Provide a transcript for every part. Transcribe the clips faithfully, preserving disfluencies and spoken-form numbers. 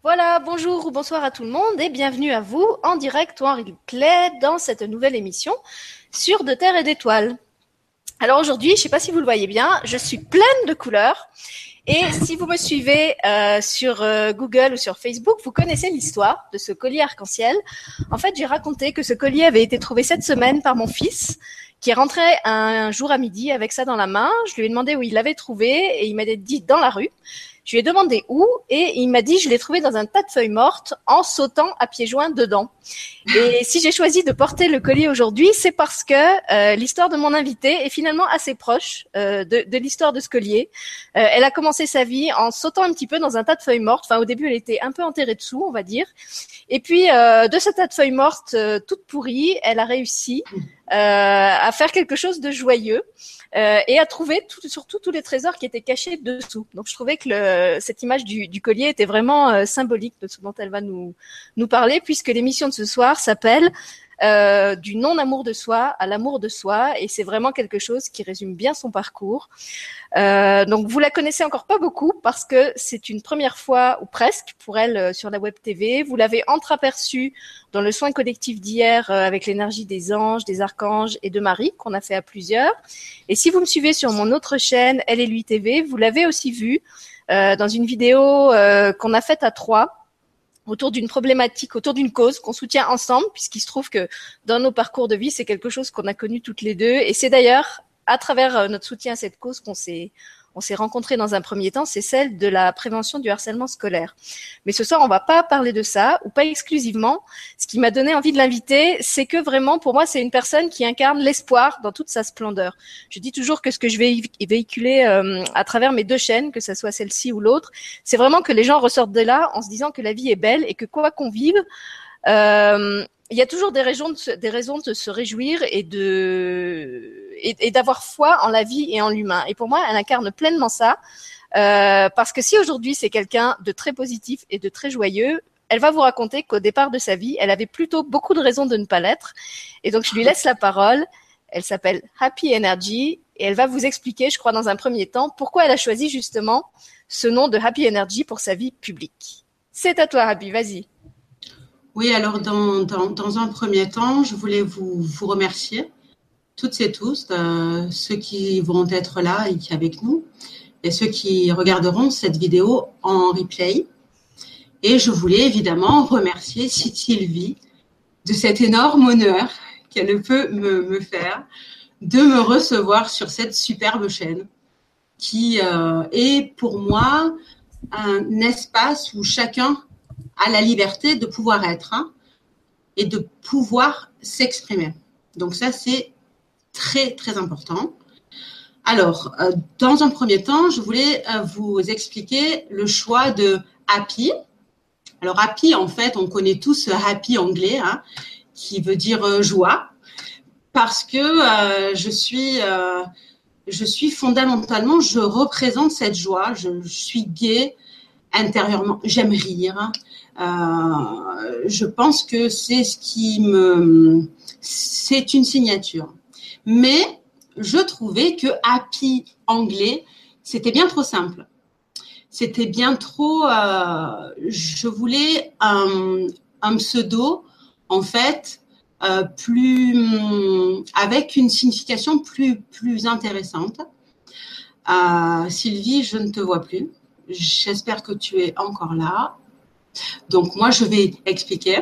Voilà, bonjour ou bonsoir à tout le monde et bienvenue à vous en direct ou en replay dans cette nouvelle émission sur De Terre et d'Étoiles. Alors aujourd'hui, je ne sais pas si vous le voyez bien, je suis pleine de couleurs et si vous me suivez euh, sur euh, Google ou sur Facebook, vous connaissez l'histoire de ce collier arc-en-ciel. En fait, j'ai raconté que ce collier avait été trouvé cette semaine par mon fils qui est rentré un jour à midi avec ça dans la main. Je lui ai demandé où il l'avait trouvé et il m'a dit dans la rue. Je lui ai demandé où et il m'a dit je l'ai trouvé dans un tas de feuilles mortes en sautant à pieds joints dedans. Et si j'ai choisi de porter le collier aujourd'hui, c'est parce que euh, l'histoire de mon invité est finalement assez proche euh, de, de l'histoire de ce collier. Euh, elle a commencé sa vie en sautant un petit peu dans un tas de feuilles mortes. Enfin, au début, elle était un peu enterrée dessous, on va dire. Et puis, euh, de ce tas de feuilles mortes euh, toutes pourries, elle a réussi euh, à faire quelque chose de joyeux. Euh, et à trouver tout, surtout tous les trésors qui étaient cachés dessous. Donc je trouvais que le, cette image du, du collier était vraiment euh, symbolique de ce dont elle va nous, nous parler, puisque l'émission de ce soir s'appelle euh, du non-amour de soi à l'amour de soi, et c'est vraiment quelque chose qui résume bien son parcours. Euh, donc vous la connaissez encore pas beaucoup parce que c'est une première fois ou presque pour elle euh, sur la web T V. Vous l'avez entreaperçue dans le soin collectif d'hier euh, avec l'énergie des anges, des archanges et de Marie qu'on a fait à plusieurs. Et si vous me suivez sur mon autre chaîne Elle et lui T V, vous l'avez aussi vue euh, dans une vidéo euh, qu'on a faite à trois autour d'une problématique, autour d'une cause qu'on soutient ensemble, puisqu'il se trouve que dans nos parcours de vie, c'est quelque chose qu'on a connu toutes les deux. Et c'est d'ailleurs à travers notre soutien à cette cause qu'on s'est on s'est rencontrés dans un premier temps, c'est celle de la prévention du harcèlement scolaire. Mais ce soir, on va pas parler de ça, ou pas exclusivement. Ce qui m'a donné envie de l'inviter, c'est que vraiment, pour moi, c'est une personne qui incarne l'espoir dans toute sa splendeur. Je dis toujours que ce que je vais véhiculer euh, à travers mes deux chaînes, que ce soit celle-ci ou l'autre, c'est vraiment que les gens ressortent de là en se disant que la vie est belle et que quoi qu'on vive, euh, il y a toujours des raisons de se, des raisons de se réjouir et de et, et d'avoir foi en la vie et en l'humain. Et pour moi, elle incarne pleinement ça, euh, parce que si aujourd'hui c'est quelqu'un de très positif et de très joyeux, elle va vous raconter qu'au départ de sa vie, elle avait plutôt beaucoup de raisons de ne pas l'être. Et donc je lui laisse la parole. Elle s'appelle Happy Energy et elle va vous expliquer, je crois dans un premier temps, pourquoi elle a choisi justement ce nom de Happy Energy pour sa vie publique. C'est à toi, Happy, vas-y. Oui, alors dans, dans, dans un premier temps, je voulais vous, vous remercier, toutes et tous, euh, ceux qui vont être là et qui avec nous, et ceux qui regarderont cette vidéo en replay. Et je voulais évidemment remercier Sylvie de cet énorme honneur qu'elle peut me, me faire de me recevoir sur cette superbe chaîne qui euh, est pour moi un espace où chacun a la liberté de pouvoir être hein, et de pouvoir s'exprimer. Donc ça, c'est très, très important. Alors, euh, dans un premier temps, je voulais euh, vous expliquer le choix de Happy. Alors, Happy, en fait, on connaît tous ce Happy anglais, hein, qui veut dire euh, joie, parce que euh, je suis... Euh, je suis fondamentalement, je représente cette joie, je, je suis gaie intérieurement, j'aime rire. Euh, je pense que c'est ce qui me, c'est une signature. Mais je trouvais que Happy anglais, c'était bien trop simple. C'était bien trop. Euh, je voulais un, un pseudo, en fait. Euh, plus avec une signification plus plus intéressante. Euh, Sylvie, je ne te vois plus. J'espère que tu es encore là. Donc moi, je vais expliquer.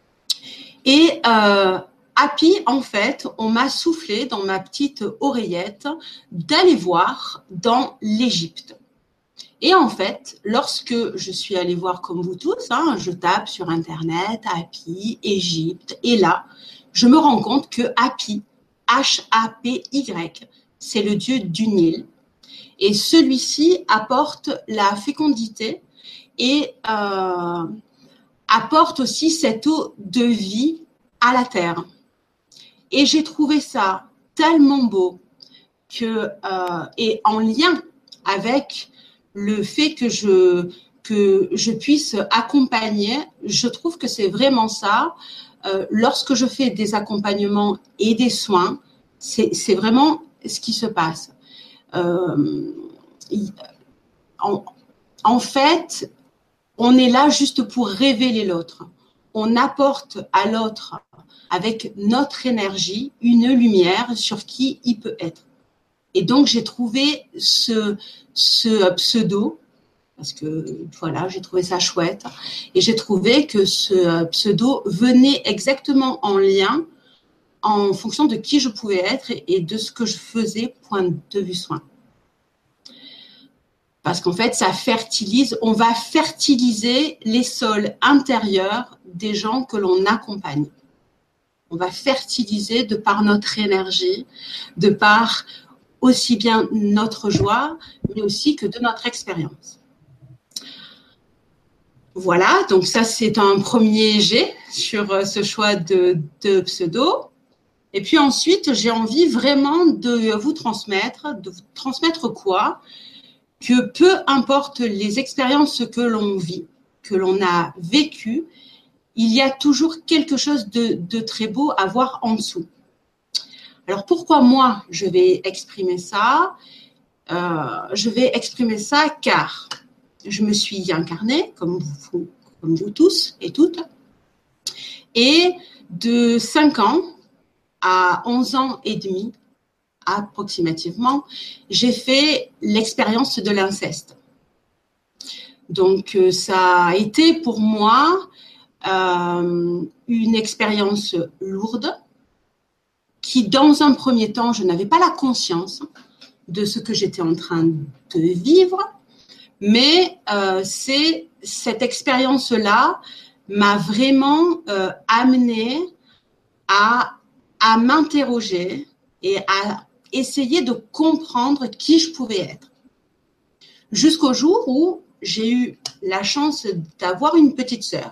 Et euh, Happy, en fait, on m'a soufflé dans ma petite oreillette d'aller voir dans l'Égypte. Et en fait, lorsque je suis allée voir comme vous tous, hein, je tape sur Internet, Happy, Égypte, et là, je me rends compte que Happy, H A P Y, c'est le dieu du Nil. Et celui-ci apporte la fécondité et euh, apporte aussi cette eau de vie à la terre. Et j'ai trouvé ça tellement beau que, euh, et en lien avec le fait que je, que je puisse accompagner, je trouve que c'est vraiment ça. Euh, lorsque je fais des accompagnements et des soins, c'est, c'est vraiment ce qui se passe. Euh, en, en fait, on est là juste pour révéler l'autre. On apporte à l'autre, avec notre énergie, une lumière sur qui il peut être. Et donc, j'ai trouvé ce, ce pseudo, parce que voilà, j'ai trouvé ça chouette, et j'ai trouvé que ce pseudo venait exactement en lien en fonction de qui je pouvais être et de ce que je faisais, point de vue soin. Parce qu'en fait, ça fertilise, on va fertiliser les sols intérieurs des gens que l'on accompagne. On va fertiliser de par notre énergie, de par aussi bien notre joie, mais aussi que de notre expérience. Voilà, donc ça c'est un premier jet sur ce choix de, de pseudo. Et puis ensuite, j'ai envie vraiment de vous transmettre, de vous transmettre quoi ? Que peu importe les expériences que l'on vit, que l'on a vécues, il y a toujours quelque chose de, de très beau à voir en dessous. Alors pourquoi moi je vais exprimer ça ? euh, Je vais exprimer ça car je me suis incarnée, comme vous, comme vous tous et toutes, et de cinq ans à onze ans et demi, approximativement, j'ai fait l'expérience de l'inceste. Donc, ça a été pour moi euh, une expérience lourde qui, dans un premier temps, je n'avais pas la conscience de ce que j'étais en train de vivre, mais euh, c'est cette expérience-là m'a vraiment euh, amenée à, à m'interroger et à essayer de comprendre qui je pouvais être. Jusqu'au jour où j'ai eu la chance d'avoir une petite sœur.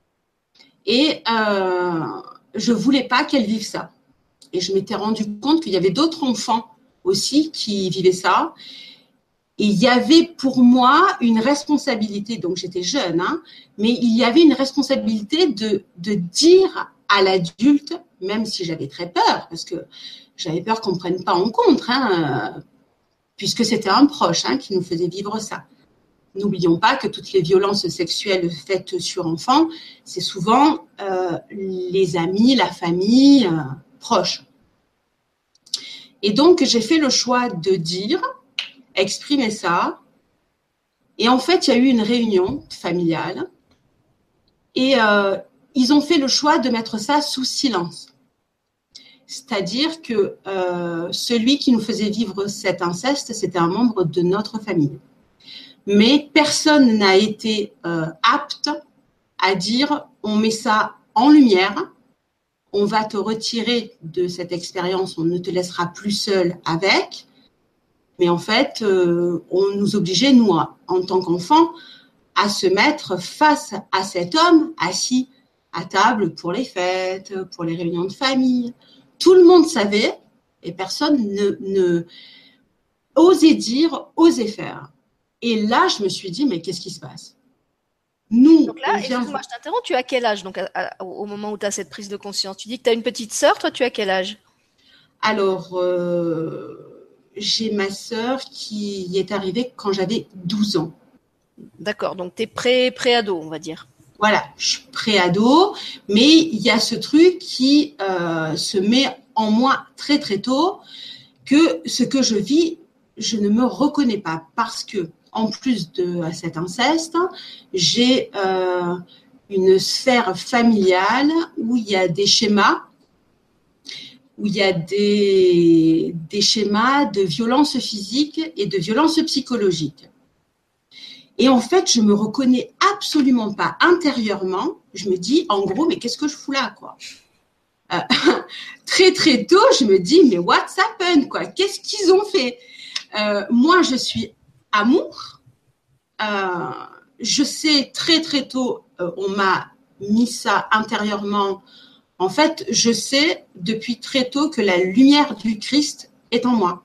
Et euh, je ne voulais pas qu'elle vive ça. Et je m'étais rendu compte qu'il y avait d'autres enfants aussi qui vivaient ça. Et il y avait pour moi une responsabilité, donc j'étais jeune, hein, mais il y avait une responsabilité de, de dire à l'adulte, même si j'avais très peur, parce que j'avais peur qu'on ne prenne pas en compte, hein, puisque c'était un proche hein, qui nous faisait vivre ça. N'oublions pas que toutes les violences sexuelles faites sur enfants, c'est souvent euh, les amis, la famille euh, proche. Et donc, j'ai fait le choix de dire, exprimer ça. Et en fait, il y a eu une réunion familiale et euh, ils ont fait le choix de mettre ça sous silence. C'est-à-dire que euh, celui qui nous faisait vivre cet inceste, c'était un membre de notre famille. Mais personne n'a été euh, apte à dire on met ça en lumière, on va te retirer de cette expérience, on ne te laissera plus seul avec. Mais en fait, euh, on nous obligeait, nous, en tant qu'enfants, à se mettre face à cet homme assis à table pour les fêtes, pour les réunions de famille. Tout le monde savait et personne ne, ne osait dire, osait faire. Et là, je me suis dit, mais qu'est-ce qui se passe ? Nous, donc là, vient... excuse-moi, je t'interromps, tu as quel âge donc, à, à, au moment où tu as cette prise de conscience ? Tu dis que tu as une petite sœur, toi, tu as quel âge ? Alors, euh, j'ai ma sœur qui est arrivée quand j'avais douze ans. D'accord, donc tu es pré, pré-ado, on va dire. Voilà, je suis pré-ado, mais il y a ce truc qui euh, se met en moi très très tôt, que ce que je vis, je ne me reconnais pas parce que, en plus de cet inceste, j'ai euh, une sphère familiale où il y a des schémas, où il y a des, des schémas de violence physique et de violence psychologique. Et en fait, je me reconnais absolument pas intérieurement. Je me dis, en gros, mais qu'est-ce que je fous là, quoi ? euh, Très, très tôt, je me dis, mais what's happened, quoi ? Qu'est-ce qu'ils ont fait ? euh, Moi, je suis amour. Euh, je sais très, très tôt, euh, on m'a mis ça intérieurement. En fait, je sais depuis très tôt que la lumière du Christ est en moi,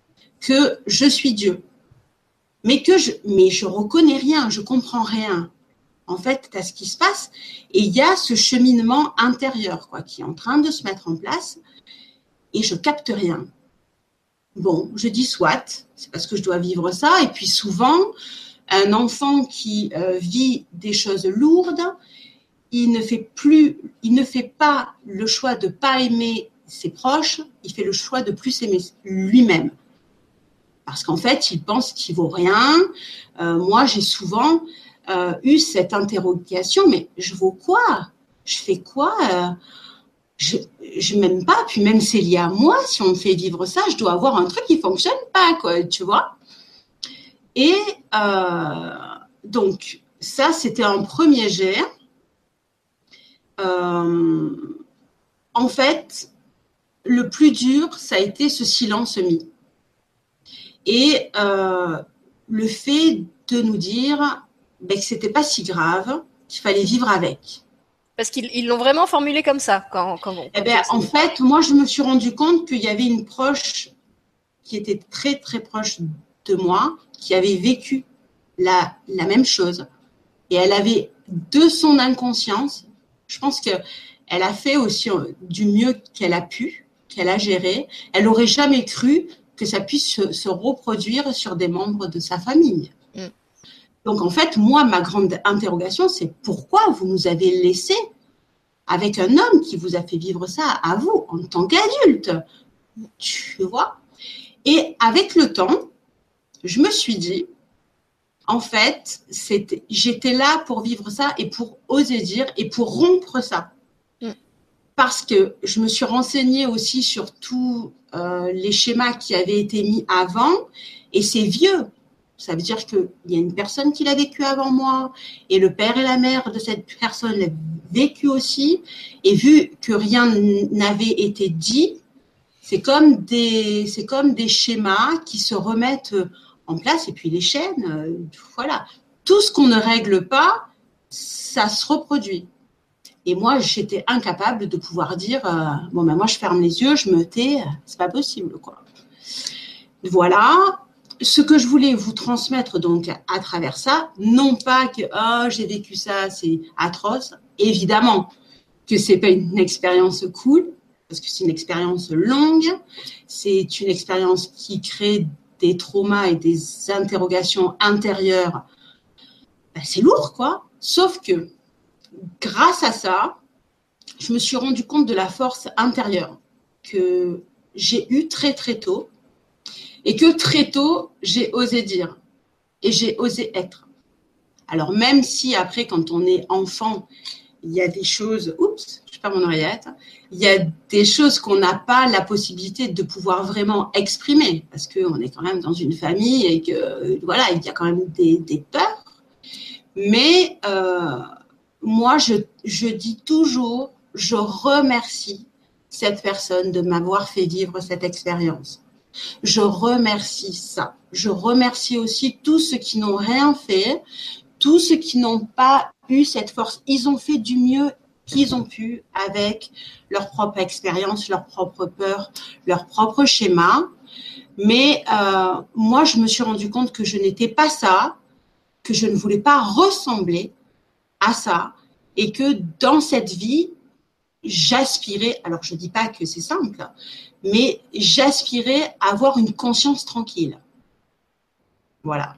que je suis Dieu. Mais que je, mais je reconnais rien, je comprends rien. En fait, t'as ce qui se passe et il y a ce cheminement intérieur, quoi, qui est en train de se mettre en place et je capte rien. Bon, je dis soit, c'est parce que je dois vivre ça et puis souvent, Un enfant qui euh, vit des choses lourdes, il ne fait plus, il ne fait pas le choix de pas aimer ses proches, il fait le choix de plus aimer lui-même. Parce qu'en fait, il pense qu'il vaut rien. Euh, moi, j'ai souvent euh, eu cette interrogation, mais je vaux quoi? Je fais quoi? euh, Je je m'aime pas, puis même c'est lié à moi. Si on me fait vivre ça, je dois avoir un truc qui fonctionne pas, quoi, tu vois. Et euh, donc ça, c'était un premier jet. Euh, en fait, le plus dur, ça a été ce silence mis. Et euh, le fait de nous dire ben, que c'était pas si grave, qu'il fallait vivre avec. Parce qu'ils ils l'ont vraiment formulé comme ça quand, quand, quand Eh ben, en fait, moi, je me suis rendu compte qu'il y avait une proche qui était très, très proche de moi, qui avait vécu la, la même chose. Et elle avait, de son inconscience, je pense qu'elle a fait aussi du mieux qu'elle a pu, qu'elle a géré. Elle n'aurait jamais cru que ça puisse se, se reproduire sur des membres de sa famille. Mm. Donc, en fait, moi, ma grande interrogation, c'est pourquoi vous nous avez laissé avec un homme qui vous a fait vivre ça à vous, en tant qu'adulte. Tu vois? Et avec le temps, je me suis dit, en fait, c'était, j'étais là pour vivre ça et pour oser dire et pour rompre ça. Mm. Parce que je me suis renseignée aussi sur tous euh, les schémas qui avaient été mis avant et c'est vieux. Ça veut dire qu'il y a une personne qui l'a vécu avant moi et le père et la mère de cette personne l'ont vécu aussi. Et vu que rien n'avait été dit, c'est comme des, c'est comme des schémas qui se remettent en place. Et puis les chaînes, euh, voilà. Tout ce qu'on ne règle pas, ça se reproduit. Et moi, j'étais incapable de pouvoir dire, euh, bon ben moi je ferme les yeux, je me tais, c'est pas possible, quoi. Voilà. Ce que je voulais vous transmettre donc à travers ça, non pas que oh, j'ai vécu ça, c'est atroce. Évidemment que c'est pas une expérience cool, parce que c'est une expérience longue, c'est une expérience qui crée des traumas et des interrogations intérieures. Ben, c'est lourd, quoi. Sauf que grâce à ça, je me suis rendu compte de la force intérieure que j'ai eue très très tôt. Et que très tôt, j'ai osé dire et j'ai osé être. Alors, même si après, quand on est enfant, il y a des choses, oups, je perds mon oreillette, il y a des choses qu'on n'a pas la possibilité de pouvoir vraiment exprimer parce qu'on est quand même dans une famille et que, voilà, il y a quand même des, des peurs. Mais euh, moi, je, je dis toujours, je remercie cette personne de m'avoir fait vivre cette expérience. Je remercie ça. Je remercie aussi tous ceux qui n'ont rien fait, tous ceux qui n'ont pas eu cette force. Ils ont fait du mieux qu'ils ont pu avec leur propre expérience, leur propre peur, leur propre schéma. Mais euh, moi, je me suis rendu compte que je n'étais pas ça, que je ne voulais pas ressembler à ça et que dans cette vie, j'aspirais, alors je ne dis pas que c'est simple, mais j'aspirais à avoir une conscience tranquille. Voilà.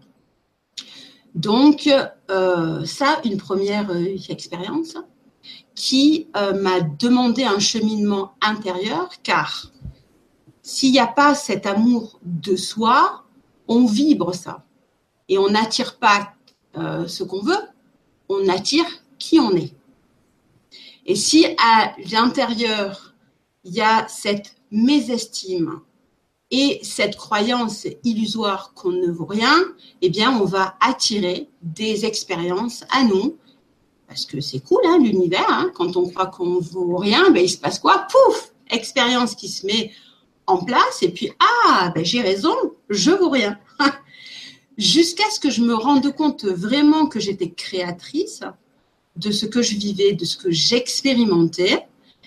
Donc, euh, ça, une première euh, expérience qui euh, m'a demandé un cheminement intérieur, car s'il n'y a pas cet amour de soi, on vibre ça. Et on n'attire pas euh, ce qu'on veut, on attire qui on est. Et si à l'intérieur, il y a cette mésestime et cette croyance illusoire qu'on ne vaut rien, eh bien, on va attirer des expériences à nous. Parce que c'est cool, hein, l'univers. Hein, quand on croit qu'on ne vaut rien, ben, il se passe quoi? Pouf! Expérience qui se met en place. Et puis, ah, ben, j'ai raison, je vaux rien. Jusqu'à ce que je me rende compte vraiment que j'étais créatrice de ce que je vivais, de ce que j'expérimentais.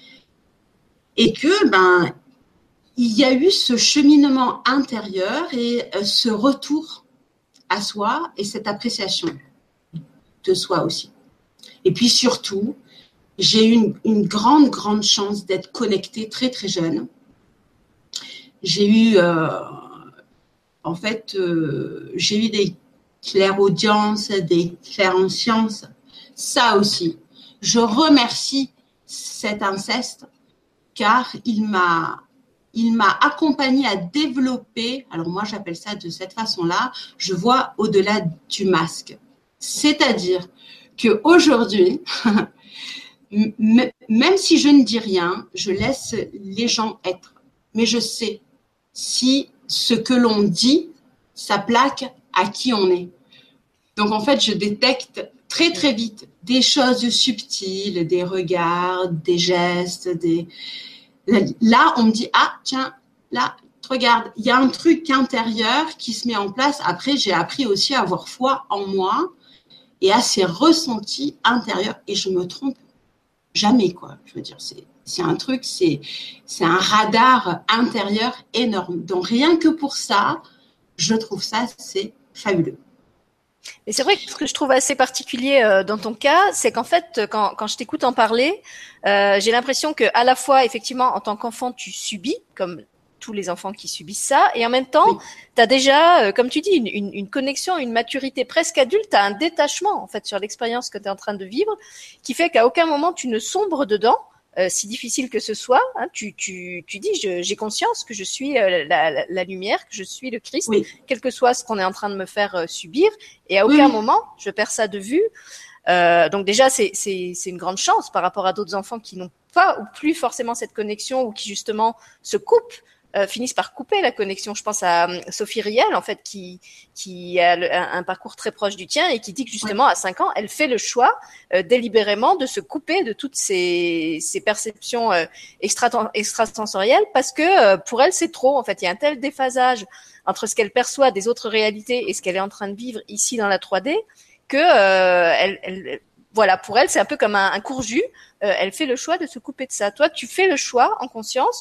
Et que, ben, il y a eu ce cheminement intérieur et ce retour à soi et cette appréciation de soi aussi. Et puis surtout, j'ai eu une, une grande, grande chance d'être connectée très, très jeune. J'ai eu, euh, en fait, euh, j'ai eu des clairaudience, des clairsentiences. Ça aussi, je remercie cet inceste car il m'a, il m'a accompagné à développer, alors moi j'appelle ça de cette façon-là, je vois au-delà du masque. C'est-à-dire qu'aujourd'hui, même si je ne dis rien, je laisse les gens être. Mais je sais si ce que l'on dit, ça plaque à qui on est. Donc en fait, je détecte très très vite des choses subtiles, des regards, des gestes, des... Là, on me dit, ah tiens, là, regarde, il y a un truc intérieur qui se met en place. Après, j'ai appris aussi à avoir foi en moi et à ces ressentis intérieurs. Et je me trompe jamais, quoi. Je veux dire, c'est, c'est un truc, c'est, c'est un radar intérieur énorme. Donc, rien que pour ça, je trouve ça, c'est fabuleux. Et c'est vrai que ce que je trouve assez particulier euh, dans ton cas, c'est qu'en fait, quand, quand je t'écoute en parler, euh, j'ai l'impression que à la fois, effectivement, en tant qu'enfant, tu subis, comme tous les enfants qui subissent ça, et en même temps, oui. tu as déjà, euh, comme tu dis, une, une, une connexion, une maturité presque adulte, tu as un détachement, en fait, sur l'expérience que tu es en train de vivre, qui fait qu'à aucun moment, tu ne sombres dedans, Euh, si difficile que ce soit, hein, tu, tu, tu dis, je, j'ai conscience que je suis euh, la, la, la lumière, que je suis le Christ, oui. quel que soit ce qu'on est en train de me faire euh, subir, et à aucun oui. moment je perds ça de vue. Euh, donc déjà, c'est, c'est, c'est une grande chance par rapport à d'autres enfants qui n'ont pas ou plus forcément cette connexion ou qui justement se coupent. Euh, finissent par couper la connexion. Je pense à euh, Sophie Riel, en fait, qui qui a le, un, un parcours très proche du tien et qui dit que justement, ouais. à cinq ans, elle fait le choix euh, délibérément de se couper de toutes ces, ces perceptions euh, extra, extrasensorielles parce que euh, pour elle, c'est trop. En fait, il y a un tel déphasage entre ce qu'elle perçoit des autres réalités et ce qu'elle est en train de vivre ici dans la trois D que euh, elle, elle voilà, pour elle, c'est un peu comme un, un court-jus. Euh, elle fait le choix de se couper de ça. Toi, tu fais le choix en conscience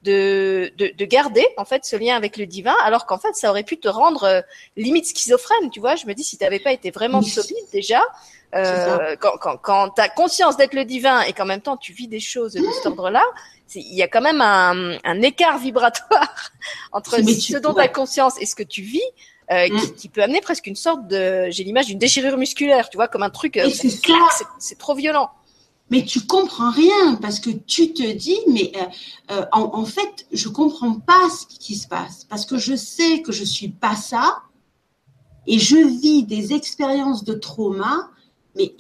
De, de, de garder en fait ce lien avec le divin, alors qu'en fait ça aurait pu te rendre euh, limite schizophrène, tu vois. Je me dis si tu n'avais pas été vraiment solide déjà, euh, quand, quand, quand tu as conscience d'être le divin et qu'en même temps tu vis des choses de cet ordre-là, il y a quand même un, un écart vibratoire entre ce dont tu as conscience et ce que tu vis. Euh, mmh. qui, qui peut amener presque une sorte de, j'ai l'image d'une déchirure musculaire, tu vois, comme un truc, euh, c'est, claque, c'est, c'est trop violent. Mais tu comprends rien parce que tu te dis, mais euh, euh, en, en fait, je comprends pas ce qui se passe parce que je sais que je suis pas ça et je vis des expériences de trauma, mais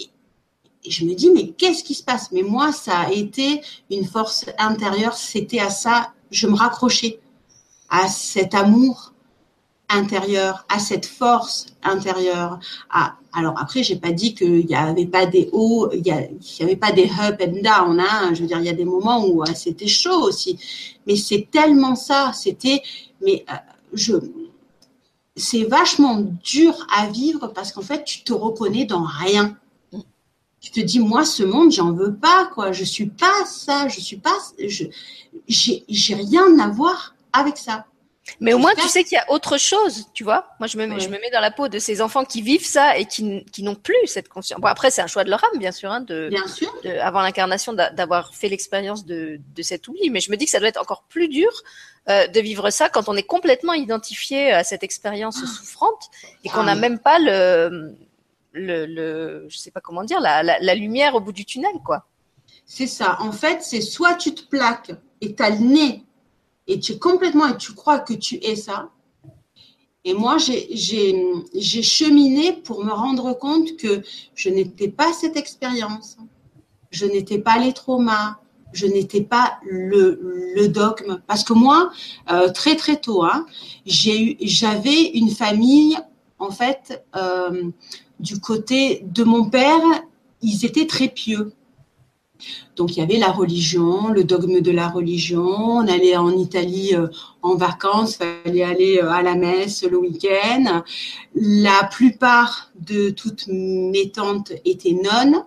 et je me dis, mais qu'est-ce qui se passe? Mais moi, ça a été une force intérieure, c'était à ça, je me raccrochais à cet amour intérieur, à cette force intérieure. À, alors après, j'ai pas dit qu'il y avait pas des hauts, il y, a, il y avait pas des up and down. Hein. Je veux dire, il y a des moments où euh, c'était chaud aussi. Mais c'est tellement ça. C'était, mais euh, je, c'est vachement dur à vivre parce qu'en fait, tu te reconnais dans rien. Tu te dis, moi, ce monde, j'en veux pas, quoi. Je suis pas ça. Je suis pas, je, j'ai, j'ai rien à voir avec ça. Mais au moins, tu sais qu'il y a autre chose, tu vois. Moi, je me, mets, ouais. je me mets dans la peau de ces enfants qui vivent ça et qui, qui n'ont plus cette conscience. Bon, après, c'est un choix de leur âme, bien sûr, hein, de, bien sûr. De, avant l'incarnation, d'avoir fait l'expérience de, de cet oubli. Mais je me dis que ça doit être encore plus dur euh, de vivre ça quand on est complètement identifié à cette expérience ah. souffrante et qu'on n'a ah. même pas le, le, le, je sais pas comment dire, la, la, la lumière au bout du tunnel, quoi. C'est ça. En fait, c'est soit tu te plaques et t'as le nez et tu es complètement, et tu crois que tu es ça. Et moi, j'ai, j'ai, j'ai cheminé pour me rendre compte que je n'étais pas cette expérience. Je n'étais pas les traumas. Je n'étais pas le, le dogme. Parce que moi, euh, très, très tôt, hein, j'ai eu, j'avais une famille, en fait, euh, du côté de mon père, ils étaient très pieux. Donc, il y avait la religion, le dogme de la religion. On allait en Italie euh, en vacances, il fallait aller euh, à la messe le week-end. La plupart de toutes mes tantes étaient nonnes.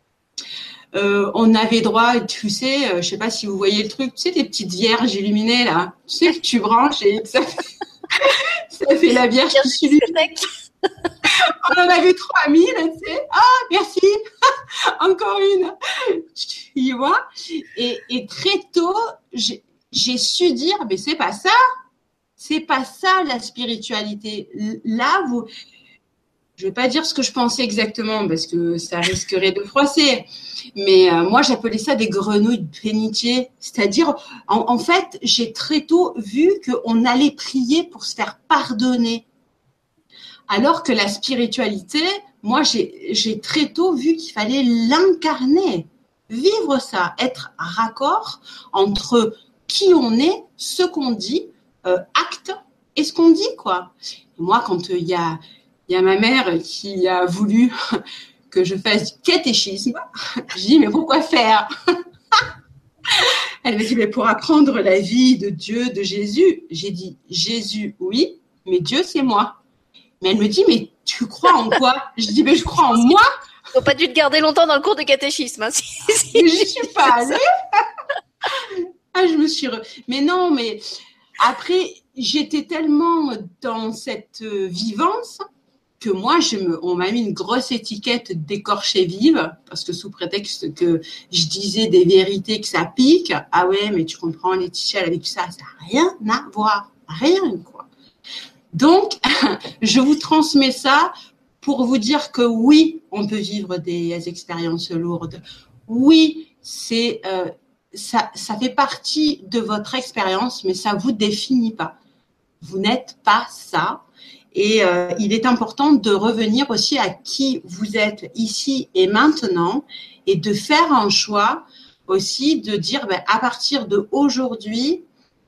Euh, on avait droit, tu sais, euh, je sais pas si vous voyez le truc, tu sais, des petites vierges illuminées, là. Tu sais que tu branches et ça fait, ça fait la vierge qui s'illumine. On en avait trois mille, tu sais. Ah, merci. Encore une. Tu vois. Et, et très tôt, j'ai, j'ai su dire, mais c'est pas ça. C'est pas ça la spiritualité. Là, vous, je vais pas dire ce que je pensais exactement parce que ça risquerait de froisser. Mais euh, moi, j'appelais ça des grenouilles de bénitier. C'est-à-dire, en, en fait, j'ai très tôt vu qu'on allait prier pour se faire pardonner. Alors que la spiritualité, moi, j'ai, j'ai très tôt vu qu'il fallait l'incarner, vivre ça, être raccord entre qui on est, ce qu'on dit, euh, acte et ce qu'on dit, quoi. Et moi, quand il euh, y a, il y a ma mère qui a voulu que je fasse du catéchisme, je dis, mais pourquoi faire? Elle me dit, mais pour apprendre la vie de Dieu, de Jésus. J'ai dit, Jésus, oui, mais Dieu, c'est moi. Mais elle me dit, mais tu crois en quoi? Je dis, mais je crois en moi. Ils n'ont pas dû te garder longtemps dans le cours de catéchisme. Hein, si, si, J'y suis pas allée. Ah, je me suis... Re... Mais non, mais après, j'étais tellement dans cette vivance que moi, je me... on m'a mis une grosse étiquette d'écorchée vive parce que sous prétexte que je disais des vérités que ça pique. Ah ouais, mais tu comprends, Laetitia, elle a vécu ça. Ça n'a rien à voir. Rien, quoi. Donc, je vous transmets ça pour vous dire que oui, on peut vivre des expériences lourdes. Oui, c'est, euh, ça, ça fait partie de votre expérience, mais ça vous définit pas. Vous n'êtes pas ça. Et euh, il est important de revenir aussi à qui vous êtes ici et maintenant et de faire un choix aussi de dire, ben, à partir d'aujourd'hui,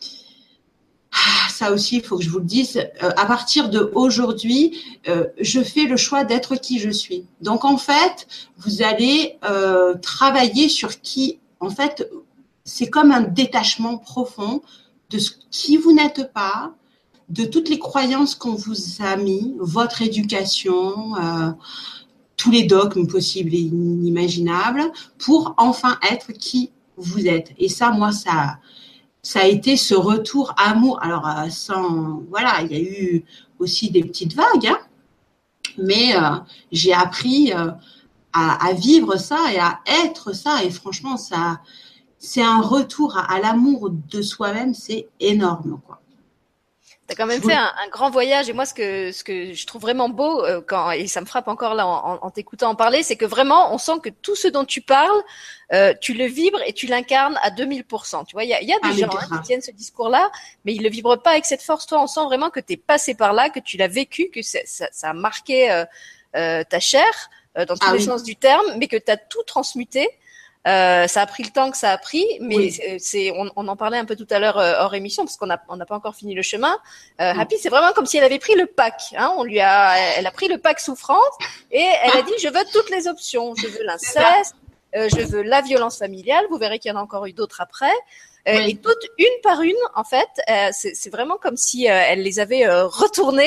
ça aussi, il faut que je vous le dise, euh, à partir d'aujourd'hui, euh, je fais le choix d'être qui je suis. Donc, en fait, vous allez euh, travailler sur qui, en fait, c'est comme un détachement profond de ce qui vous n'êtes pas, de toutes les croyances qu'on vous a mis, votre éducation, euh, tous les dogmes possibles et inimaginables, pour enfin être qui vous êtes. Et ça, moi, ça... ça a été ce retour amour. Alors, euh, sans, voilà, il y a eu aussi des petites vagues, hein, mais euh, j'ai appris euh, à, à vivre ça et à être ça. Et franchement, ça, c'est un retour à, à l'amour de soi-même, c'est énorme, quoi. T'as quand même fait un, un grand voyage, et moi ce que ce que je trouve vraiment beau euh, quand et ça me frappe encore là en, en, en t'écoutant en parler, c'est que vraiment on sent que tout ce dont tu parles, euh, tu le vibres et tu l'incarnes à deux mille pour cent. Tu vois, il y a, y a des ah, gens hein, qui tiennent ce discours-là, mais ils le vibrent pas avec cette force. Toi, on sent vraiment que t'es passé par là, que tu l'as vécu, que ça, ça, ça a marqué euh, euh, ta chair euh, dans tous ah, les oui. sens du terme, mais que t'as tout transmuté. Euh, ça a pris le temps que ça a pris, mais oui. c'est, c'est on, on en parlait un peu tout à l'heure euh, hors émission parce qu'on a on n'a pas encore fini le chemin. Euh, Happy, c'est vraiment comme si elle avait pris le pack. Hein, on lui a, elle a pris le pack souffrance et elle a dit je veux toutes les options. Je veux l'inceste, euh, je veux la violence familiale. Vous verrez qu'il y en a encore eu d'autres après. Euh, oui. Et toutes une par une, en fait, euh, c'est, c'est vraiment comme si euh, elle les avait euh, retournées.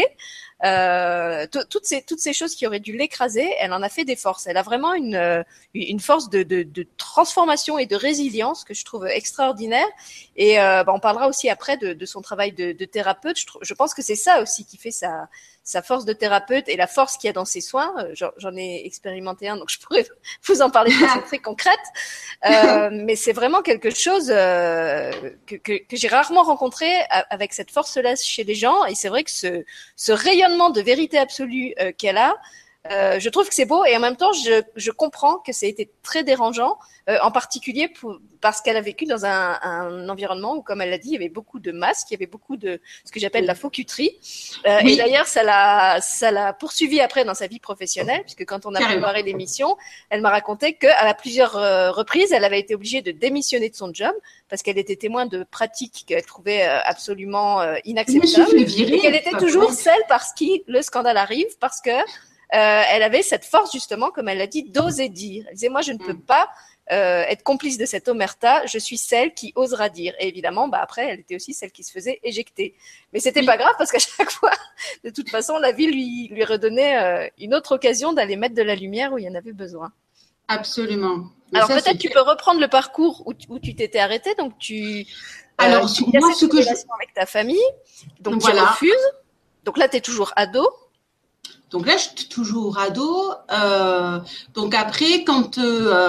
Euh, t- toutes ces toutes ces choses qui auraient dû l'écraser, elle en a fait des forces. Elle a vraiment une euh, une force de, de de transformation et de résilience que je trouve extraordinaire. Et euh, bah, on parlera aussi après de, de son travail de, de thérapeute. Je, trou- je pense que c'est ça aussi qui fait sa sa force de thérapeute et la force qu'il y a dans ses soins. J'en, j'en ai expérimenté un, donc je pourrais vous en parler de façon très concrète. Euh, mais c'est vraiment quelque chose euh, que, que que j'ai rarement rencontré avec cette force-là chez les gens. Et c'est vrai que ce ce rayonnement de vérité absolue euh, qu'elle a, euh, je trouve que c'est beau et en même temps, je, je comprends que ça a été très dérangeant, euh, en particulier pour, parce qu'elle a vécu dans un, un environnement où, comme elle l'a dit, il y avait beaucoup de masques, il y avait beaucoup de ce que j'appelle la faux cuterie. Euh, oui. Et d'ailleurs, ça l'a, ça l'a poursuivi après dans sa vie professionnelle, puisque quand on a préparé l'émission, elle m'a raconté qu'à plusieurs euh, reprises, elle avait été obligée de démissionner de son job parce qu'elle était témoin de pratiques qu'elle trouvait euh, absolument euh, inacceptables et qu'elle était toujours celle par qui le scandale arrive, parce que Euh, elle avait cette force justement, comme elle l'a dit, d'oser dire. Elle disait moi je ne peux pas euh, être complice de cette omerta, je suis celle qui osera dire. Et évidemment, bah après, elle était aussi celle qui se faisait éjecter. Mais c'était oui. pas grave parce qu'à chaque fois, de toute façon, la vie lui lui redonnait euh, une autre occasion d'aller mettre de la lumière où il y en avait besoin. Absolument. Mais alors ça, peut-être tu peux reprendre le parcours où, où tu t'étais arrêtée. Donc tu alors euh, tu moi ce que je avec ta famille, donc, donc tu voilà. refuses. Donc là, tu es toujours ado. Donc là, je suis toujours ado. Euh, donc après, quand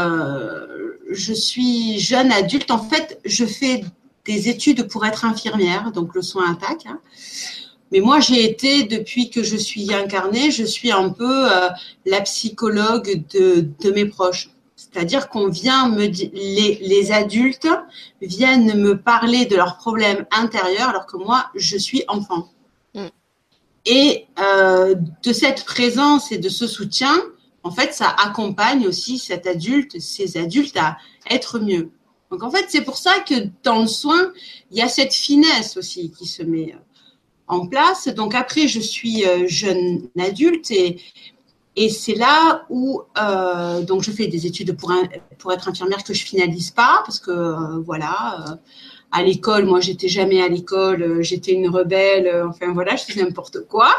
euh, je suis jeune adulte, en fait, je fais des études pour être infirmière, donc le soin intact. Hein. Mais moi, j'ai été, depuis que je suis incarnée, je suis un peu euh, la psychologue de, de mes proches. C'est-à-dire qu'on vient me dire, les, les adultes viennent me parler de leurs problèmes intérieurs alors que moi, je suis enfant. Mm. Et euh, de cette présence et de ce soutien, en fait, ça accompagne aussi cet adulte, ces adultes à être mieux. Donc, en fait, c'est pour ça que dans le soin, il y a cette finesse aussi qui se met en place. Donc, après, je suis jeune adulte et, et c'est là où euh, donc je fais des études pour, un, pour être infirmière que je finalise pas parce que, euh, voilà, euh, à l'école, moi, j'étais jamais à l'école, euh, j'étais une rebelle, euh, enfin, voilà, je faisais n'importe quoi.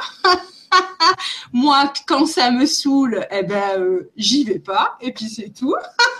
Moi, quand ça me saoule, eh ben, euh, j'y vais pas et puis c'est tout.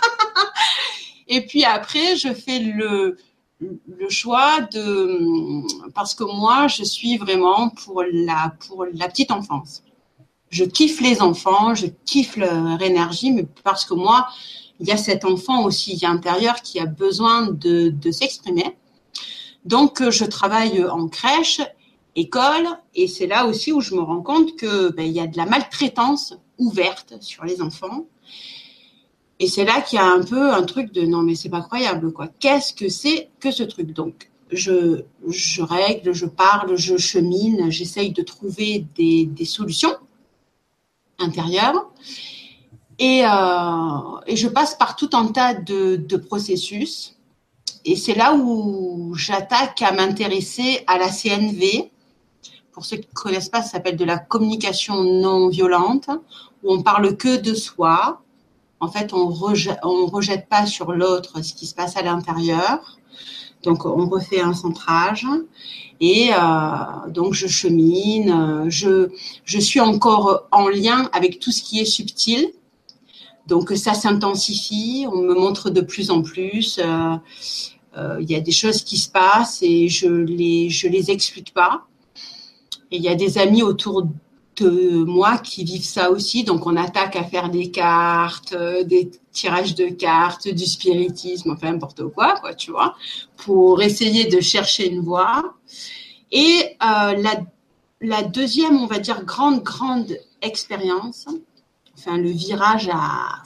Et puis après, je fais le, le choix de… Parce que moi, je suis vraiment pour la, pour la petite enfance. Je kiffe les enfants, je kiffe leur énergie, mais parce que moi, il y a cet enfant aussi intérieur qui a besoin de, de s'exprimer. Donc, je travaille en crèche, école, et c'est là aussi où je me rends compte que ben, il y a de la maltraitance ouverte sur les enfants. Et c'est là qu'il y a un peu un truc de non mais c'est pas croyable quoi. Qu'est-ce que c'est que ce truc? Donc je je règle, je parle, je chemine, j'essaye de trouver des, des solutions intérieures et euh, et je passe par tout un tas de, de processus. Et c'est là où j'attaque à m'intéresser à la C N V. Pour ceux qui ne connaissent pas, ça s'appelle de la communication non violente, où on parle que de soi. En fait, on rejette, on rejette pas sur l'autre ce qui se passe à l'intérieur. Donc, on refait un centrage. Et euh, donc, je chemine. Je, je suis encore en lien avec tout ce qui est subtil. Donc, ça s'intensifie. On me montre de plus en plus. Euh, euh, il y a des choses qui se passent et je les, je les explique pas. Et il y a des amis autour de moi qui vivent ça aussi. Donc, on attaque à faire des cartes, des tirages de cartes, du spiritisme, enfin, n'importe quoi, quoi, tu vois, pour essayer de chercher une voie. Et euh, la, la deuxième, on va dire, grande, grande expérience, enfin, le virage a…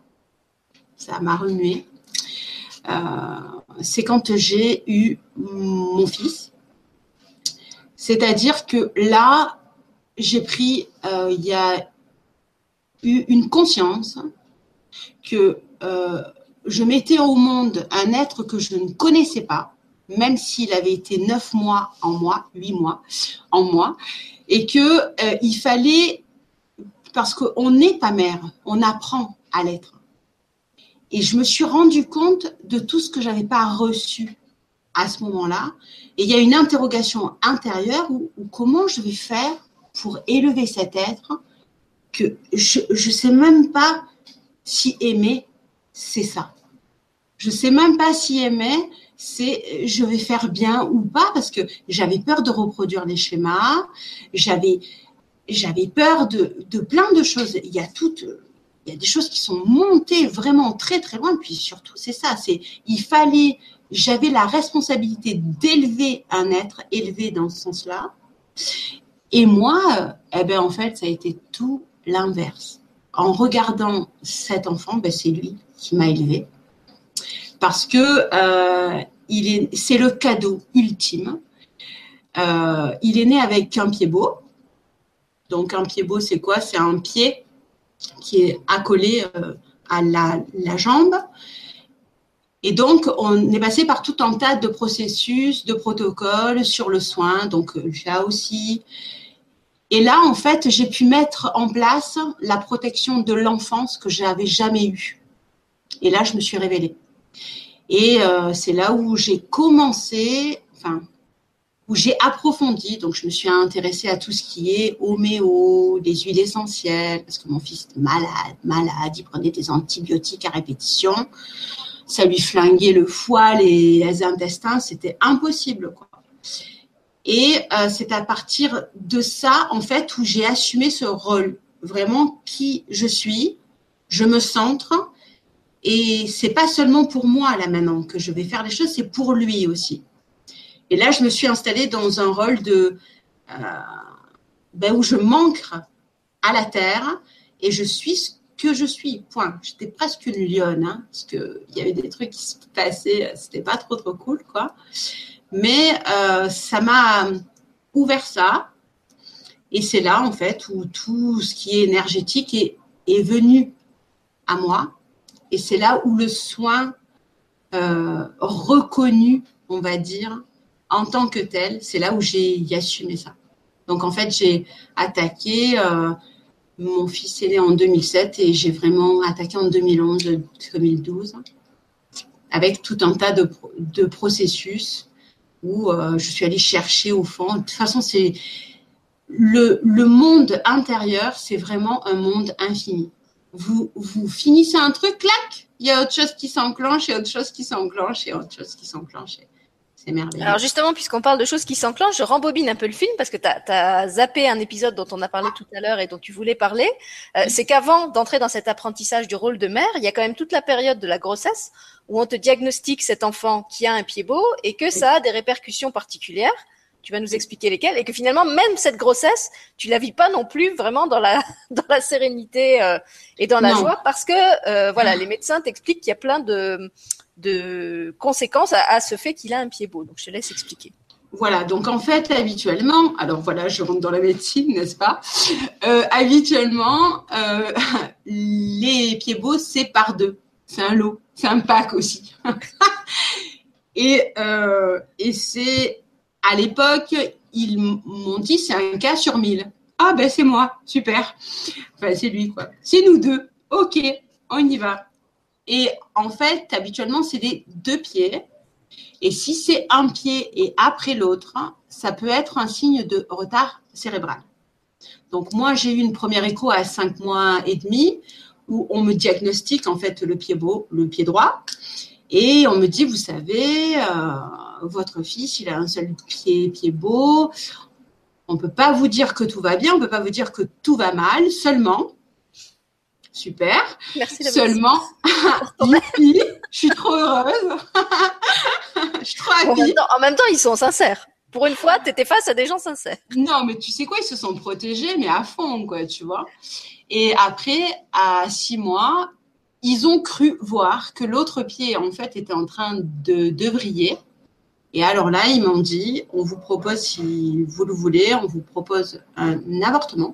ça m'a remué. Euh, c'est quand j'ai eu mon fils. C'est-à-dire que là, j'ai pris, euh, il y a eu une conscience que euh, je mettais au monde un être que je ne connaissais pas, même s'il avait été neuf mois en moi, huit mois en moi, et que euh, il fallait, parce qu'on n'est pas mère, on apprend à l'être. Et je me suis rendu compte de tout ce que j'avais pas reçu à ce moment-là. Et il y a une interrogation intérieure où, où comment je vais faire pour élever cet être que je ne sais même pas si aimer, c'est ça. Je ne sais même pas si aimer, c'est je vais faire bien ou pas, parce que j'avais peur de reproduire les schémas, j'avais, j'avais peur de, de plein de choses. Il y a toutes, il y a des choses qui sont montées vraiment très très loin, puis surtout c'est ça, c'est il fallait, j'avais la responsabilité d'élever un être, élevé dans ce sens-là. Et moi, eh ben, en fait, ça a été tout l'inverse. En regardant cet enfant, ben, c'est lui qui m'a élevée. Parce que euh, il est, c'est le cadeau ultime. Euh, il est né avec un pied beau. Donc, un pied beau, c'est quoi? C'est un pied qui est accolé euh, à la, la jambe. Et donc, on est passé par tout un tas de processus, de protocoles sur le soin. Donc, là aussi… Et là, en fait, j'ai pu mettre en place la protection de l'enfance que je n'avais jamais eue. Et là, je me suis révélée. Et euh, c'est là où j'ai commencé, enfin, où j'ai approfondi. Donc, je me suis intéressée à tout ce qui est homéo, des huiles essentielles, parce que mon fils était malade, malade, il prenait des antibiotiques à répétition. Ça lui flinguait le foie, les, les intestins, c'était impossible, quoi. Et euh, c'est à partir de ça, en fait, où j'ai assumé ce rôle, vraiment qui je suis, je me centre, et c'est pas seulement pour moi là maintenant que je vais faire les choses, c'est pour lui aussi. Et là, je me suis installée dans un rôle de euh, ben, où je manque à la terre et je suis ce que je suis, point. J'étais presque une lionne, hein, parce qu'il y avait des trucs qui se passaient, c'était pas trop trop cool, quoi. Mais euh, ça m'a ouvert ça. Et c'est là, en fait, où tout ce qui est énergétique est, est venu à moi. Et c'est là où le soin euh, reconnu, on va dire, en tant que tel, c'est là où j'ai assumé ça. Donc, en fait, j'ai attaqué, euh, mon fils est né en deux mille sept et j'ai vraiment attaqué en deux mille onze, deux mille douze, avec tout un tas de, de processus où euh, je suis allée chercher au fond. De toute façon, c'est le, le monde intérieur, c'est vraiment un monde infini. Vous, vous finissez un truc, clac, il y a autre chose qui s'enclenche, et autre chose qui s'enclenche, et autre chose qui s'enclenche. C'est merveilleux. Alors justement, puisqu'on parle de choses qui s'enclenchent, je rembobine un peu le film parce que tu as zappé un épisode dont on a parlé tout à l'heure et dont tu voulais parler. Euh, c'est qu'avant d'entrer dans cet apprentissage du rôle de mère, il y a quand même toute la période de la grossesse où on te diagnostique cet enfant qui a un pied beau et que ça a des répercussions particulières. Tu vas nous expliquer lesquelles, et que finalement, même cette grossesse, tu la vis pas non plus vraiment dans la dans la sérénité euh, et dans la non. joie, parce que euh, voilà, les médecins t'expliquent qu'il y a plein de de conséquences à, à ce fait qu'il a un pied beau. Donc, je te laisse expliquer. Voilà, donc en fait, habituellement, alors voilà, je rentre dans la médecine, n'est-ce pas ? euh, Habituellement, euh, les pieds beaux, c'est par deux. C'est un lot, c'est un pack aussi. et euh, et c'est... À l'époque, ils m'ont dit c'est un cas sur mille. Ah ben c'est moi, super. Enfin c'est lui quoi. C'est nous deux. Ok, on y va. Et en fait, habituellement c'est des deux pieds. Et si c'est un pied et après l'autre, ça peut être un signe de retard cérébral. Donc moi j'ai eu une première écho à cinq mois et demi où on me diagnostique en fait le pied beau, le pied droit. Et on me dit, vous savez, euh, votre fils, il a un seul pied, pied beau. On ne peut pas vous dire que tout va bien, on ne peut pas vous dire que tout va mal. Seulement, super. Merci. Seulement, youpi, je suis trop heureuse. Je suis trop happy. En même, temps, en même temps, ils sont sincères. Pour une fois, tu étais face à des gens sincères. Non, mais tu sais quoi, ils se sont protégés, mais à fond, quoi, tu vois. Et après, à six mois, ils ont cru voir que l'autre pied, en fait, était en train de, de vriller. Et alors là, ils m'ont dit, on vous propose, si vous le voulez, on vous propose un avortement.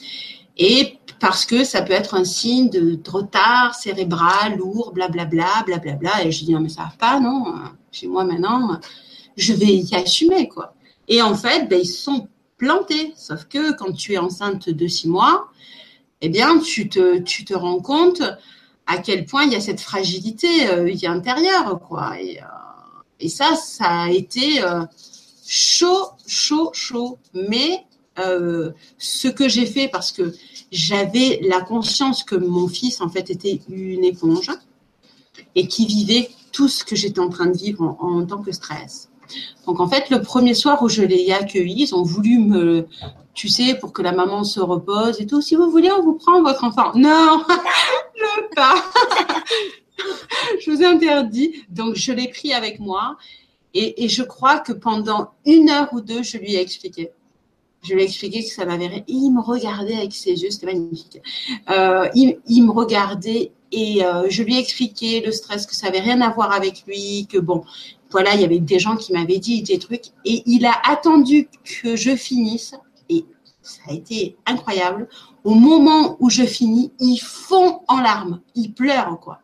Et parce que ça peut être un signe de, de retard cérébral, lourd, blablabla, blablabla. Et je dis, non, mais ça va pas, non. Chez moi, maintenant, je vais y assumer, quoi. Et en fait, ben, ils se sont plantés. Sauf que quand tu es enceinte de six mois, eh bien, tu te, tu te rends compte à quel point il y a cette fragilité euh, intérieure, quoi. Et, euh, et ça, ça a été euh, chaud, chaud, chaud. Mais euh, ce que j'ai fait, parce que j'avais la conscience que mon fils, en fait, était une éponge et qui vivait tout ce que j'étais en train de vivre en, en tant que stress. Donc, en fait, le premier soir où je l'ai accueilli, ils ont voulu me, tu sais, pour que la maman se repose et tout. Si vous voulez, on vous prend votre enfant. Non, je veux pas. Je vous interdis. Donc, je l'ai pris avec moi. Et, et je crois que pendant une heure ou deux, je lui ai expliqué. Je lui ai expliqué que ça m'avait... Il me regardait avec ses yeux, c'était magnifique. Euh, il, il me regardait et euh, je lui ai expliqué le stress, que ça n'avait rien à voir avec lui, que bon, voilà, il y avait des gens qui m'avaient dit des trucs. Et il a attendu que je finisse. Et ça a été incroyable. Au moment où je finis, il fond en larmes. Il pleure, quoi.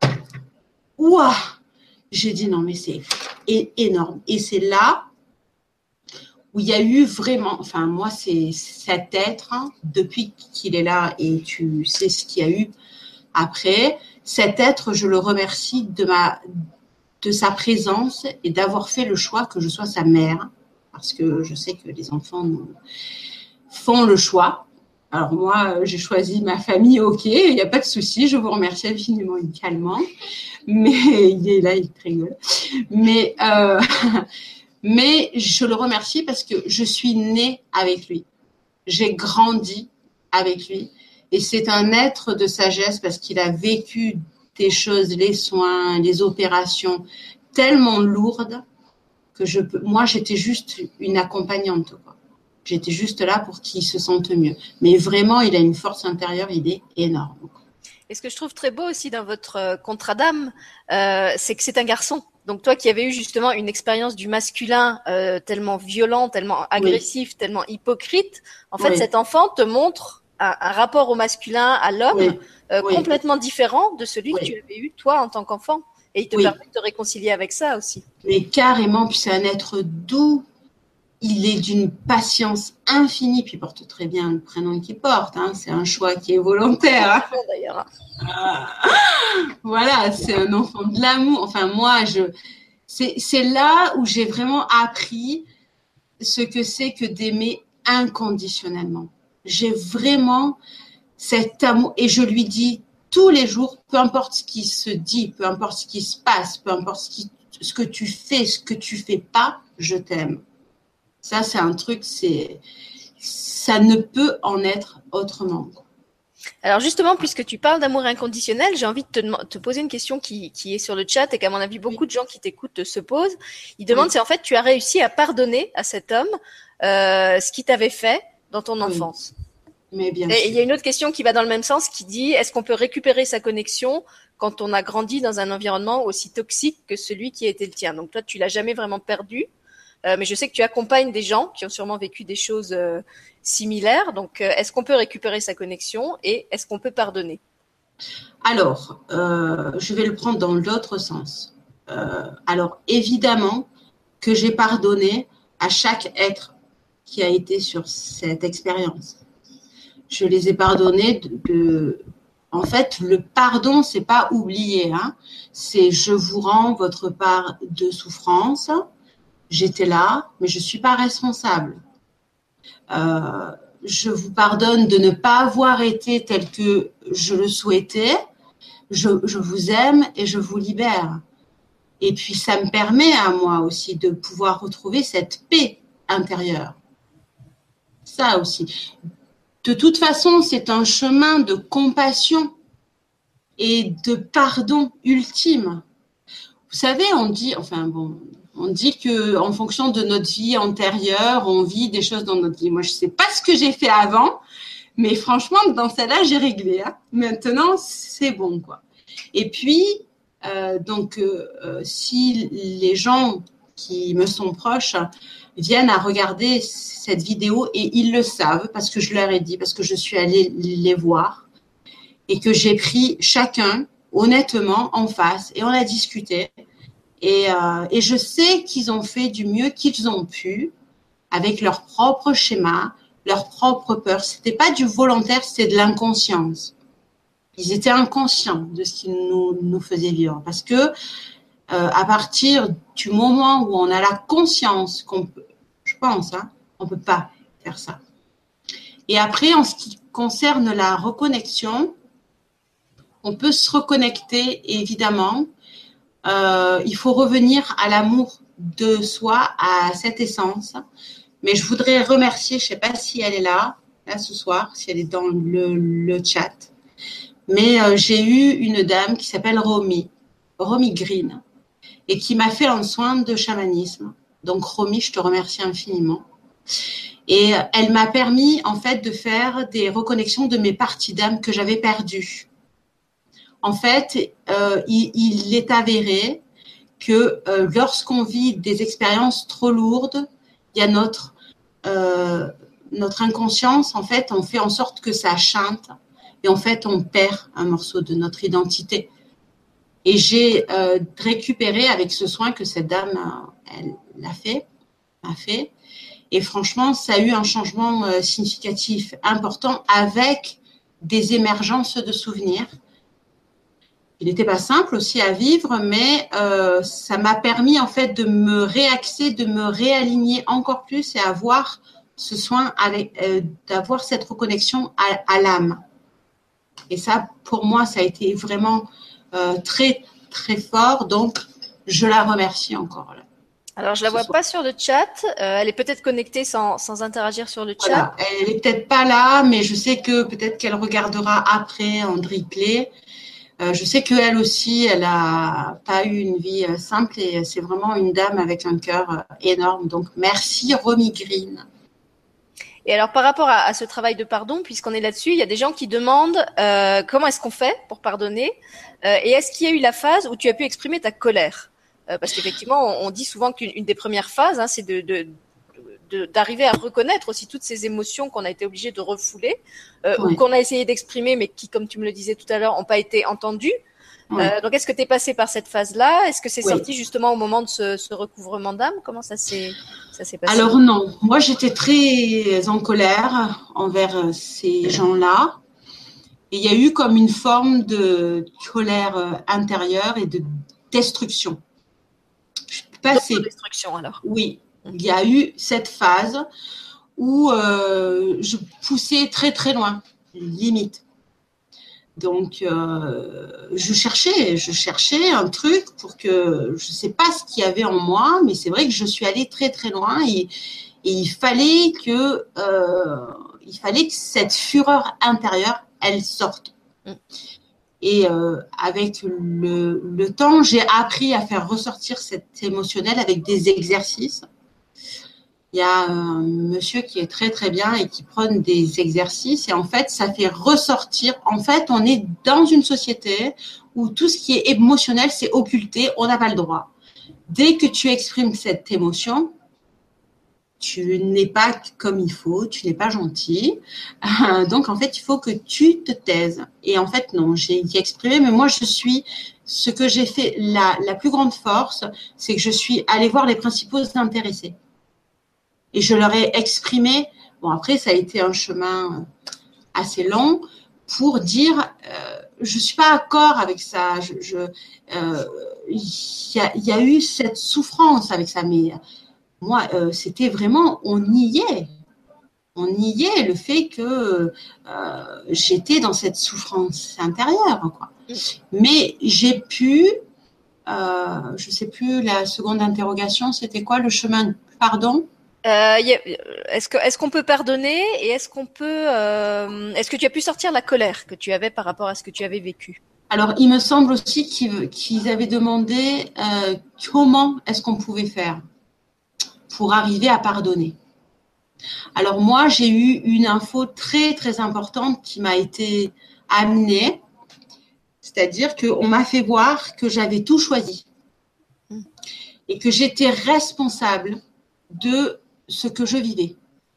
Ouah! J'ai dit non, mais c'est énorme. Et c'est là où il y a eu vraiment, enfin moi c'est cet être, hein, depuis qu'il est là et tu sais ce qu'il y a eu après, cet être, je le remercie de, ma, de sa présence et d'avoir fait le choix que je sois sa mère, parce que je sais que les enfants font le choix. Alors moi, j'ai choisi ma famille, ok, il n'y a pas de souci, je vous remercie infiniment amicalement, mais il est là, il rigole. Mais, euh, mais je le remercie parce que je suis née avec lui, j'ai grandi avec lui, et c'est un être de sagesse parce qu'il a vécu des choses, les soins, les opérations tellement lourdes que je peux, moi j'étais juste une accompagnante, quoi. J'étais juste là pour qu'il se sente mieux. Mais vraiment, il a une force intérieure, il est énorme. Et ce que je trouve très beau aussi dans votre contrat d'âme, euh, c'est que c'est un garçon. Donc toi qui avais eu justement une expérience du masculin euh, tellement violent, tellement agressif, oui. tellement hypocrite, en fait oui. cet enfant te montre un, un rapport au masculin, à l'homme, oui. Euh, oui. complètement différent de celui oui. que tu avais eu toi en tant qu'enfant. Et il te oui. permet de te réconcilier avec ça aussi. Mais carrément, puis c'est un être doux. Il est d'une patience infinie, puis il porte très bien le prénom qu'il porte. Hein. C'est un choix qui est volontaire. Hein. D'ailleurs. Ah, voilà, c'est un enfant de l'amour. Enfin, moi, je, c'est, c'est là où j'ai vraiment appris ce que c'est que d'aimer inconditionnellement. J'ai vraiment cet amour, et je lui dis tous les jours, peu importe ce qui se dit, peu importe ce qui se passe, peu importe ce, qui, ce que tu fais, ce que tu fais pas, je t'aime. Ça, c'est un truc, c'est, ça ne peut en être autrement. Alors justement, puisque tu parles d'amour inconditionnel, j'ai envie de te, te poser une question qui, qui est sur le chat et qu'à mon avis, beaucoup oui. de gens qui t'écoutent se posent. Ils demandent oui. si en fait, tu as réussi à pardonner à cet homme euh, ce qu'il t'avait fait dans ton enfance. Oui. Mais bien et il y a une autre question qui va dans le même sens, qui dit, est-ce qu'on peut récupérer sa connexion quand on a grandi dans un environnement aussi toxique que celui qui a été le tien? Donc toi, tu l'as jamais vraiment perdu. Euh, mais je sais que tu accompagnes des gens qui ont sûrement vécu des choses euh, similaires. Donc, euh, est-ce qu'on peut récupérer sa connexion et est-ce qu'on peut pardonner? Alors, euh, je vais le prendre dans l'autre sens. Euh, alors, évidemment que j'ai pardonné à chaque être qui a été sur cette expérience. Je les ai pardonnés de... de... En fait, le pardon, c'est pas oublier. Hein. C'est je vous rends votre part de souffrance. J'étais là, mais je ne suis pas responsable. Euh, je vous pardonne de ne pas avoir été tel que je le souhaitais. Je, je vous aime et je vous libère. Et puis, ça me permet à moi aussi de pouvoir retrouver cette paix intérieure. Ça aussi. De toute façon, c'est un chemin de compassion et de pardon ultime. Vous savez, on dit, enfin bon... On dit qu'en fonction de notre vie antérieure, on vit des choses dans notre vie. Moi, je ne sais pas ce que j'ai fait avant, mais franchement, dans celle-là, j'ai réglé. Hein. Maintenant, c'est bon, quoi. Et puis, euh, donc, euh, si les gens qui me sont proches viennent à regarder cette vidéo, et ils le savent, parce que je leur ai dit, parce que je suis allée les voir, et que j'ai pris chacun, honnêtement, en face, et on a discuté. Et, euh, et je sais qu'ils ont fait du mieux qu'ils ont pu avec leur propre schéma, leur propre peur. C'était pas du volontaire, c'était de l'inconscience. Ils étaient inconscients de ce qu'ils nous, nous faisaient vivre. Parce que euh, à partir du moment où on a la conscience qu'on peut, je pense, hein, on peut pas faire ça. Et après, en ce qui concerne la reconnexion, on peut se reconnecter, évidemment. Euh, il faut revenir à l'amour de soi, à cette essence. Mais je voudrais remercier, je ne sais pas si elle est là, là ce soir, si elle est dans le, le chat. Mais euh, j'ai eu une dame qui s'appelle Romy, Romy Green, et qui m'a fait un soin de chamanisme. Donc Romy, je te remercie infiniment. Et elle m'a permis en fait de faire des reconnexions de mes parties d'âme que j'avais perdues. En fait, euh, il, il est avéré que euh, lorsqu'on vit des expériences trop lourdes, il y a notre, euh, notre inconscience, en fait, on fait en sorte que ça chante et en fait, on perd un morceau de notre identité. Et j'ai euh, récupéré avec ce soin que cette dame, elle l'a fait, m'a fait. Et franchement, ça a eu un changement euh, significatif, important, avec des émergences de souvenirs. Il n'était pas simple aussi à vivre, mais euh, ça m'a permis en fait de me réaxer, de me réaligner encore plus et avoir ce soin, avec, euh, d'avoir cette reconnexion à, à l'âme. Et ça, pour moi, ça a été vraiment euh, très, très fort. Donc, je la remercie encore. Là. Alors, je la vois pas sur le chat. Euh, elle est peut-être connectée sans, sans interagir sur le chat. Voilà. Elle est peut-être pas là, mais je sais que peut-être qu'elle regardera après en replay. Euh, je sais qu'elle aussi, elle a pas eu une vie euh, simple et c'est vraiment une dame avec un cœur euh, énorme. Donc, merci Romy Green. Et alors, par rapport à, à ce travail de pardon, puisqu'on est là-dessus, il y a des gens qui demandent euh, comment est-ce qu'on fait pour pardonner euh, et est-ce qu'il y a eu la phase où tu as pu exprimer ta colère euh, parce qu'effectivement, on, on dit souvent qu'une une des premières phases, hein, c'est de, de, de, d'arriver à reconnaître aussi toutes ces émotions qu'on a été obligé de refouler euh, oui. ou qu'on a essayé d'exprimer, mais qui, comme tu me le disais tout à l'heure, n'ont pas été entendues. Oui. Euh, donc, est-ce que tu es passé par cette phase-là? Est-ce que c'est oui. sorti justement au moment de ce, ce recouvrement d'âme? Comment ça s'est, ça s'est passé? Alors non, moi j'étais très en colère envers ces gens-là. Et il y a eu comme une forme de colère intérieure et de destruction. Je peux pas de destruction alors? Oui, il y a eu cette phase où euh, je poussais très très loin, limite. Donc, euh, je cherchais, je cherchais un truc pour que, je ne sais pas ce qu'il y avait en moi, mais c'est vrai que je suis allée très très loin et, et il fallait que, euh, il fallait que cette fureur intérieure, elle sorte. Mm. Et euh, avec le, le temps, j'ai appris à faire ressortir cet émotionnel avec des exercices. Il y a un monsieur qui est très très bien et qui prône des exercices et en fait ça fait ressortir, en fait on est dans une société où tout ce qui est émotionnel c'est occulté, on n'a pas le droit. Dès que tu exprimes cette émotion, tu n'es pas comme il faut, tu n'es pas gentil, donc en fait il faut que tu te taises. Et en fait non, j'ai exprimé, mais moi je suis, ce que j'ai fait, la, la plus grande force, c'est que je suis allée voir les principaux intéressés. Et je leur ai exprimé, bon après ça a été un chemin assez long pour dire euh, je suis pas d'accord avec ça, je, je, euh, y a, y a eu cette souffrance avec ça, mais moi euh, c'était vraiment, on y est, on y est, le fait que euh, j'étais dans cette souffrance intérieure, quoi. Mais j'ai pu, euh, je sais plus la seconde interrogation, c'était quoi le chemin, pardon? Euh, est-ce que est-ce qu'on peut pardonner et est-ce qu'on peut euh, est-ce que tu as pu sortir la colère que tu avais par rapport à ce que tu avais vécu? Alors il me semble aussi qu'ils, qu'ils avaient demandé euh, comment est-ce qu'on pouvait faire pour arriver à pardonner. Alors moi j'ai eu une info très très importante qui m'a été amenée, c'est-à-dire qu'on m'a fait voir que j'avais tout choisi et que j'étais responsable de ce que je vivais.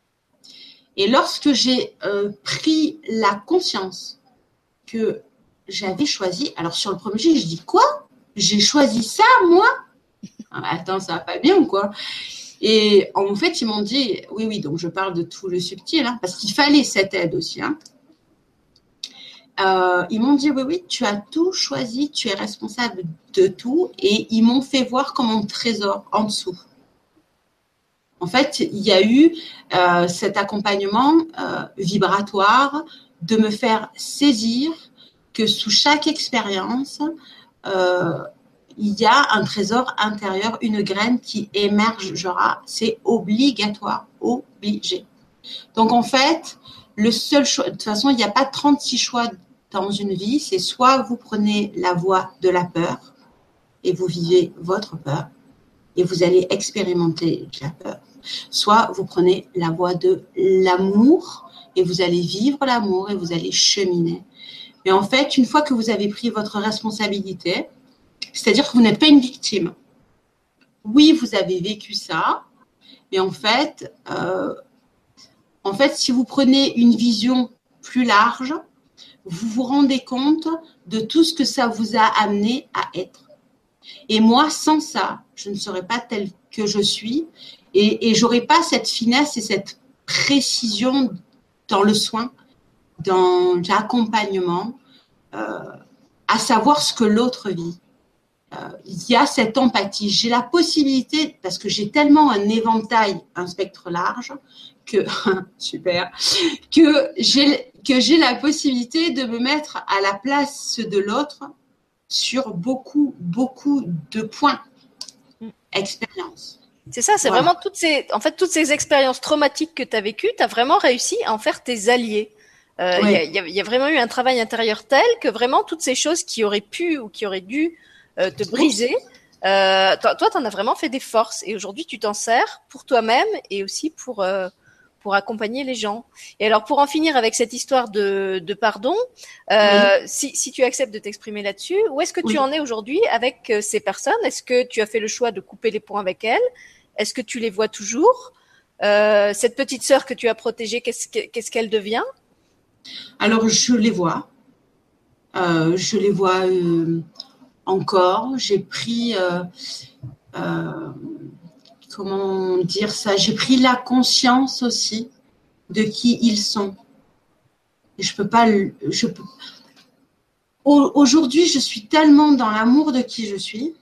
Et lorsque j'ai euh, pris la conscience que j'avais choisi, alors sur le premier jet, je dis quoi? J'ai choisi ça, moi? Ah, attends, ça va pas bien ou quoi? Et en fait, ils m'ont dit, oui, oui, donc je parle de tout le subtil, hein, parce qu'il fallait cette aide aussi. Hein. Euh, ils m'ont dit, oui, oui, tu as tout choisi, tu es responsable de tout, et ils m'ont fait voir comme un trésor en dessous. En fait, il y a eu euh, cet accompagnement euh, vibratoire de me faire saisir que sous chaque expérience, euh, il y a un trésor intérieur, une graine qui émergera. C'est obligatoire, obligé. Donc, en fait, le seul choix, de toute façon, il n'y a pas trente-six choix dans une vie. C'est soit vous prenez la voie de la peur et vous vivez votre peur et vous allez expérimenter la peur. Soit vous prenez la voie de l'amour et vous allez vivre l'amour et vous allez cheminer. Mais en fait, une fois que vous avez pris votre responsabilité, c'est-à-dire que vous n'êtes pas une victime. Oui, vous avez vécu ça, mais en fait, euh, en fait, si vous prenez une vision plus large, vous vous rendez compte de tout ce que ça vous a amené à être. Et moi, sans ça, je ne serais pas telle que je suis. Et, et j'aurais pas cette finesse et cette précision dans le soin, dans l'accompagnement, euh, à savoir ce que l'autre vit. Euh, il y a cette empathie. J'ai la possibilité, parce que j'ai tellement un éventail, un spectre large, que super, que j'ai que j'ai la possibilité de me mettre à la place de l'autre sur beaucoup beaucoup de points. Expérience. C'est ça, c'est voilà. Vraiment toutes ces, en fait, toutes ces expériences traumatiques que tu as vécues, tu as vraiment réussi à en faire tes alliés. Euh, il oui. y, a, y, a, y a vraiment eu un travail intérieur tel que vraiment toutes ces choses qui auraient pu ou qui auraient dû euh, te briser, euh, toi, toi, tu en as vraiment fait des forces. Et aujourd'hui, tu t'en sers pour toi-même et aussi pour, euh, pour accompagner les gens. Et alors, pour en finir avec cette histoire de, de pardon, euh, oui. si, si tu acceptes de t'exprimer là-dessus, où est-ce que tu oui. en es aujourd'hui avec ces personnes? Est-ce que tu as fait le choix de couper les ponts avec elles? Est-ce que tu les vois toujours? euh, Cette petite sœur que tu as protégée, qu'est-ce, que, qu'est-ce qu'elle devient? Alors, je les vois. Euh, je les vois euh, encore. J'ai pris... Euh, euh, comment dire ça? J'ai pris la conscience aussi de qui ils sont. Et je peux pas... Je peux... Aujourd'hui, je suis tellement dans l'amour de qui je suis.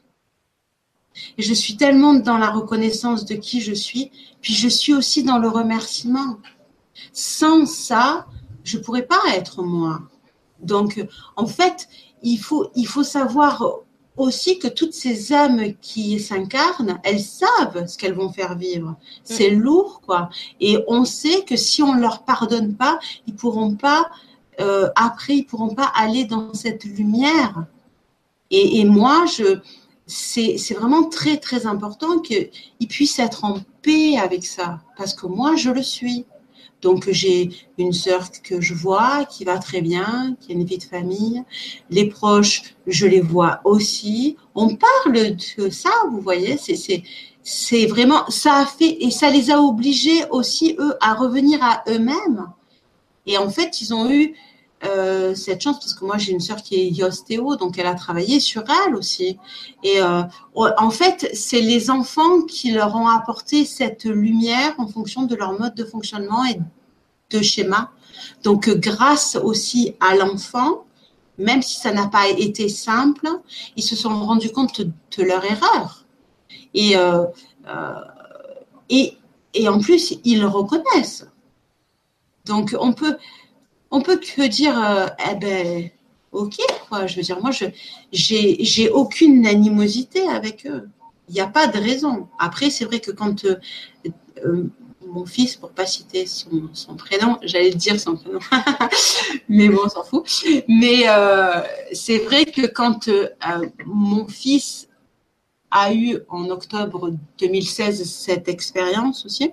Et je suis tellement dans la reconnaissance de qui je suis. Puis je suis aussi dans le remerciement. Sans ça, je ne pourrais pas être moi. Donc, en fait, il faut, il faut savoir aussi que toutes ces âmes qui s'incarnent, elles savent ce qu'elles vont faire vivre. C'est mmh. lourd, quoi. Et on sait que si on ne leur pardonne pas, ils ne pourront pas, euh, après, ils ne pourront pas aller dans cette lumière. Et, et moi, je, c'est, c'est vraiment très, très important qu'ils puissent être en paix avec ça. Parce que moi, je le suis. Donc, j'ai une sœur que je vois qui va très bien, qui a une vie de famille. Les proches, je les vois aussi. On parle de ça, vous voyez, c'est, c'est, c'est vraiment, ça a fait, et ça les a obligés aussi, eux, à revenir à eux-mêmes. Et en fait, ils ont eu euh, cette chance, parce que moi, j'ai une sœur qui est ostéo, donc elle a travaillé sur elle aussi. Et euh, en fait, c'est les enfants qui leur ont apporté cette lumière en fonction de leur mode de fonctionnement et de schéma. Donc, grâce aussi à l'enfant, même si ça n'a pas été simple, ils se sont rendus compte de leur erreur. Et, euh, euh, et, et en plus, ils le reconnaissent. Donc, on peut, on peut que dire, euh, eh ben, ok, quoi. Je veux dire, moi, je, j'ai, j'ai aucune animosité avec eux. Il n'y a pas de raison. Après, c'est vrai que quand euh, euh, mon fils, pour pas citer son, son prénom, j'allais dire son prénom, mais bon, on s'en fout. Mais euh, c'est vrai que quand euh, mon fils a eu en octobre deux mille seize cette expérience aussi,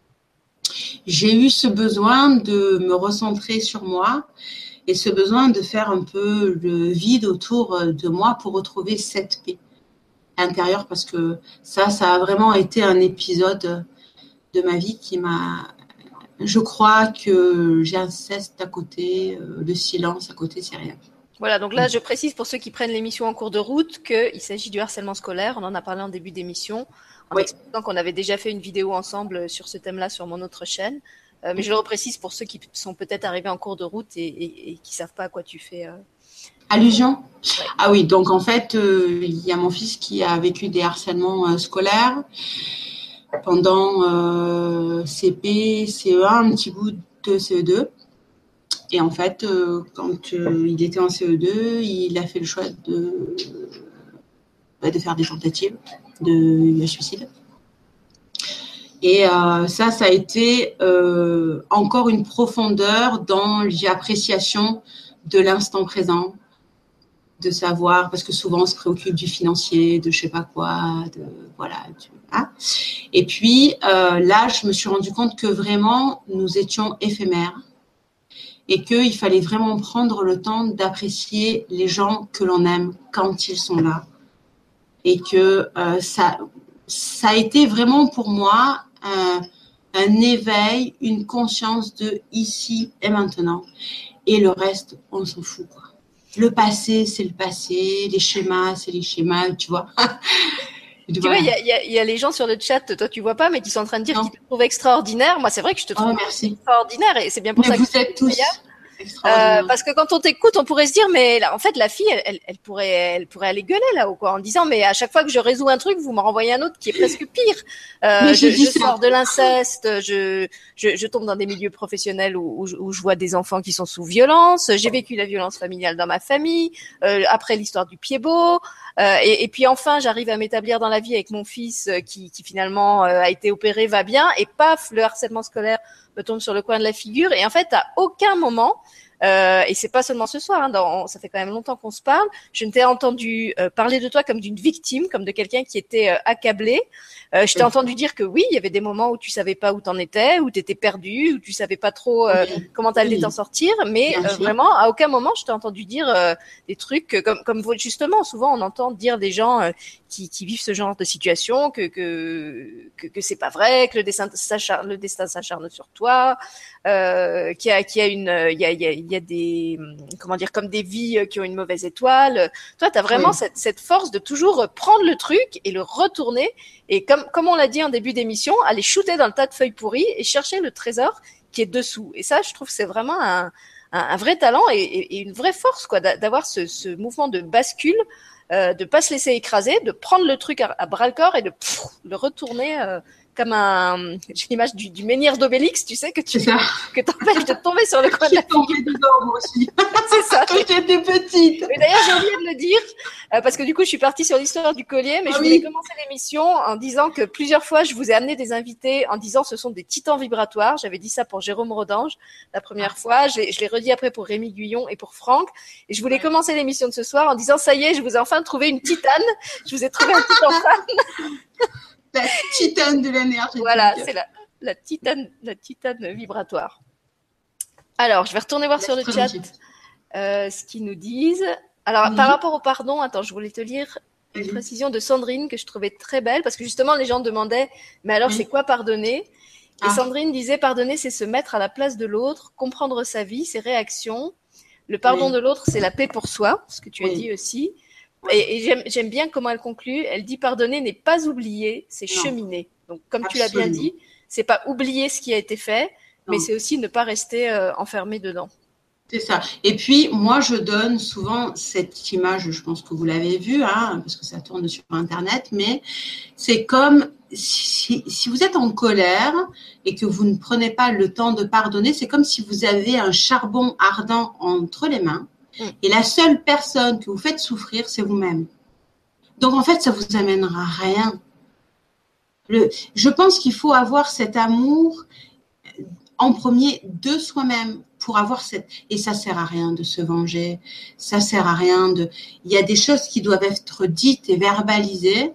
j'ai eu ce besoin de me recentrer sur moi et ce besoin de faire un peu le vide autour de moi pour retrouver cette paix intérieure, parce que ça, ça a vraiment été un épisode de ma vie qui m'a... Je crois que j'ai un ceste à côté, le silence à côté, c'est rien. Voilà, donc là, je précise pour ceux qui prennent l'émission en cours de route qu'il s'agit du harcèlement scolaire. On en a parlé en début d'émission, en oui. expliquant qu'on avait déjà fait une vidéo ensemble sur ce thème-là sur mon autre chaîne. Euh, mais je le reprécise pour ceux qui sont peut-être arrivés en cours de route et, et, et qui ne savent pas à quoi tu fais. Euh... Allusion ? Ouais. Ah oui, donc en fait, euh, il y a mon fils qui a vécu des harcèlements euh, scolaires pendant euh, C P, C E un, un petit bout de C E deux. Et en fait, euh, quand euh, il était en C E deux, il a fait le choix de, bah, de faire des tentatives de suicide. Et euh, ça, ça a été euh, encore une profondeur dans l'appréciation de l'instant présent, de savoir, parce que souvent on se préoccupe du financier, de je sais pas quoi, de voilà. Du, hein. Et puis euh, là, je me suis rendu compte que vraiment nous étions éphémères et qu'il fallait vraiment prendre le temps d'apprécier les gens que l'on aime quand ils sont là, et que euh, ça, ça a été vraiment pour moi un, un éveil, une conscience de ici et maintenant, et le reste, on s'en fout, quoi. Le passé, c'est le passé. Les schémas, c'est les schémas, tu vois. Tu voilà. vois, il y a, y, a, y a les gens sur le chat, toi tu vois pas, mais qui sont en train de dire non. qu'ils te trouvent extraordinaire. Moi, c'est vrai que je te trouve oh, extraordinaire et c'est bien pour mais ça vous que êtes tous euh, parce que quand on t'écoute, on pourrait se dire, mais là, en fait, la fille, elle, elle, elle pourrait, elle pourrait aller gueuler là-haut, quoi, en disant, mais à chaque fois que je résous un truc, vous m'en renvoyez un autre qui est presque pire. Euh, je, je sors de l'inceste, je, je, je tombe dans des milieux professionnels où, où, où je vois des enfants qui sont sous violence. J'ai vécu la violence familiale dans ma famille. Euh, après l'histoire du pied-beau. Euh, et, et puis enfin, j'arrive à m'établir dans la vie avec mon fils euh, qui, qui finalement euh, a été opéré, va bien, et paf, le harcèlement scolaire me tombe sur le coin de la figure. Et en fait, à aucun moment, Euh, et c'est pas seulement ce soir, hein, dans, ça fait quand même longtemps qu'on se parle. Je ne t'ai entendu euh, parler de toi comme d'une victime, comme de quelqu'un qui était euh, accablé. Euh, je t'ai entendu dire que oui, il y avait des moments où tu savais pas où t'en étais, où t'étais perdu, où tu savais pas trop euh, Oui. comment t'allais Oui. t'en sortir. Mais Bien euh, sûr. vraiment, à aucun moment, je t'ai entendu dire euh, des trucs comme, comme vous- justement, souvent on entend dire des gens euh, qui, qui vivent ce genre de situation que que que, que c'est pas vrai, que le destin s'acharne, le destin s'acharne sur toi, euh, qu'il y a qu'il y a une, il y a il y a, il y a des comment dire comme des vies qui ont une mauvaise étoile. Toi, t'as vraiment Oui. cette cette force de toujours prendre le truc et le retourner et comme comme on l'a dit en début d'émission, aller shooter dans le tas de feuilles pourries et chercher le trésor qui est dessous. Et ça, je trouve que c'est vraiment un un, un vrai talent et, et, et une vraie force quoi d'avoir ce, ce mouvement de bascule, euh, de pas se laisser écraser, de prendre le truc à, à bras le corps et de pff, le retourner euh, comme un, j'ai l'image du, du menhir d'Obélix, tu sais, que tu C'est ça. que t'empêches de tomber sur le coin de la J'ai tombé dedans, moi aussi. c'est ça. Quand j'étais petite. Mais d'ailleurs, j'ai oublié de le dire, euh, parce que du coup, je suis partie sur l'histoire du collier, mais Ah je voulais oui. commencer l'émission en disant que plusieurs fois, je vous ai amené des invités en disant ce sont des titans vibratoires. J'avais dit ça pour Jérôme Rodange la première fois. Je l'ai, je l'ai redit après pour Rémi Guyon et pour Franck. Et je voulais commencer l'émission de ce soir en disant ça y est, je vous ai enfin trouvé une titane. Je vous ai trouvé un titan femme. La titane de l'énergie. Voilà, c'est la, la titane, la titane vibratoire. Alors, je vais retourner voir sur le chat euh, ce qu'ils nous disent. Alors, oui. Par rapport au pardon, attends, je voulais te lire une oui. précision de Sandrine que je trouvais très belle, parce que justement, les gens demandaient, mais alors, oui. c'est quoi pardonner ? Et ah. Sandrine disait, pardonner, c'est se mettre à la place de l'autre, comprendre sa vie, ses réactions. Le pardon de l'autre, c'est la paix pour soi, ce que tu as dit aussi. Et, et j'aime, j'aime bien comment elle conclut. Elle dit, pardonner n'est pas oublier, c'est non. cheminer. Donc, comme Absolument. Tu l'as bien dit, c'est pas oublier ce qui a été fait, non. mais c'est aussi ne pas rester euh, enfermé dedans. C'est ça. Et puis, moi, je donne souvent cette image, je pense que vous l'avez vue, hein, parce que ça tourne sur Internet, mais c'est comme si, si vous êtes en colère et que vous ne prenez pas le temps de pardonner, c'est comme si vous avez un charbon ardent entre les mains mmh. et la seule personne que vous faites souffrir, c'est vous-même. Donc, en fait, ça vous amènera rien. Le, je pense qu'il faut avoir cet amour en premier de soi-même pour avoir cette, et ça sert à rien de se venger, ça sert à rien de, il y a des choses qui doivent être dites et verbalisées,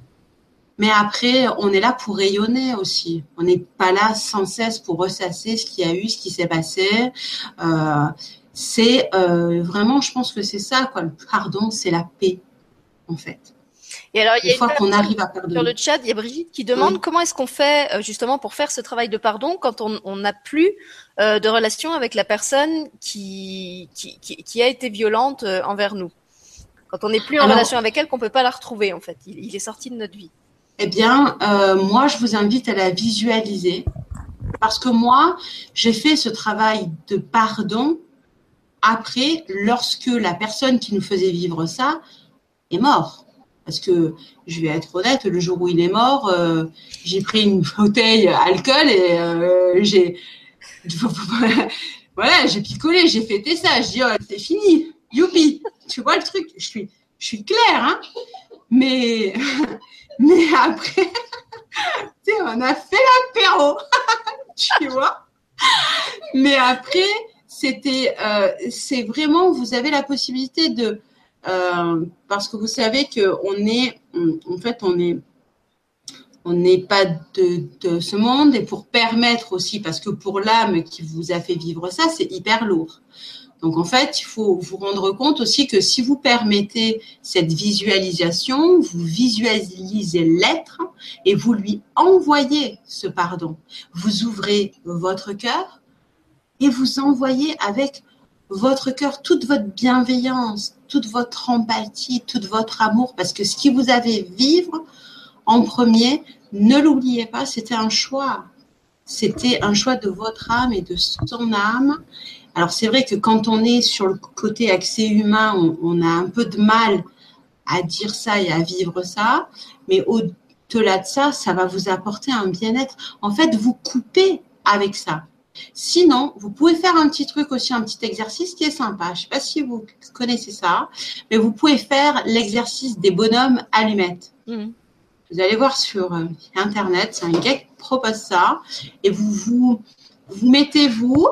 mais après, on est là pour rayonner aussi. On n'est pas là sans cesse pour ressasser ce qu'il y a eu, ce qui s'est passé. Euh, c'est euh, vraiment, je pense que c'est ça, quoi. Le pardon, c'est la paix, en fait. Et alors, il y a une fois qu'on arrive à pardonner. Sur le chat, il y a Brigitte qui demande oui. comment est-ce qu'on fait justement pour faire ce travail de pardon quand on n'a plus euh, de relation avec la personne qui, qui, qui, qui a été violente euh, envers nous. Quand on n'est plus en alors, relation avec elle, qu'on peut pas la retrouver en fait. Il, il est sorti de notre vie. Eh bien, euh, moi, je vous invite à la visualiser parce que moi, j'ai fait ce travail de pardon après lorsque la personne qui nous faisait vivre ça est morte. Parce que, je vais être honnête, le jour où il est mort, euh, j'ai pris une bouteille alcool et euh, j'ai, voilà, j'ai picolé, j'ai fêté ça. Je dis, oh, c'est fini, youpi. Tu vois le truc, je suis, je suis claire, hein. Mais, mais après, tu sais, on a fait l'apéro, tu vois. Mais après, c'était, euh, c'est vraiment, vous avez la possibilité de Euh, parce que vous savez qu'on est, en fait, on est, on n'est pas de, de ce monde et pour permettre aussi, parce que pour l'âme qui vous a fait vivre ça, c'est hyper lourd. Donc, en fait, il faut vous rendre compte aussi que si vous permettez cette visualisation, vous visualisez l'être et vous lui envoyez ce pardon. Vous ouvrez votre cœur et vous envoyez avec votre cœur, toute votre bienveillance, toute votre empathie, tout votre amour, parce que ce qui vous a fait vivre en premier, ne l'oubliez pas, c'était un choix. C'était un choix de votre âme et de son âme. Alors, c'est vrai que quand on est sur le côté accès humain, on, on a un peu de mal à dire ça et à vivre ça, mais au-delà de ça, ça va vous apporter un bien-être. En fait, vous coupez avec ça. Sinon, vous pouvez faire un petit truc aussi, un petit exercice qui est sympa. Je ne sais pas si vous connaissez ça, mais vous pouvez faire l'exercice des bonhommes allumettes. Mmh. Vous allez voir sur Internet, c'est un gars qui propose ça. Et vous vous, vous mettez vous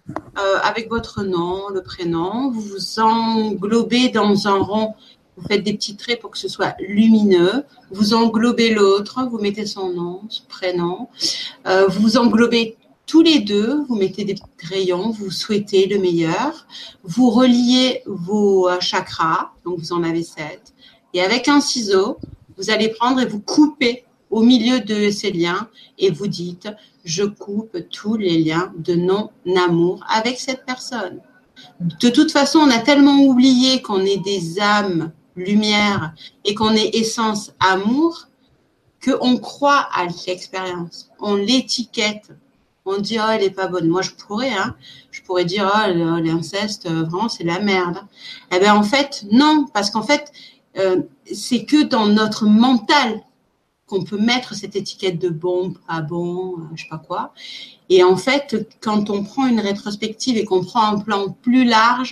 euh, avec votre nom, le prénom. Vous vous englobez dans un rond. Vous faites des petits traits pour que ce soit lumineux. Vous englobez l'autre. Vous mettez son nom, son prénom. Euh, vous vous englobez tous les deux. Vous mettez des petits rayons. Vous souhaitez le meilleur. Vous reliez vos euh, chakras. Donc, vous en avez sept. Et avec un ciseau, vous allez prendre et vous coupez au milieu de ces liens et vous dites « Je coupe tous les liens de non-amour avec cette personne ». De toute façon, on a tellement oublié qu'on est des âmes lumière et qu'on est essence amour qu'on croit à l'expérience. On l'étiquette. On dit « Oh, elle n'est pas bonne ». Moi, je pourrais, hein. Je pourrais dire « Oh, l'inceste, vraiment, c'est la merde ». Eh bien, en fait, non. Parce qu'en fait, euh, c'est que dans notre mental qu'on peut mettre cette étiquette de bon, pas bon, je sais pas quoi. Et en fait, quand on prend une rétrospective et qu'on prend un plan plus large,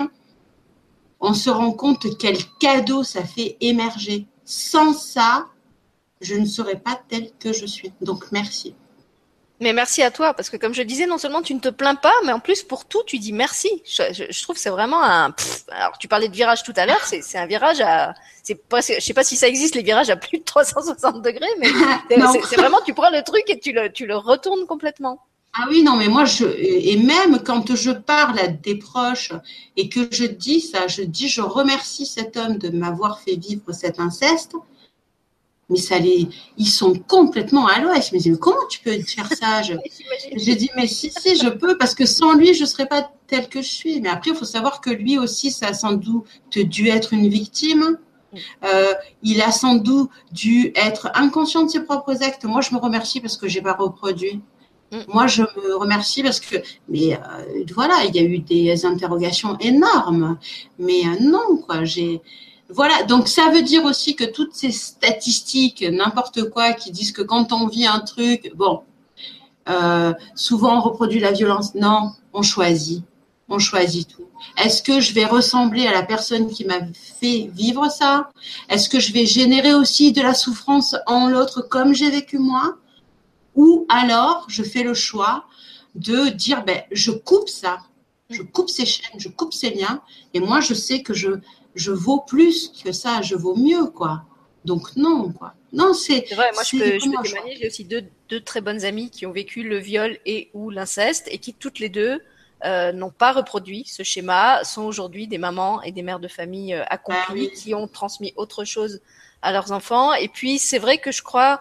on se rend compte quel cadeau ça fait émerger. Sans ça, je ne serais pas telle que je suis. Donc, merci. Mais merci à toi, parce que comme je disais, non seulement tu ne te plains pas, mais en plus pour tout, tu dis merci. Je, je, je trouve que c'est vraiment un... Pff, alors, tu parlais de virage tout à l'heure, c'est, c'est un virage à... C'est pas, je sais pas si ça existe, les virages à plus de trois cent soixante degrés, mais c'est, c'est vraiment, tu prends le truc et tu le, tu le retournes complètement. Ah oui, non, mais moi, je, et même quand je parle à des proches et que je dis ça, je dis, je remercie cet homme de m'avoir fait vivre cet inceste. Mais ça les, ils sont complètement à l'ouest. Je me dis, mais comment tu peux faire ça? Je, je dis, mais si, si, je peux, parce que sans lui, je ne serais pas telle que je suis. Mais après, il faut savoir que lui aussi, ça a sans doute dû être une victime. Euh, il a sans doute dû être inconscient de ses propres actes. Moi, je me remercie parce que je n'ai pas reproduit. Mm. Moi, je me remercie parce que, mais euh, voilà, il y a eu des interrogations énormes. Mais euh, non, quoi, j'ai... Voilà, donc ça veut dire aussi que toutes ces statistiques, n'importe quoi, qui disent que quand on vit un truc, bon, euh, souvent on reproduit la violence. Non, on choisit, on choisit tout. Est-ce que je vais ressembler à la personne qui m'a fait vivre ça? Est-ce que je vais générer aussi de la souffrance en l'autre comme j'ai vécu moi? Ou alors je fais le choix de dire, ben, je coupe ça, je coupe ces chaînes, je coupe ces liens, et moi je sais que je je vaux plus que ça, je vaux mieux, quoi. Donc, non, quoi. Non, c'est... C'est vrai, moi, je peux, je peux témoigner. J'ai aussi deux, deux très bonnes amies qui ont vécu le viol et ou l'inceste et qui, toutes les deux, euh, n'ont pas reproduit ce schéma, sont aujourd'hui des mamans et des mères de famille euh, accomplies, ah, oui, qui ont transmis autre chose à leurs enfants. Et puis, c'est vrai que je crois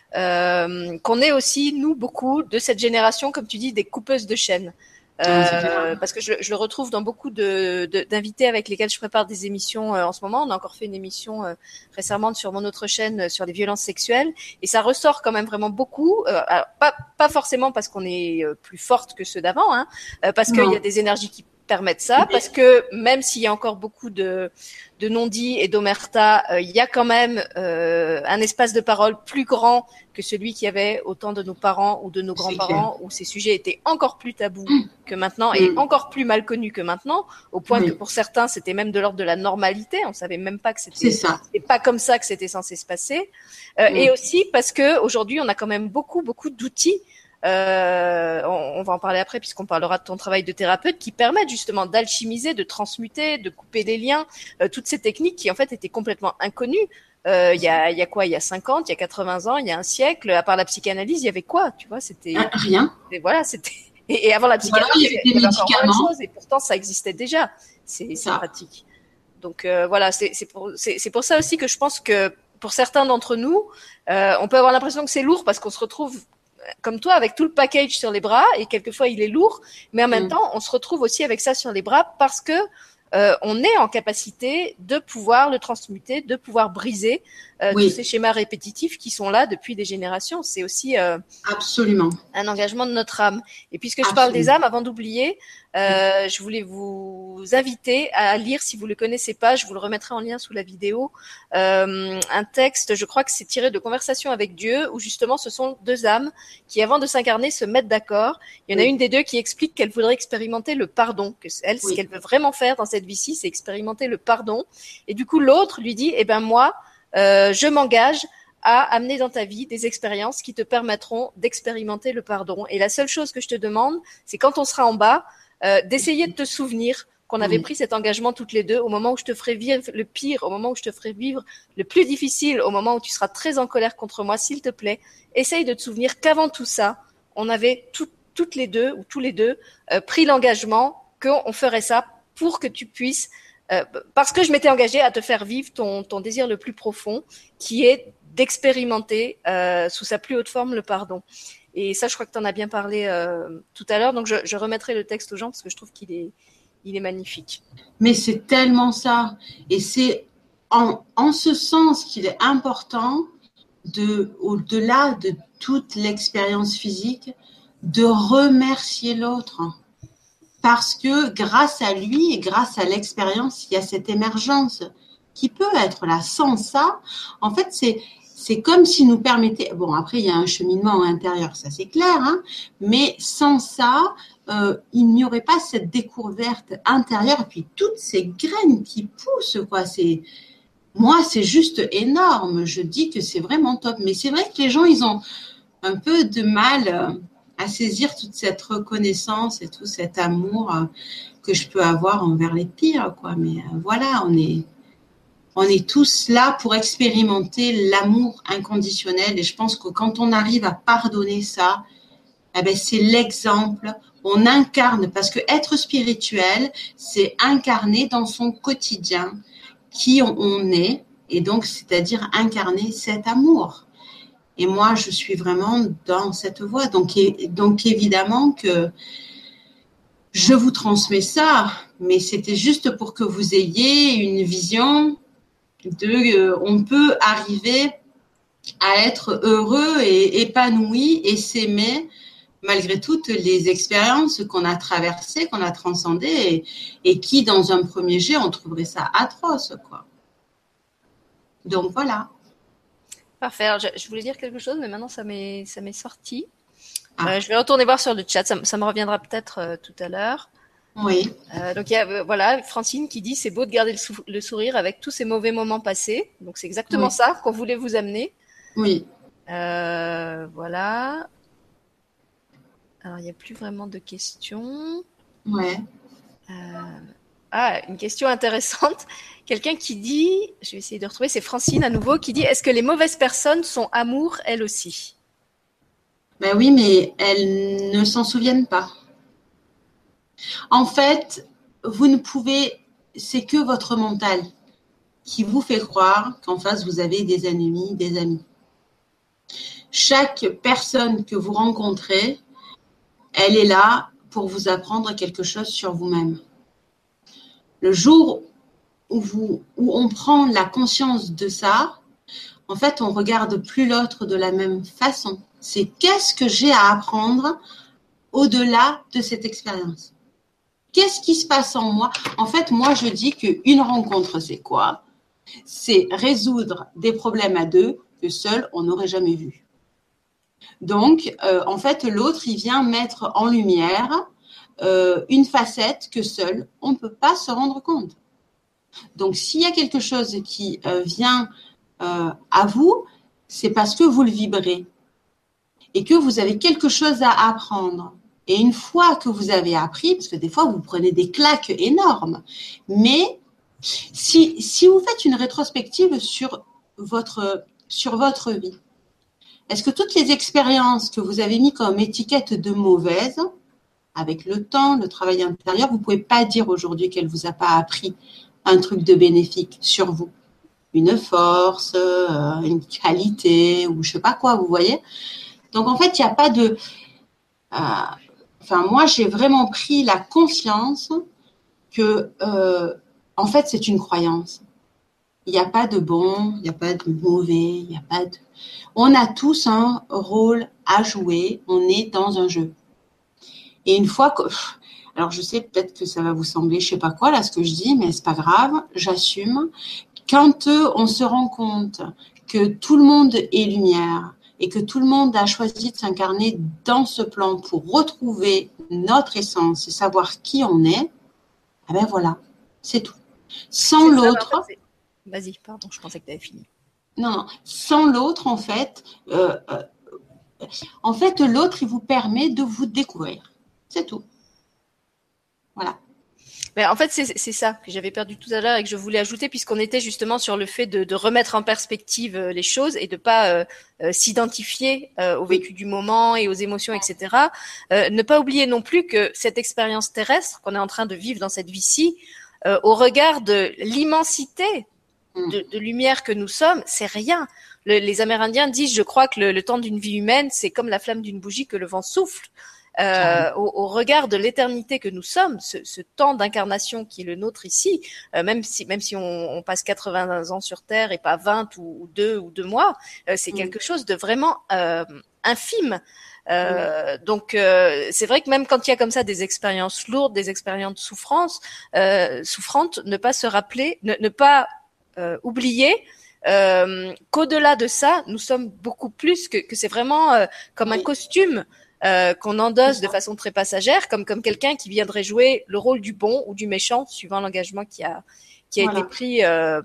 euh, qu'on est aussi, nous, beaucoup, de cette génération, comme tu dis, des coupeuses de chaînes. Euh, parce que je, je le retrouve dans beaucoup de, de, d'invités avec lesquels je prépare des émissions euh, en ce moment. On a encore fait une émission euh, récemment sur mon autre chaîne euh, sur les violences sexuelles, et ça ressort quand même vraiment beaucoup. Euh, alors, pas, pas forcément parce qu'on est euh, plus forte que ceux d'avant, hein, euh, parce qu'il y a des énergies qui permettent ça, parce que même s'il y a encore beaucoup de, de non-dits et d'omerta, euh, il y a quand même euh, un espace de parole plus grand que celui qu'il y avait au temps de nos parents ou de nos grands-parents, où ces sujets étaient encore plus tabous que maintenant et mmh. encore plus mal connus que maintenant, au point oui. que pour certains, c'était même de l'ordre de la normalité. On savait même pas que c'était, c'était pas comme ça que c'était censé se passer. Euh, mmh. Et aussi parce que aujourd'hui, on a quand même beaucoup, beaucoup d'outils. Euh, on, on va en parler après puisqu'on parlera de ton travail de thérapeute, qui permettent justement d'alchimiser, de transmuter, de couper les liens, euh, toutes ces techniques qui en fait étaient complètement inconnues. Euh, il y a, il y a quoi? Il y a cinquante, il y a quatre-vingts ans, il y a un siècle. À part la psychanalyse, il y avait quoi? Tu vois, c'était rien. Et voilà, c'était. Et, et avant la psychanalyse, voilà, il y avait, il y avait encore plein de choses, et pourtant ça existait déjà. C'est, c'est pratique. Donc euh, voilà, c'est, c'est pour, c'est, c'est pour ça aussi que je pense que pour certains d'entre nous, euh, on peut avoir l'impression que c'est lourd parce qu'on se retrouve comme toi avec tout le package sur les bras, et quelquefois il est lourd, mais en même mmh. temps, on se retrouve aussi avec ça sur les bras parce que Euh, on est en capacité de pouvoir le transmuter, de pouvoir briser euh, oui. tous ces schémas répétitifs qui sont là depuis des générations. C'est aussi euh, absolument un engagement de notre âme. Et puisque je absolument. parle des âmes, avant d'oublier, euh, je voulais vous inviter à lire, si vous le connaissez pas, je vous le remettrai en lien sous la vidéo, euh, un texte, je crois que c'est tiré de Conversation avec Dieu, où justement ce sont deux âmes qui, avant de s'incarner, se mettent d'accord. Il y en oui. a une des deux qui explique qu'elle voudrait expérimenter le pardon, que elle, oui. ce qu'elle veut vraiment faire dans cette vie-ci, c'est expérimenter le pardon. Et du coup, l'autre lui dit, eh ben moi, euh, je m'engage à amener dans ta vie des expériences qui te permettront d'expérimenter le pardon. Et la seule chose que je te demande, c'est quand on sera en bas, euh, d'essayer de te souvenir qu'on avait pris cet engagement toutes les deux au moment où je te ferai vivre le pire, au moment où je te ferai vivre le plus difficile, au moment où tu seras très en colère contre moi, s'il te plaît, essaye de te souvenir qu'avant tout ça, on avait tout, toutes les deux ou tous les deux euh, pris l'engagement qu'on ferait ça pour que tu puisses, euh, parce que je m'étais engagée à te faire vivre ton, ton désir le plus profond, qui est d'expérimenter euh, sous sa plus haute forme le pardon. Et ça, je crois que tu en as bien parlé euh, tout à l'heure, donc je, je remettrai le texte aux gens parce que je trouve qu'il est, il est magnifique. Mais c'est tellement ça. Et c'est en, en ce sens qu'il est important, de, au-delà de toute l'expérience physique, de remercier l'autre. Parce que grâce à lui et grâce à l'expérience, il y a cette émergence qui peut être là. Sans ça, en fait, c'est, c'est comme si nous permettait. Bon, après, il y a un cheminement intérieur, ça c'est clair, hein, mais sans ça, euh, il n'y aurait pas cette découverte intérieure et puis toutes ces graines qui poussent, quoi. C'est, moi, c'est juste énorme. Je dis que c'est vraiment top. Mais c'est vrai que les gens, ils ont un peu de mal à saisir toute cette reconnaissance et tout cet amour que je peux avoir envers les pires, quoi. Mais voilà, on est, on est tous là pour expérimenter l'amour inconditionnel. Et je pense que quand on arrive à pardonner ça, eh ben, c'est l'exemple. On incarne, parce que être spirituel, c'est incarner dans son quotidien qui on est, et donc, c'est-à-dire incarner cet amour. Et moi, je suis vraiment dans cette voie. Donc, donc évidemment que je vous transmets ça, mais c'était juste pour que vous ayez une vision de euh, on peut arriver à être heureux et épanoui et s'aimer malgré toutes les expériences qu'on a traversées, qu'on a transcendées et, et qui, dans un premier jet, on trouverait ça atroce, quoi. Donc, voilà. Parfait. Alors, je, je voulais dire quelque chose, mais maintenant ça m'est ça m'est sorti. Ah. Euh, je vais retourner voir sur le chat. Ça, ça me reviendra peut-être euh, tout à l'heure. Oui. Euh, donc il y a euh, voilà Francine qui dit c'est beau de garder le, sou- le sourire avec tous ces mauvais moments passés. Donc c'est exactement oui. ça qu'on voulait vous amener. Oui. Euh, voilà. Alors il n'y a plus vraiment de questions. Ouais. Euh, ah, une question intéressante. Quelqu'un qui dit, je vais essayer de retrouver, c'est Francine à nouveau, qui dit, est-ce que les mauvaises personnes sont amour, elles aussi? Ben oui, mais elles ne s'en souviennent pas. En fait, vous ne pouvez, c'est que votre mental qui vous fait croire qu'en face, vous avez des ennemis, des amis. Chaque personne que vous rencontrez, elle est là pour vous apprendre quelque chose sur vous-même. Le jour où, vous, où on prend la conscience de ça, en fait, on ne regarde plus l'autre de la même façon. C'est qu'est-ce que j'ai à apprendre au-delà de cette expérience? Qu'est-ce qui se passe en moi? En fait, moi, je dis qu'une rencontre, c'est quoi? C'est résoudre des problèmes à deux que seul, on n'aurait jamais vu. Donc, euh, en fait, l'autre, il vient mettre en lumière euh, une facette que seul, on ne peut pas se rendre compte. Donc, s'il y a quelque chose qui euh, vient euh, à vous, c'est parce que vous le vibrez et que vous avez quelque chose à apprendre. Et une fois que vous avez appris, parce que des fois, vous prenez des claques énormes, mais si, si vous faites une rétrospective sur votre, sur votre vie, est-ce que toutes les expériences que vous avez mis comme étiquette de mauvaises, avec le temps, le travail intérieur, vous ne pouvez pas dire aujourd'hui qu'elle ne vous a pas appris un truc de bénéfique sur vous, une force, euh, une qualité ou je ne sais pas quoi, vous voyez. Donc en fait, il n'y a pas de... Euh, enfin, moi, j'ai vraiment pris la conscience que, euh, en fait, c'est une croyance. Il n'y a pas de bon, il n'y a pas de mauvais, il n'y a pas de... On a tous un rôle à jouer, on est dans un jeu. Et une fois que... Alors, je sais peut-être que ça va vous sembler, je sais pas quoi, là, ce que je dis, mais c'est pas grave, j'assume. Quand euh, on se rend compte que tout le monde est lumière et que tout le monde a choisi de s'incarner dans ce plan pour retrouver notre essence et savoir qui on est, eh ben voilà, c'est tout. Sans c'est l'autre... Ça, en fait, vas-y, pardon, je pensais que tu avais fini. Non, non, sans l'autre, en fait, euh, euh, en fait, l'autre, il vous permet de vous découvrir. C'est tout. Voilà. Mais en fait, c'est, c'est ça que j'avais perdu tout à l'heure et que je voulais ajouter, puisqu'on était justement sur le fait de, de remettre en perspective euh, les choses et de pas euh, euh, s'identifier euh, au vécu du moment et aux émotions, et cetera. Euh, ne pas oublier non plus que cette expérience terrestre qu'on est en train de vivre dans cette vie-ci, euh, au regard de l'immensité de, de lumière que nous sommes, c'est rien. Le, les Amérindiens disent, je crois que le, le temps d'une vie humaine, c'est comme la flamme d'une bougie que le vent souffle. Euh, au, au regard de l'éternité que nous sommes, ce, ce temps d'incarnation qui est le nôtre ici, euh, même si même si on, on passe quatre-vingts ans sur Terre et pas vingt ou, ou deux ou deux mois, euh, c'est mmh. quelque chose de vraiment euh, infime. Euh, mmh. Donc euh, c'est vrai que même quand il y a comme ça des expériences lourdes, des expériences de souffrance, euh, souffrantes, ne pas se rappeler, ne, ne pas euh, oublier. Euh, qu'au-delà de ça, nous sommes beaucoup plus que, que c'est vraiment euh, comme oui. un costume. Euh, qu'on endosse de façon très passagère, comme comme quelqu'un qui viendrait jouer le rôle du bon ou du méchant, suivant l'engagement qui a qui a voilà. été pris euh,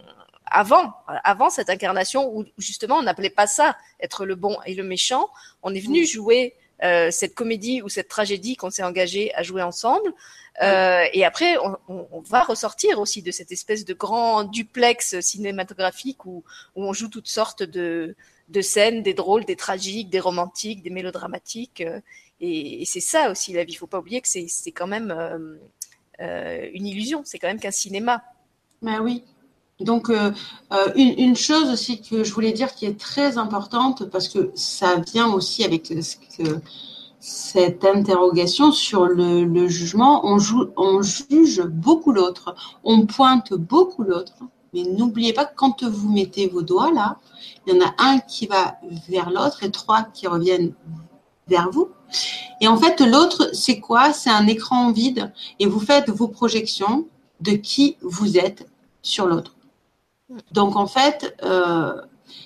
avant avant cette incarnation où justement on n'appelait pas ça être le bon et le méchant. On est venu mmh. jouer euh, cette comédie ou cette tragédie qu'on s'est engagé à jouer ensemble. Euh, mmh. Et après, on, on, on va ressortir aussi de cette espèce de grand duplex cinématographique où, où on joue toutes sortes de de scènes, des drôles, des tragiques, des romantiques, des mélodramatiques. Euh, et, et c'est ça aussi la vie. Il faut pas oublier que c'est, c'est quand même euh, euh, une illusion. C'est quand même qu'un cinéma. Ben oui. Donc, euh, euh, une, une chose aussi que je voulais dire qui est très importante, parce que ça vient aussi avec ce que, cette interrogation sur le, le jugement. On, joue, on juge beaucoup l'autre. On pointe beaucoup l'autre. Mais n'oubliez pas que quand vous mettez vos doigts là, il y en a un qui va vers l'autre et trois qui reviennent vers vous. Et en fait, l'autre, c'est quoi? C'est un écran vide et vous faites vos projections de qui vous êtes sur l'autre. Donc, en fait, euh,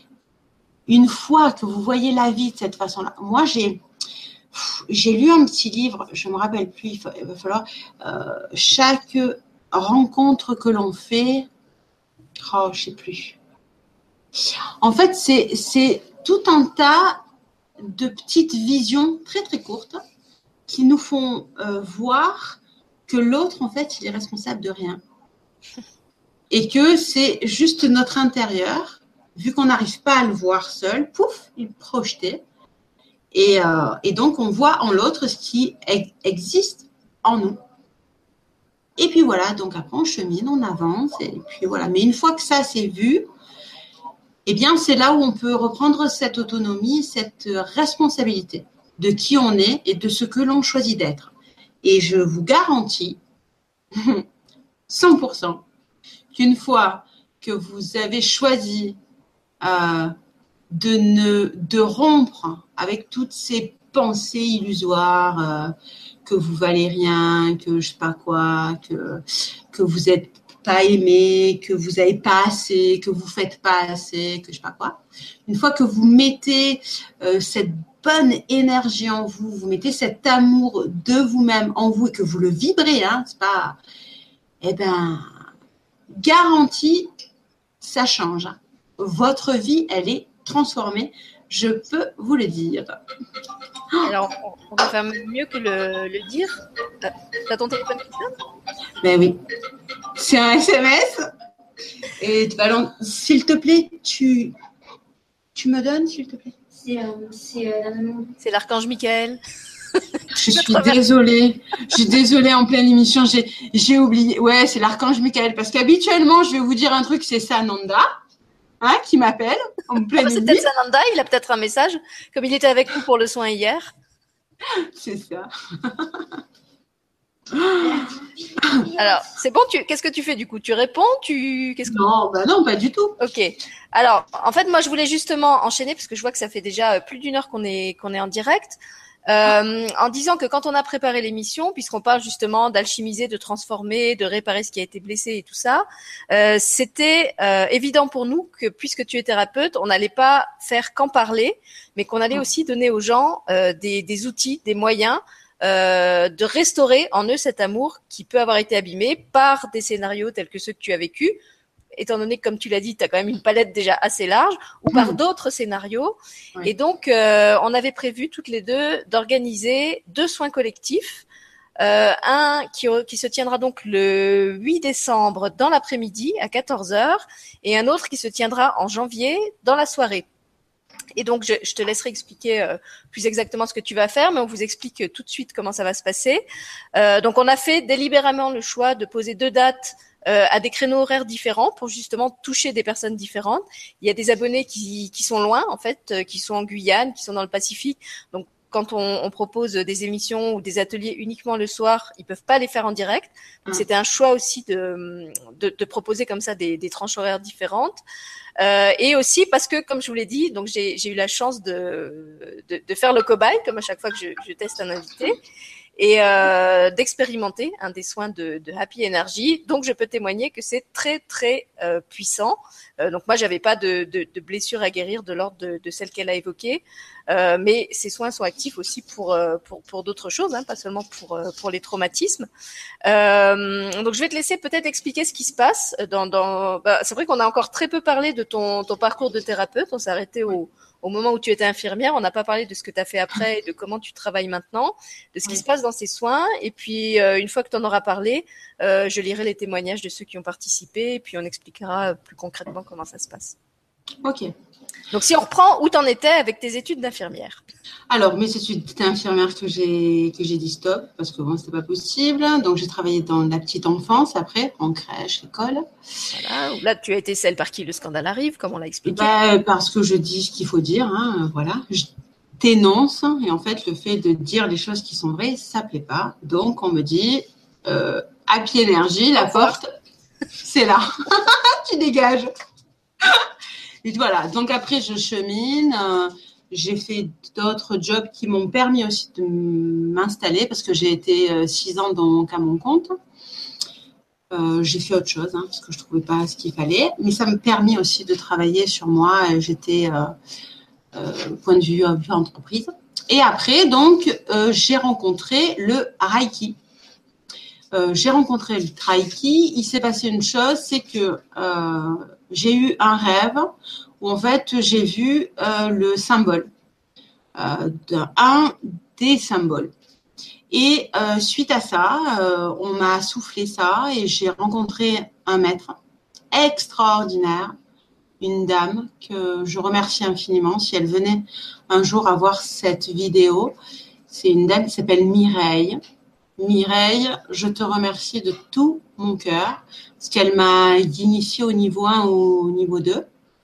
une fois que vous voyez la vie de cette façon-là, moi, j'ai, j'ai lu un petit livre, je ne me rappelle plus, il, faut, il va falloir, euh, chaque rencontre que l'on fait, oh, je ne sais plus. En fait, c'est, c'est tout un tas de petites visions très, très courtes qui nous font euh, voir que l'autre, en fait, il est responsable de rien. Et que c'est juste notre intérieur, vu qu'on n'arrive pas à le voir seul, pouf, il est projeté. Et, euh, et donc, on voit en l'autre ce qui e- existe en nous. Et puis voilà, donc après, on chemine, on avance. Et puis voilà. Mais une fois que ça, c'est vu, eh bien, c'est là où on peut reprendre cette autonomie, cette responsabilité de qui on est et de ce que l'on choisit d'être. Et je vous garantis, cent pour cent, qu'une fois que vous avez choisi euh, de, ne, de rompre avec toutes ces pensées illusoires, euh, que vous valez rien, que je sais pas quoi, que, que vous êtes pas aimé, que vous n'avez pas assez, que vous faites pas assez, que je sais pas quoi. Une fois que vous mettez euh, cette bonne énergie en vous, vous mettez cet amour de vous-même en vous et que vous le vibrez, hein, c'est pas, eh ben, garantie, ça change. Votre vie, elle est transformée. Je peux vous le dire. Alors, on va faire mieux que le, le dire. T'as ton téléphone qui sonne ? Ben oui. C'est un S M S. Et s'il te plaît, tu, tu me donnes, s'il te plaît. C'est, euh, c'est, euh, c'est l'archange Michael. Je suis désolée. Je suis désolée en pleine émission. J'ai, j'ai oublié. Ouais, c'est l'archange Michael. Parce qu'habituellement, je vais vous dire un truc, c'est Sananda. Hein, qui m'appelle en pleine ah, c'est peut-être Sananda, il a peut-être un message, comme il était avec nous pour le soin hier. C'est ça. Alors, c'est bon, tu... qu'est-ce que tu fais du coup? Tu réponds tu... qu'est-ce que... Non, bah non, pas du tout. Ok. Alors, en fait, moi, je voulais justement enchaîner, parce que je vois que ça fait déjà plus d'une heure qu'on est, qu'on est en direct. Euh, en disant que quand on a préparé l'émission, puisqu'on parle justement d'alchimiser, de transformer, de réparer ce qui a été blessé et tout ça, euh, c'était euh, évident pour nous que puisque tu es thérapeute, on n'allait pas faire qu'en parler, mais qu'on allait aussi donner aux gens euh, des, des outils, des moyens euh, de restaurer en eux cet amour qui peut avoir été abîmé par des scénarios tels que ceux que tu as vécus, étant donné que, comme tu l'as dit, tu as quand même une palette déjà assez large, ou par d'autres scénarios. Oui. Et donc, euh, on avait prévu toutes les deux d'organiser deux soins collectifs Euh, un qui, qui se tiendra donc le huit décembre dans l'après-midi à quatorze heures et un autre qui se tiendra en janvier dans la soirée. Et donc, je, je te laisserai expliquer euh, plus exactement ce que tu vas faire, mais on vous explique tout de suite comment ça va se passer. Euh, donc, on a fait délibérément le choix de poser deux dates euh, à des créneaux horaires différents pour justement toucher des personnes différentes. Il y a des abonnés qui, qui sont loin, en fait, euh, qui sont en Guyane, qui sont dans le Pacifique. Donc, quand on, on propose des émissions ou des ateliers uniquement le soir, ils peuvent pas les faire en direct. Donc, c'était un choix aussi de, de, de proposer comme ça des, des tranches horaires différentes. Euh, et aussi parce que, comme je vous l'ai dit, donc j'ai, j'ai eu la chance de, de, de faire le cobaye, comme à chaque fois que je, je teste un invité, et euh, d'expérimenter un des soins de, de Happy Energy. Donc, je peux témoigner que c'est très, très euh, puissant. Euh, donc, moi, j'avais pas de, de, de blessure à guérir de l'ordre de, de celle qu'elle a évoquée. Euh, mais ces soins sont actifs aussi pour euh, pour, pour d'autres choses, hein, pas seulement pour euh, pour les traumatismes. Euh, donc, je vais te laisser peut-être expliquer ce qui se passe. Dans, dans, bah, c'est vrai qu'on a encore très peu parlé de ton, ton parcours de thérapeute. On s'est arrêté au, au moment où tu étais infirmière. On n'a pas parlé de ce que tu as fait après et de comment tu travailles maintenant, de ce qui oui. se passe dans ces soins. Et puis, euh, une fois que tu en auras parlé, euh, je lirai les témoignages de ceux qui ont participé et puis on expliquera plus concrètement comment ça se passe. Ok. Donc, si on reprend où tu en étais avec tes études d'infirmière. Alors, mes études d'infirmière que j'ai que j'ai dit stop parce que bon, c'était pas possible. Donc, j'ai travaillé dans la petite enfance après, en crèche, école. Voilà. Là, tu as été celle par qui le scandale arrive, comme on l'a expliqué. Bah, parce que je dis ce qu'il faut dire, hein, voilà. Je t'énonce et en fait, le fait de dire les choses qui sont vraies, ça plaît pas. Donc, on me dit euh, Happy Energy, la porte, c'est là. Tu dégages. Et voilà, donc après je chemine, euh, j'ai fait d'autres jobs qui m'ont permis aussi de m'installer parce que j'ai été euh, six ans donc à mon compte. Euh, j'ai fait autre chose hein, parce que je trouvais pas ce qu'il fallait, mais ça m'a permis aussi de travailler sur moi. J'étais euh, euh, point de vue, euh, vue entreprise. Et après donc euh, j'ai rencontré le Reiki. Euh, j'ai rencontré le Reiki. Il s'est passé une chose, c'est que euh, j'ai eu un rêve où en fait j'ai vu euh, le symbole euh, d'un des symboles. Et euh, suite à ça, euh, on m'a soufflé ça et j'ai rencontré un maître extraordinaire, une dame que je remercie infiniment si elle venait un jour à voir cette vidéo. C'est une dame qui s'appelle Mireille. Mireille, je te remercie de tout mon cœur parce qu'elle m'a initiée au niveau un ou au niveau deux.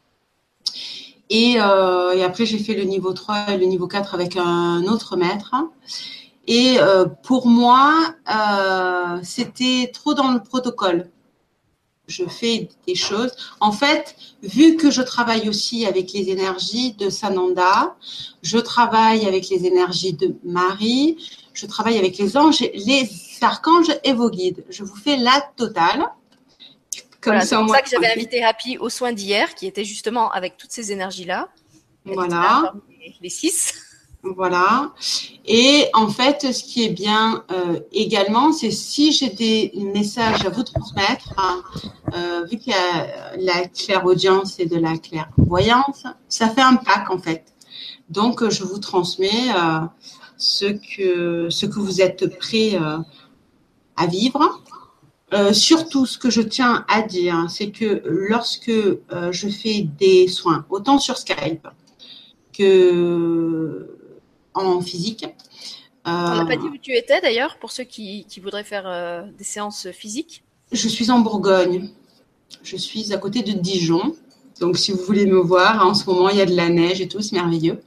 Et, euh, et après, j'ai fait le niveau trois et le niveau quatre avec un autre maître. Et euh, pour moi, euh, c'était trop dans le protocole. Je fais des choses. En fait, vu que je travaille aussi avec les énergies de Sananda, je travaille avec les énergies de Marie, je travaille avec les anges, les archanges et vos guides. Je vous fais la totale. Comme voilà, c'est pour ça que j'avais invité Happy aux soins d'hier, qui était justement avec toutes ces énergies-là. Voilà. Les six. Voilà. Et en fait, ce qui est bien euh, également, c'est si j'ai des messages à vous transmettre, hein, euh, vu qu'il y a la clairaudience et de la clairvoyance, ça fait un pack en fait. Donc, je vous transmets euh, ce que ce que vous êtes prêts euh, à vivre. Euh, surtout, ce que je tiens à dire, c'est que lorsque euh, je fais des soins, autant sur Skype que en physique. Euh, On n'a pas dit où tu étais d'ailleurs, pour ceux qui, qui voudraient faire euh, des séances physiques. Je suis en Bourgogne. Je suis à côté de Dijon. Donc, si vous voulez me voir, en ce moment, il y a de la neige et tout, c'est merveilleux.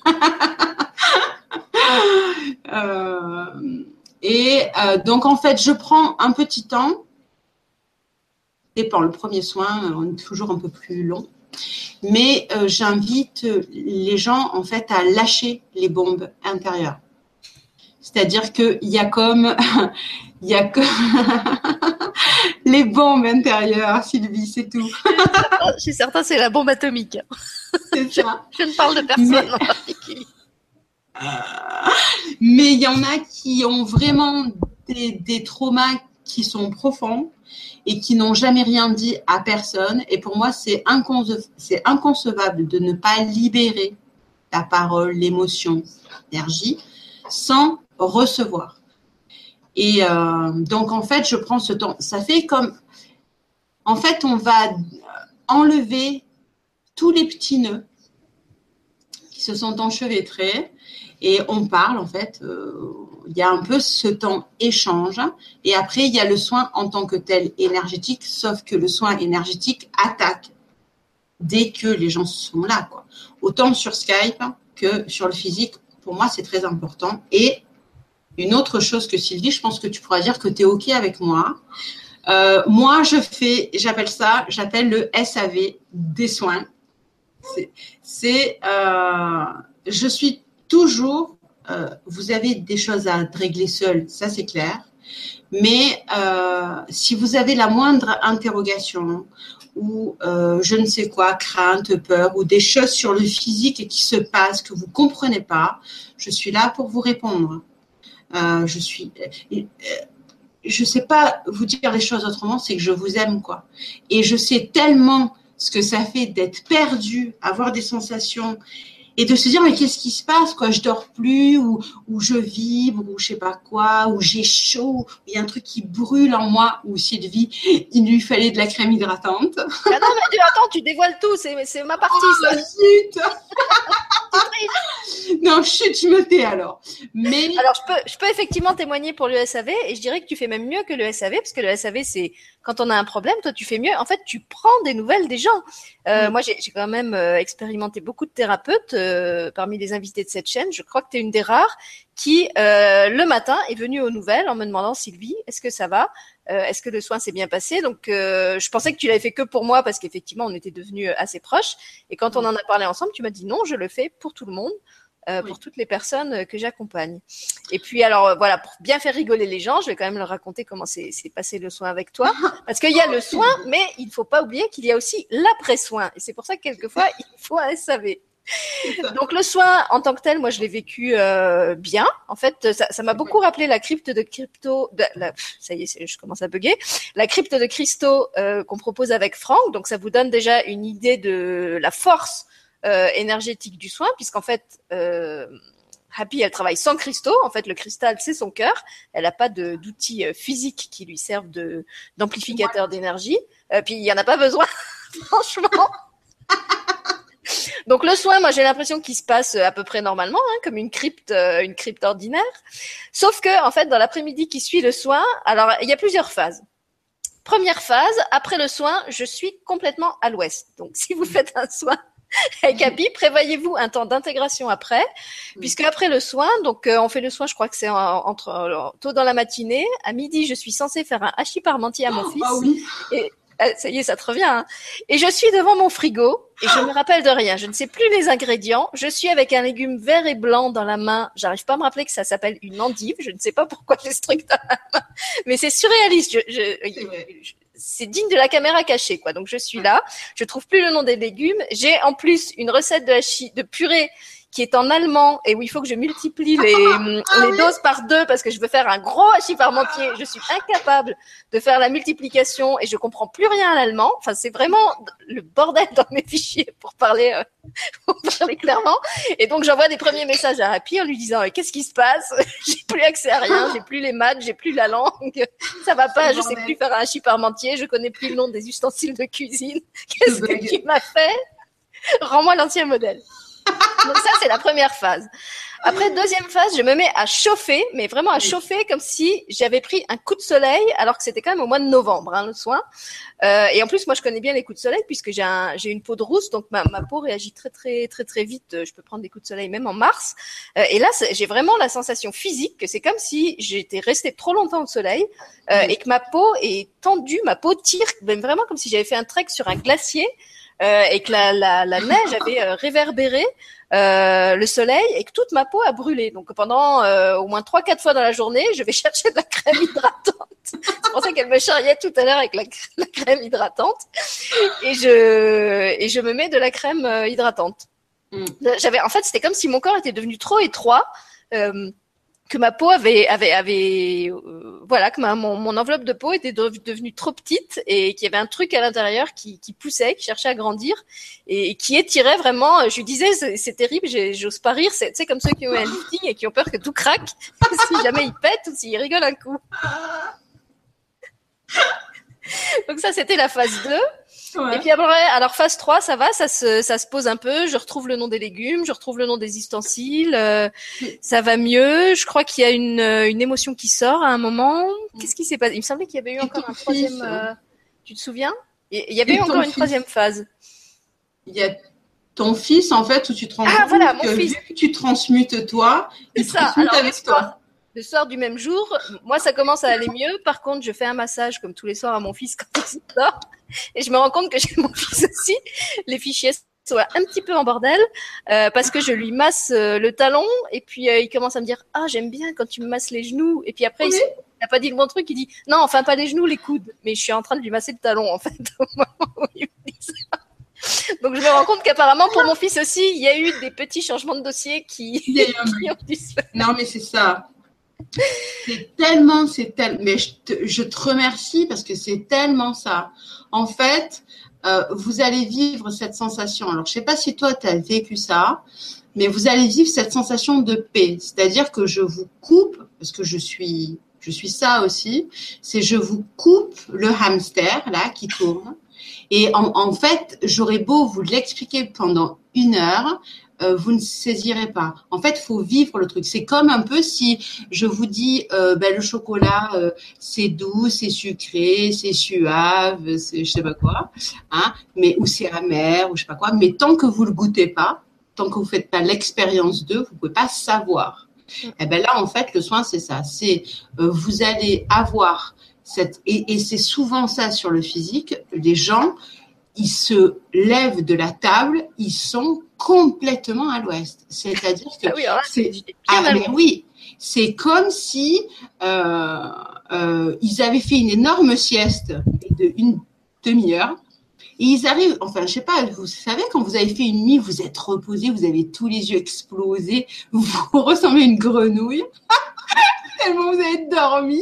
euh, et euh, donc, en fait, je prends un petit temps. Dépend, le premier soin, on est toujours un peu plus long. Mais euh, j'invite les gens en fait à lâcher les bombes intérieures. C'est-à-dire qu'il y a comme, il y a comme les bombes intérieures, Sylvie, c'est tout. Je suis certaine, c'est la bombe atomique. C'est ça. Je, je ne parle de personne Mais... en particulier. Mais il y en a qui ont vraiment des, des traumas qui sont profonds et qui n'ont jamais rien dit à personne. Et pour moi, c'est inconce- c'est inconcevable de ne pas libérer la parole, l'émotion, l'énergie, sans recevoir. Et euh, donc, en fait, je prends ce temps. Ça fait comme… En fait, on va enlever tous les petits nœuds qui se sont enchevêtrés et on parle, en fait. Euh, il y a un peu ce temps échange. Et après, il y a le soin en tant que tel énergétique, sauf que le soin énergétique attaque dès que les gens sont là, quoi. Autant sur Skype que sur le physique. Pour moi, c'est très important. Et une autre chose que Sylvie, je pense que tu pourras dire que tu es OK avec moi. Euh, moi, je fais, j'appelle ça, j'appelle le S A V des soins. C'est, c'est euh, je suis toujours, euh, vous avez des choses à régler seul, ça c'est clair. Mais euh, si vous avez la moindre interrogation ou euh, je ne sais quoi, crainte, peur ou des choses sur le physique qui se passent que vous ne comprenez pas, je suis là pour vous répondre. Euh, je suis, euh, je sais pas vous dire les choses autrement, c'est que je vous aime, quoi. Et je sais tellement ce que ça fait d'être perdu, avoir des sensations et de se dire mais qu'est-ce qui se passe, quoi, je dors plus ou, ou je vibre ou je sais pas quoi, ou j'ai chaud, il y a un truc qui brûle en moi, ou Sylvie, il lui fallait de la crème hydratante. Ah non mais tu, attends, tu dévoiles tout, c'est, c'est ma partie oh, ça. Zut. Non, chut, je me tais alors. Mais alors je peux, je peux effectivement témoigner pour le S A V et je dirais que tu fais même mieux que le S A V parce que le S A V c'est quand on a un problème, toi tu fais mieux. En fait, tu prends des nouvelles des gens. Euh, oui. Moi, j'ai, j'ai quand même euh, expérimenté beaucoup de thérapeutes euh, parmi les invités de cette chaîne. Je crois que tu es une des rares qui euh, le matin est venue aux nouvelles en me demandant Sylvie, est-ce que ça va? Euh, est-ce que le soin s'est bien passé? Donc, euh, je pensais que tu l'avais fait que pour moi parce qu'effectivement, on était devenus assez proches. Et quand on en a parlé ensemble, tu m'as dit non, je le fais pour tout le monde. Euh, oui. Pour toutes les personnes que j'accompagne. Et puis alors voilà, pour bien faire rigoler les gens, je vais quand même leur raconter comment c'est, c'est passé le soin avec toi, parce qu'il y a le soin, mais il ne faut pas oublier qu'il y a aussi l'après-soin, et c'est pour ça que quelquefois il faut un S A V. Donc le soin en tant que tel, moi je l'ai vécu euh, bien. En fait, ça, ça m'a beaucoup rappelé la crypte de crypto. De, la, ça y est, je commence à bugger. La crypte de cristaux euh, qu'on propose avec Franck. Donc ça vous donne déjà une idée de la force Euh, énergétique du soin, puisqu'en fait, euh, Happy, elle travaille sans cristaux. En fait, le cristal, c'est son cœur. Elle n'a pas de, d'outils euh, physiques qui lui servent de, d'amplificateur ouais. d'énergie. Euh, puis, il n'y en a pas besoin, franchement. Donc, le soin, moi, j'ai l'impression qu'il se passe à peu près normalement, hein, comme une crypte, euh, une crypte ordinaire. Sauf que, en fait, dans l'après-midi qui suit le soin, alors, il y a plusieurs phases. Première phase, après le soin, je suis complètement à l'ouest. Donc, si vous faites un soin avec Happy, prévoyez-vous un temps d'intégration après, oui. puisque après le soin, donc euh, on fait le soin, je crois que c'est en, entre euh, tôt dans la matinée, à midi, je suis censée faire un hachis parmentier à mon oh, fils. Ah oui. Et euh, ça y est, ça te revient. Hein. Et je suis devant mon frigo et je me rappelle de rien. Je ne sais plus les ingrédients. Je suis avec un légume vert et blanc dans la main. J'arrive pas à me rappeler que ça s'appelle une endive. Je ne sais pas pourquoi j'ai ce truc dans la main, mais c'est surréaliste. Je, je, je, c'est digne de la caméra cachée, quoi. Donc, je suis là. Je trouve plus le nom des légumes. J'ai en plus une recette de hachis, de purée qui est en allemand et où il faut que je multiplie les, ah, les oui. doses par deux parce que je veux faire un gros hachis parmentier. Je suis incapable de faire la multiplication et je comprends plus rien à l'allemand. Enfin, c'est vraiment le bordel dans mes fichiers pour parler, euh, pour parler clairement. Et donc, j'envoie des premiers messages à Happy en lui disant « Qu'est-ce qui se passe ? J'ai plus accès à rien, j'ai plus les maths, j'ai plus la langue. Ça va pas, je sais plus faire un hachis parmentier, je connais plus le nom des ustensiles de cuisine. Qu'est-ce que tu m'as fait ? Rends-moi l'ancien modèle. » Donc ça, c'est la première phase. Après, deuxième phase, je me mets à chauffer, mais vraiment à chauffer comme si j'avais pris un coup de soleil, alors que c'était quand même au mois de novembre, hein, le soin. Euh, et en plus, moi, je connais bien les coups de soleil puisque j'ai, un, j'ai une peau de rousse, donc ma, ma peau réagit très, très, très, très vite. Je peux prendre des coups de soleil même en mars. Euh, et là, j'ai vraiment la sensation physique que c'est comme si j'étais restée trop longtemps au soleil euh, et que ma peau est tendue, ma peau tire, même vraiment comme si j'avais fait un trek sur un glacier. Euh, et que la, la, la neige avait euh, réverbéré euh, le soleil et que toute ma peau a brûlé. Donc pendant euh, au moins trois quatre fois dans la journée, je vais chercher de la crème hydratante. C'est pour ça qu'elle me charriait tout à l'heure avec la, la crème hydratante. Et je et je me mets de la crème euh, hydratante. Mm. J'avais en fait, c'était comme si mon corps était devenu trop étroit. Euh, que ma peau avait avait avait euh, voilà que ma, mon, mon enveloppe de peau était de, devenue trop petite et qu'il y avait un truc à l'intérieur qui, qui poussait, qui cherchait à grandir et, et qui étirait vraiment. Je lui disais c'est, c'est terrible, j'ai, j'ose pas rire. C'est, c'est comme ceux qui ont un lifting et qui ont peur que tout craque si jamais ils pètent ou s'ils rigolent un coup. Donc ça c'était la phase deux. Ouais. Et puis après, alors phase trois, ça va, ça se, ça se pose un peu. Je retrouve le nom des légumes, je retrouve le nom des ustensiles. Euh, ça va mieux. Je crois qu'il y a une, une émotion qui sort à un moment. Qu'est-ce qui s'est passé? Il me semblait qu'il y avait eu encore un troisième. Fils, euh, tu te souviens? Il y avait eu encore une fils. troisième phase. Il y a ton fils, en fait, où tu te rends ah, compte voilà, mon que fils. vu que tu transmutes toi, il ça. transmute Alors, avec toi. Le soir du même jour, moi ça commence à aller mieux. Par contre, je fais un massage comme tous les soirs à mon fils quand il sort, et je me rends compte que chez mon fils aussi, les fichiers sont un petit peu en bordel euh, parce que je lui masse euh, le talon et puis euh, il commence à me dire ah j'aime bien quand tu me masses les genoux et puis après oui. il n'a pas dit le bon truc, il dit non enfin pas les genoux, les coudes. Mais je suis en train de lui masser le talon en fait au moment où il me dit ça. Donc je me rends compte qu'apparemment pour mon fils aussi, il y a eu des petits changements de dossier qui, qui ont dû se faire. Non mais c'est ça. C'est tellement, c'est tellement, mais je te, je te remercie parce que c'est tellement ça. En fait, euh, vous allez vivre cette sensation. Alors, je sais pas si toi, tu as vécu ça, mais vous allez vivre cette sensation de paix. C'est-à-dire que je vous coupe, parce que je suis, je suis ça aussi, c'est je vous coupe le hamster, là, qui tourne. Et en, en fait, j'aurais beau vous l'expliquer pendant une heure, Euh, vous ne saisirez pas. En fait, faut vivre le truc. C'est comme un peu si je vous dis, euh, ben le chocolat, euh, c'est doux, c'est sucré, c'est suave, c'est je sais pas quoi, hein, mais ou c'est amer ou je sais pas quoi. Mais tant que vous le goûtez pas, tant que vous faites pas l'expérience de, vous pouvez pas savoir. Mm. Et ben là, en fait, le soin, c'est ça. C'est euh, vous allez avoir cette et, et c'est souvent ça sur le physique. Les gens ils se lèvent de la table, ils sont complètement à l'ouest. C'est-à-dire que ah oui, alors là, c'est, c'est ah, mais oui, c'est comme si euh, euh, ils avaient fait une énorme sieste de une demi-heure. Et ils arrivent, enfin, je sais pas, vous savez, quand vous avez fait une nuit, vous êtes reposé, vous avez tous les yeux explosés, vous ressemblez à une grenouille, tellement vous avez dormi.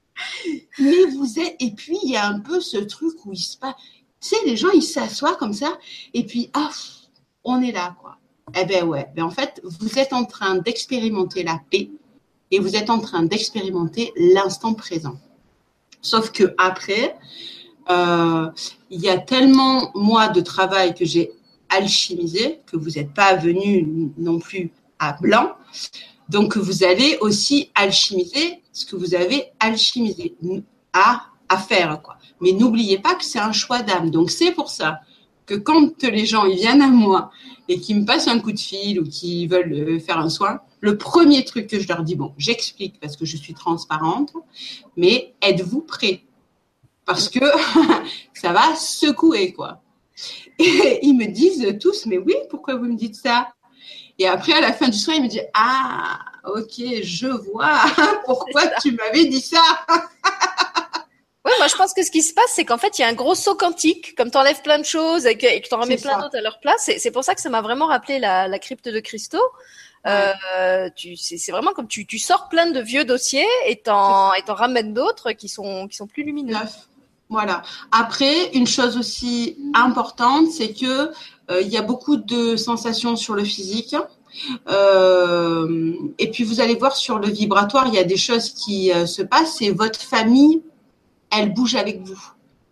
Mais vous êtes, et puis il y a un peu ce truc où il se passe. Tu sais, les gens, ils s'assoient comme ça, et puis, ah, on est là, quoi. Eh ben ouais, ben en fait, vous êtes en train d'expérimenter la paix, et vous êtes en train d'expérimenter l'instant présent. Sauf que après, euh, il y a tellement, moi, de travail que j'ai alchimisé, que vous n'êtes pas venu non plus à blanc, donc vous allez aussi alchimiser ce que vous avez alchimisé à, à faire, quoi. Mais n'oubliez pas que c'est un choix d'âme. Donc, c'est pour ça que quand les gens ils viennent à moi et qu'ils me passent un coup de fil ou qu'ils veulent faire un soin, le premier truc que je leur dis, bon, j'explique parce que je suis transparente, mais êtes-vous prêts? Parce que ça va secouer, quoi. Et ils me disent tous, mais oui, pourquoi vous me dites ça? Et après, à la fin du soir, ils me disent, ah, ok, je vois pourquoi tu m'avais dit ça. Oui, moi je pense que ce qui se passe, c'est qu'en fait, il y a un gros saut quantique, comme tu enlèves plein de choses et que, et que tu en remets plein d'autres à leur place. C'est, c'est pour ça que ça m'a vraiment rappelé la, la crypte de cristaux. Ouais. Euh, tu, c'est, c'est vraiment comme tu, tu sors plein de vieux dossiers et t'en, et t'en ramènes d'autres qui sont, qui sont plus lumineux. Neuf. Voilà. Après, une chose aussi importante, c'est que euh, il y a beaucoup de sensations sur le physique. Euh, et puis vous allez voir sur le vibratoire, il y a des choses qui euh, se passent. Et votre famille, elle bouge avec vous.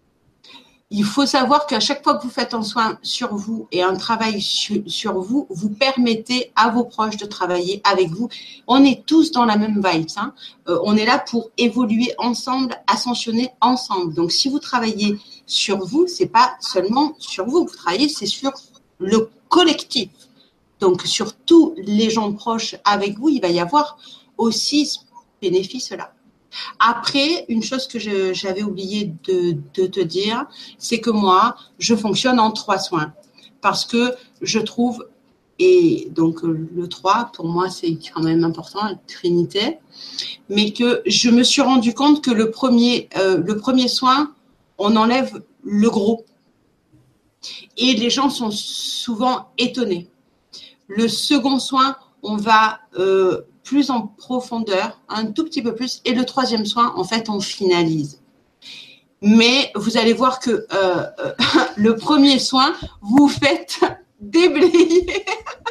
Il faut savoir qu'à chaque fois que vous faites un soin sur vous et un travail sur, sur vous, vous permettez à vos proches de travailler avec vous. On est tous dans la même vibe. Hein. Euh, on est là pour évoluer ensemble, ascensionner ensemble. Donc, si vous travaillez sur vous, c'est pas seulement sur vous. Vous travaillez, c'est sur le collectif. Donc, sur tous les gens proches avec vous, il va y avoir aussi ce bénéfice-là. Après, une chose que je, j'avais oublié de, de te dire, c'est que moi, je fonctionne en trois soins. Parce que je trouve, et donc le trois, pour moi, c'est quand même important, la Trinité, mais que je me suis rendu compte que le premier, euh, le premier soin, on enlève le gros. Et les gens sont souvent étonnés. Le second soin, on va euh, plus en profondeur, un tout petit peu plus. Et le troisième soin, en fait, on finalise. Mais vous allez voir que euh, euh, le premier soin, vous faites déblayer.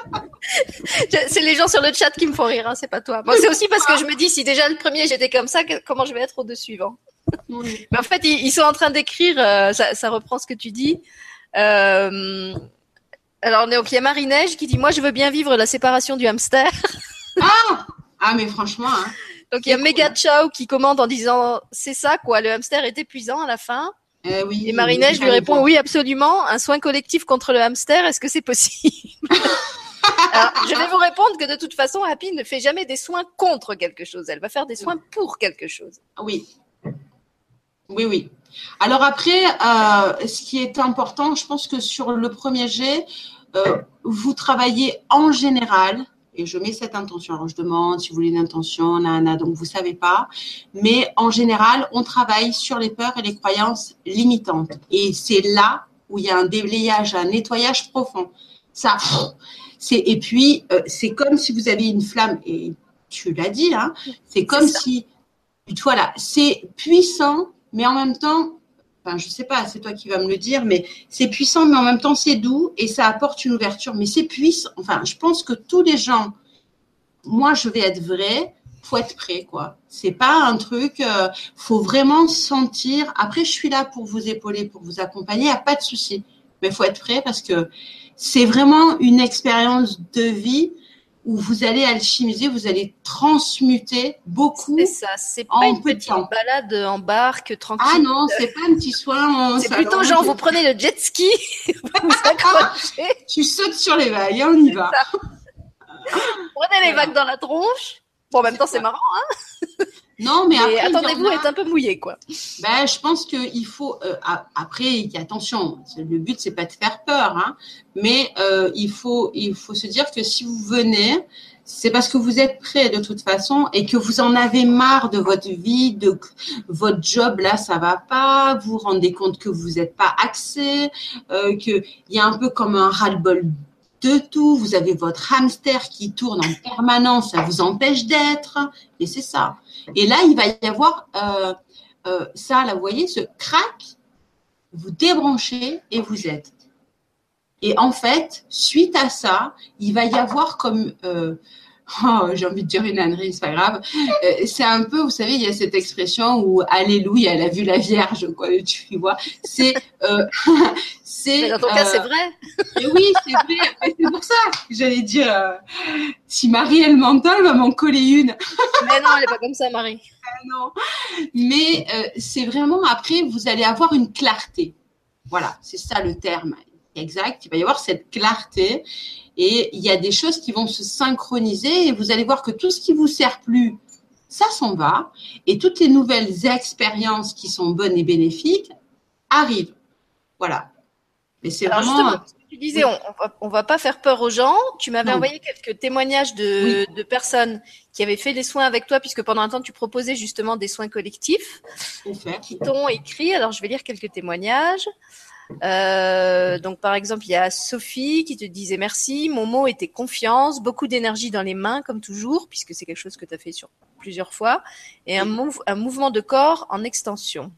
C'est les gens sur le chat qui me font rire, hein, c'est pas toi. Bon, c'est aussi parce que je me dis, si déjà le premier j'étais comme ça, comment je vais être aux deux suivants? Oui. Mais en fait, ils, ils sont en train d'écrire, euh, ça, ça reprend ce que tu dis. Euh, alors, donc, il y a Marie-Neige qui dit, moi, je veux bien vivre la séparation du hamster. Ah, ah mais franchement, hein. Donc, il y a Mega Ciao qui commente en disant « C'est ça, quoi, le hamster est épuisant à la fin. Euh, » oui, Et Marie-Neige oui, lui répond « Oui, absolument. Un soin collectif contre le hamster, est-ce que c'est possible ?» Alors, je vais vous répondre que de toute façon, Happy ne fait jamais des soins contre quelque chose. Elle va faire des soins pour quelque chose. Oui. Oui, oui. Alors après, euh, ce qui est important, je pense que sur le premier jet, euh, vous travaillez en général... Et je mets cette intention. Alors, je demande si vous voulez une intention, nana, donc vous savez pas. Mais en général, on travaille sur les peurs et les croyances limitantes. Et c'est là où il y a un déblayage, un nettoyage profond. Ça, c'est, et puis, euh, c'est comme si vous aviez une flamme, et tu l'as dit, hein, c'est comme c'est si, voilà, c'est puissant, mais en même temps, enfin, je sais pas, c'est toi qui vas me le dire, mais c'est puissant, mais en même temps, c'est doux et ça apporte une ouverture. Mais c'est puissant. Enfin, je pense que tous les gens, moi, je vais être vrai, faut être prêt, quoi. C'est pas un truc, euh, faut vraiment sentir. Après, je suis là pour vous épauler, pour vous accompagner, y a pas de souci. Mais faut être prêt parce que c'est vraiment une expérience de vie où vous allez alchimiser, vous allez transmuter beaucoup. C'est ça, c'est pas une petite balade en barque tranquille. Ah non, c'est pas un petit soin. C'est plutôt genre, vous prenez le jet ski, vous vous accrochez. Tu sautes sur les vagues, on y va. Prenez les vagues dans la tronche. Bon, en même temps, c'est marrant, hein. Non, mais, mais après, attendez-vous à être un peu mouillé, quoi. Ben, je pense qu'il faut. Euh, après, attention, le but c'est pas de faire peur, hein, mais euh, il faut, il faut se dire que si vous venez, c'est parce que vous êtes prêt de toute façon et que vous en avez marre de votre vie, de votre job là, ça va pas. Vous vous rendez compte que vous n'êtes pas axé, euh, que il y a un peu comme un ras-le-bol de tout. Vous avez votre hamster qui tourne en permanence, ça vous empêche d'être, et c'est ça. Et là, il va y avoir euh, euh, ça, là, vous voyez, ce crack, vous débranchez et vous êtes. Et en fait, suite à ça, il va y avoir comme, euh, oh, j'ai envie de dire une ânerie, c'est pas grave. Euh, c'est un peu, vous savez, il y a cette expression où Alléluia, elle a vu la Vierge, quoi, tu vois. C'est, euh, c'est. Mais dans ton euh, cas, c'est vrai. Et oui, c'est vrai. Et c'est pour ça que j'allais dire, euh, si Marie elle m'entend, elle va m'en coller une. Mais non, elle est pas comme ça, Marie. Ah non. Mais euh, c'est vraiment après, vous allez avoir une clarté. Voilà, c'est ça le terme exact. Il va y avoir cette clarté. Et il y a des choses qui vont se synchroniser et vous allez voir que tout ce qui vous sert plus, ça s'en va. Et toutes les nouvelles expériences qui sont bonnes et bénéfiques arrivent. Voilà. Mais c'est Alors vraiment. Justement, tu disais, oui. on, on va pas faire peur aux gens. Tu m'avais non. envoyé quelques témoignages de, oui. de personnes qui avaient fait des soins avec toi, puisque pendant un temps tu proposais justement des soins collectifs, qui t'ont écrit. Alors je vais lire quelques témoignages. Euh, donc par exemple il y a Sophie qui te disait merci, mon mot était confiance, beaucoup d'énergie dans les mains comme toujours puisque c'est quelque chose que tu as fait sur plusieurs fois et un, mou- un mouvement de corps en extension.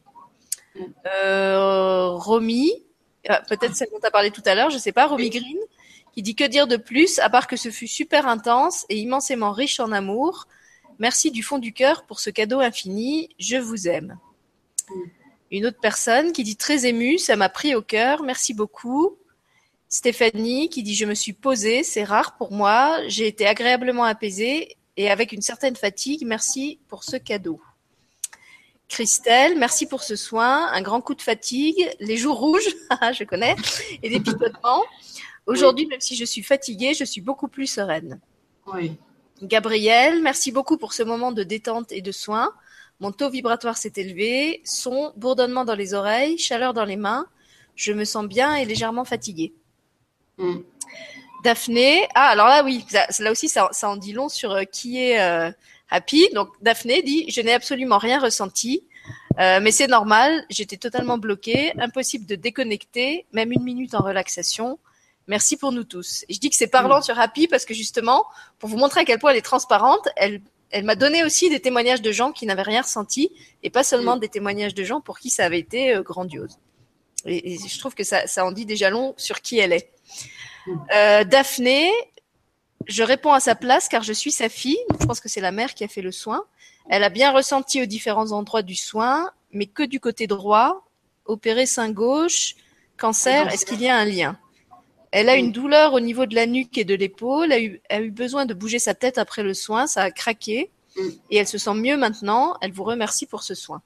euh, Romy, euh, peut-être celle dont tu as parlé tout à l'heure, je sais pas, Romy Green qui dit que dire de plus à part que ce fut super intense et immensément riche en amour, merci du fond du cœur pour ce cadeau infini, je vous aime. Une autre personne qui dit très émue, ça m'a pris au cœur, merci beaucoup. Stéphanie qui dit je me suis posée, c'est rare pour moi, j'ai été agréablement apaisée et avec une certaine fatigue, merci pour ce cadeau. Christelle, merci pour ce soin, un grand coup de fatigue, les joues rouges, je connais, et des picotements. Aujourd'hui, oui. Même si je suis fatiguée, je suis beaucoup plus sereine. Oui. Gabrielle, merci beaucoup pour ce moment de détente et de soin. Mon taux vibratoire s'est élevé, son, bourdonnement dans les oreilles, chaleur dans les mains. Je me sens bien et légèrement fatiguée. Mm. Daphné, ah alors là oui, ça, là aussi ça, ça en dit long sur euh, qui est euh, Happy. Donc Daphné dit, je n'ai absolument rien ressenti, euh, mais c'est normal, j'étais totalement bloquée, impossible de déconnecter, même une minute en relaxation. Merci pour nous tous. Et je dis que c'est parlant mmh. sur Happy parce que justement, pour vous montrer à quel point elle est transparente, elle, elle m'a donné aussi des témoignages de gens qui n'avaient rien ressenti et pas seulement mmh. des témoignages de gens pour qui ça avait été euh, grandiose. Et, et je trouve que ça, ça en dit déjà long sur qui elle est. Mmh. Euh, Daphné, je réponds à sa place car je suis sa fille. Je pense que c'est la mère qui a fait le soin. Elle a bien ressenti aux différents endroits du soin, mais que du côté droit, opéré sein gauche, cancer, est-ce qu'il y a un lien ? Elle a une douleur au niveau de la nuque et de l'épaule, a eu, a eu besoin de bouger sa tête après le soin, ça a craqué et elle se sent mieux maintenant. Elle vous remercie pour ce soin.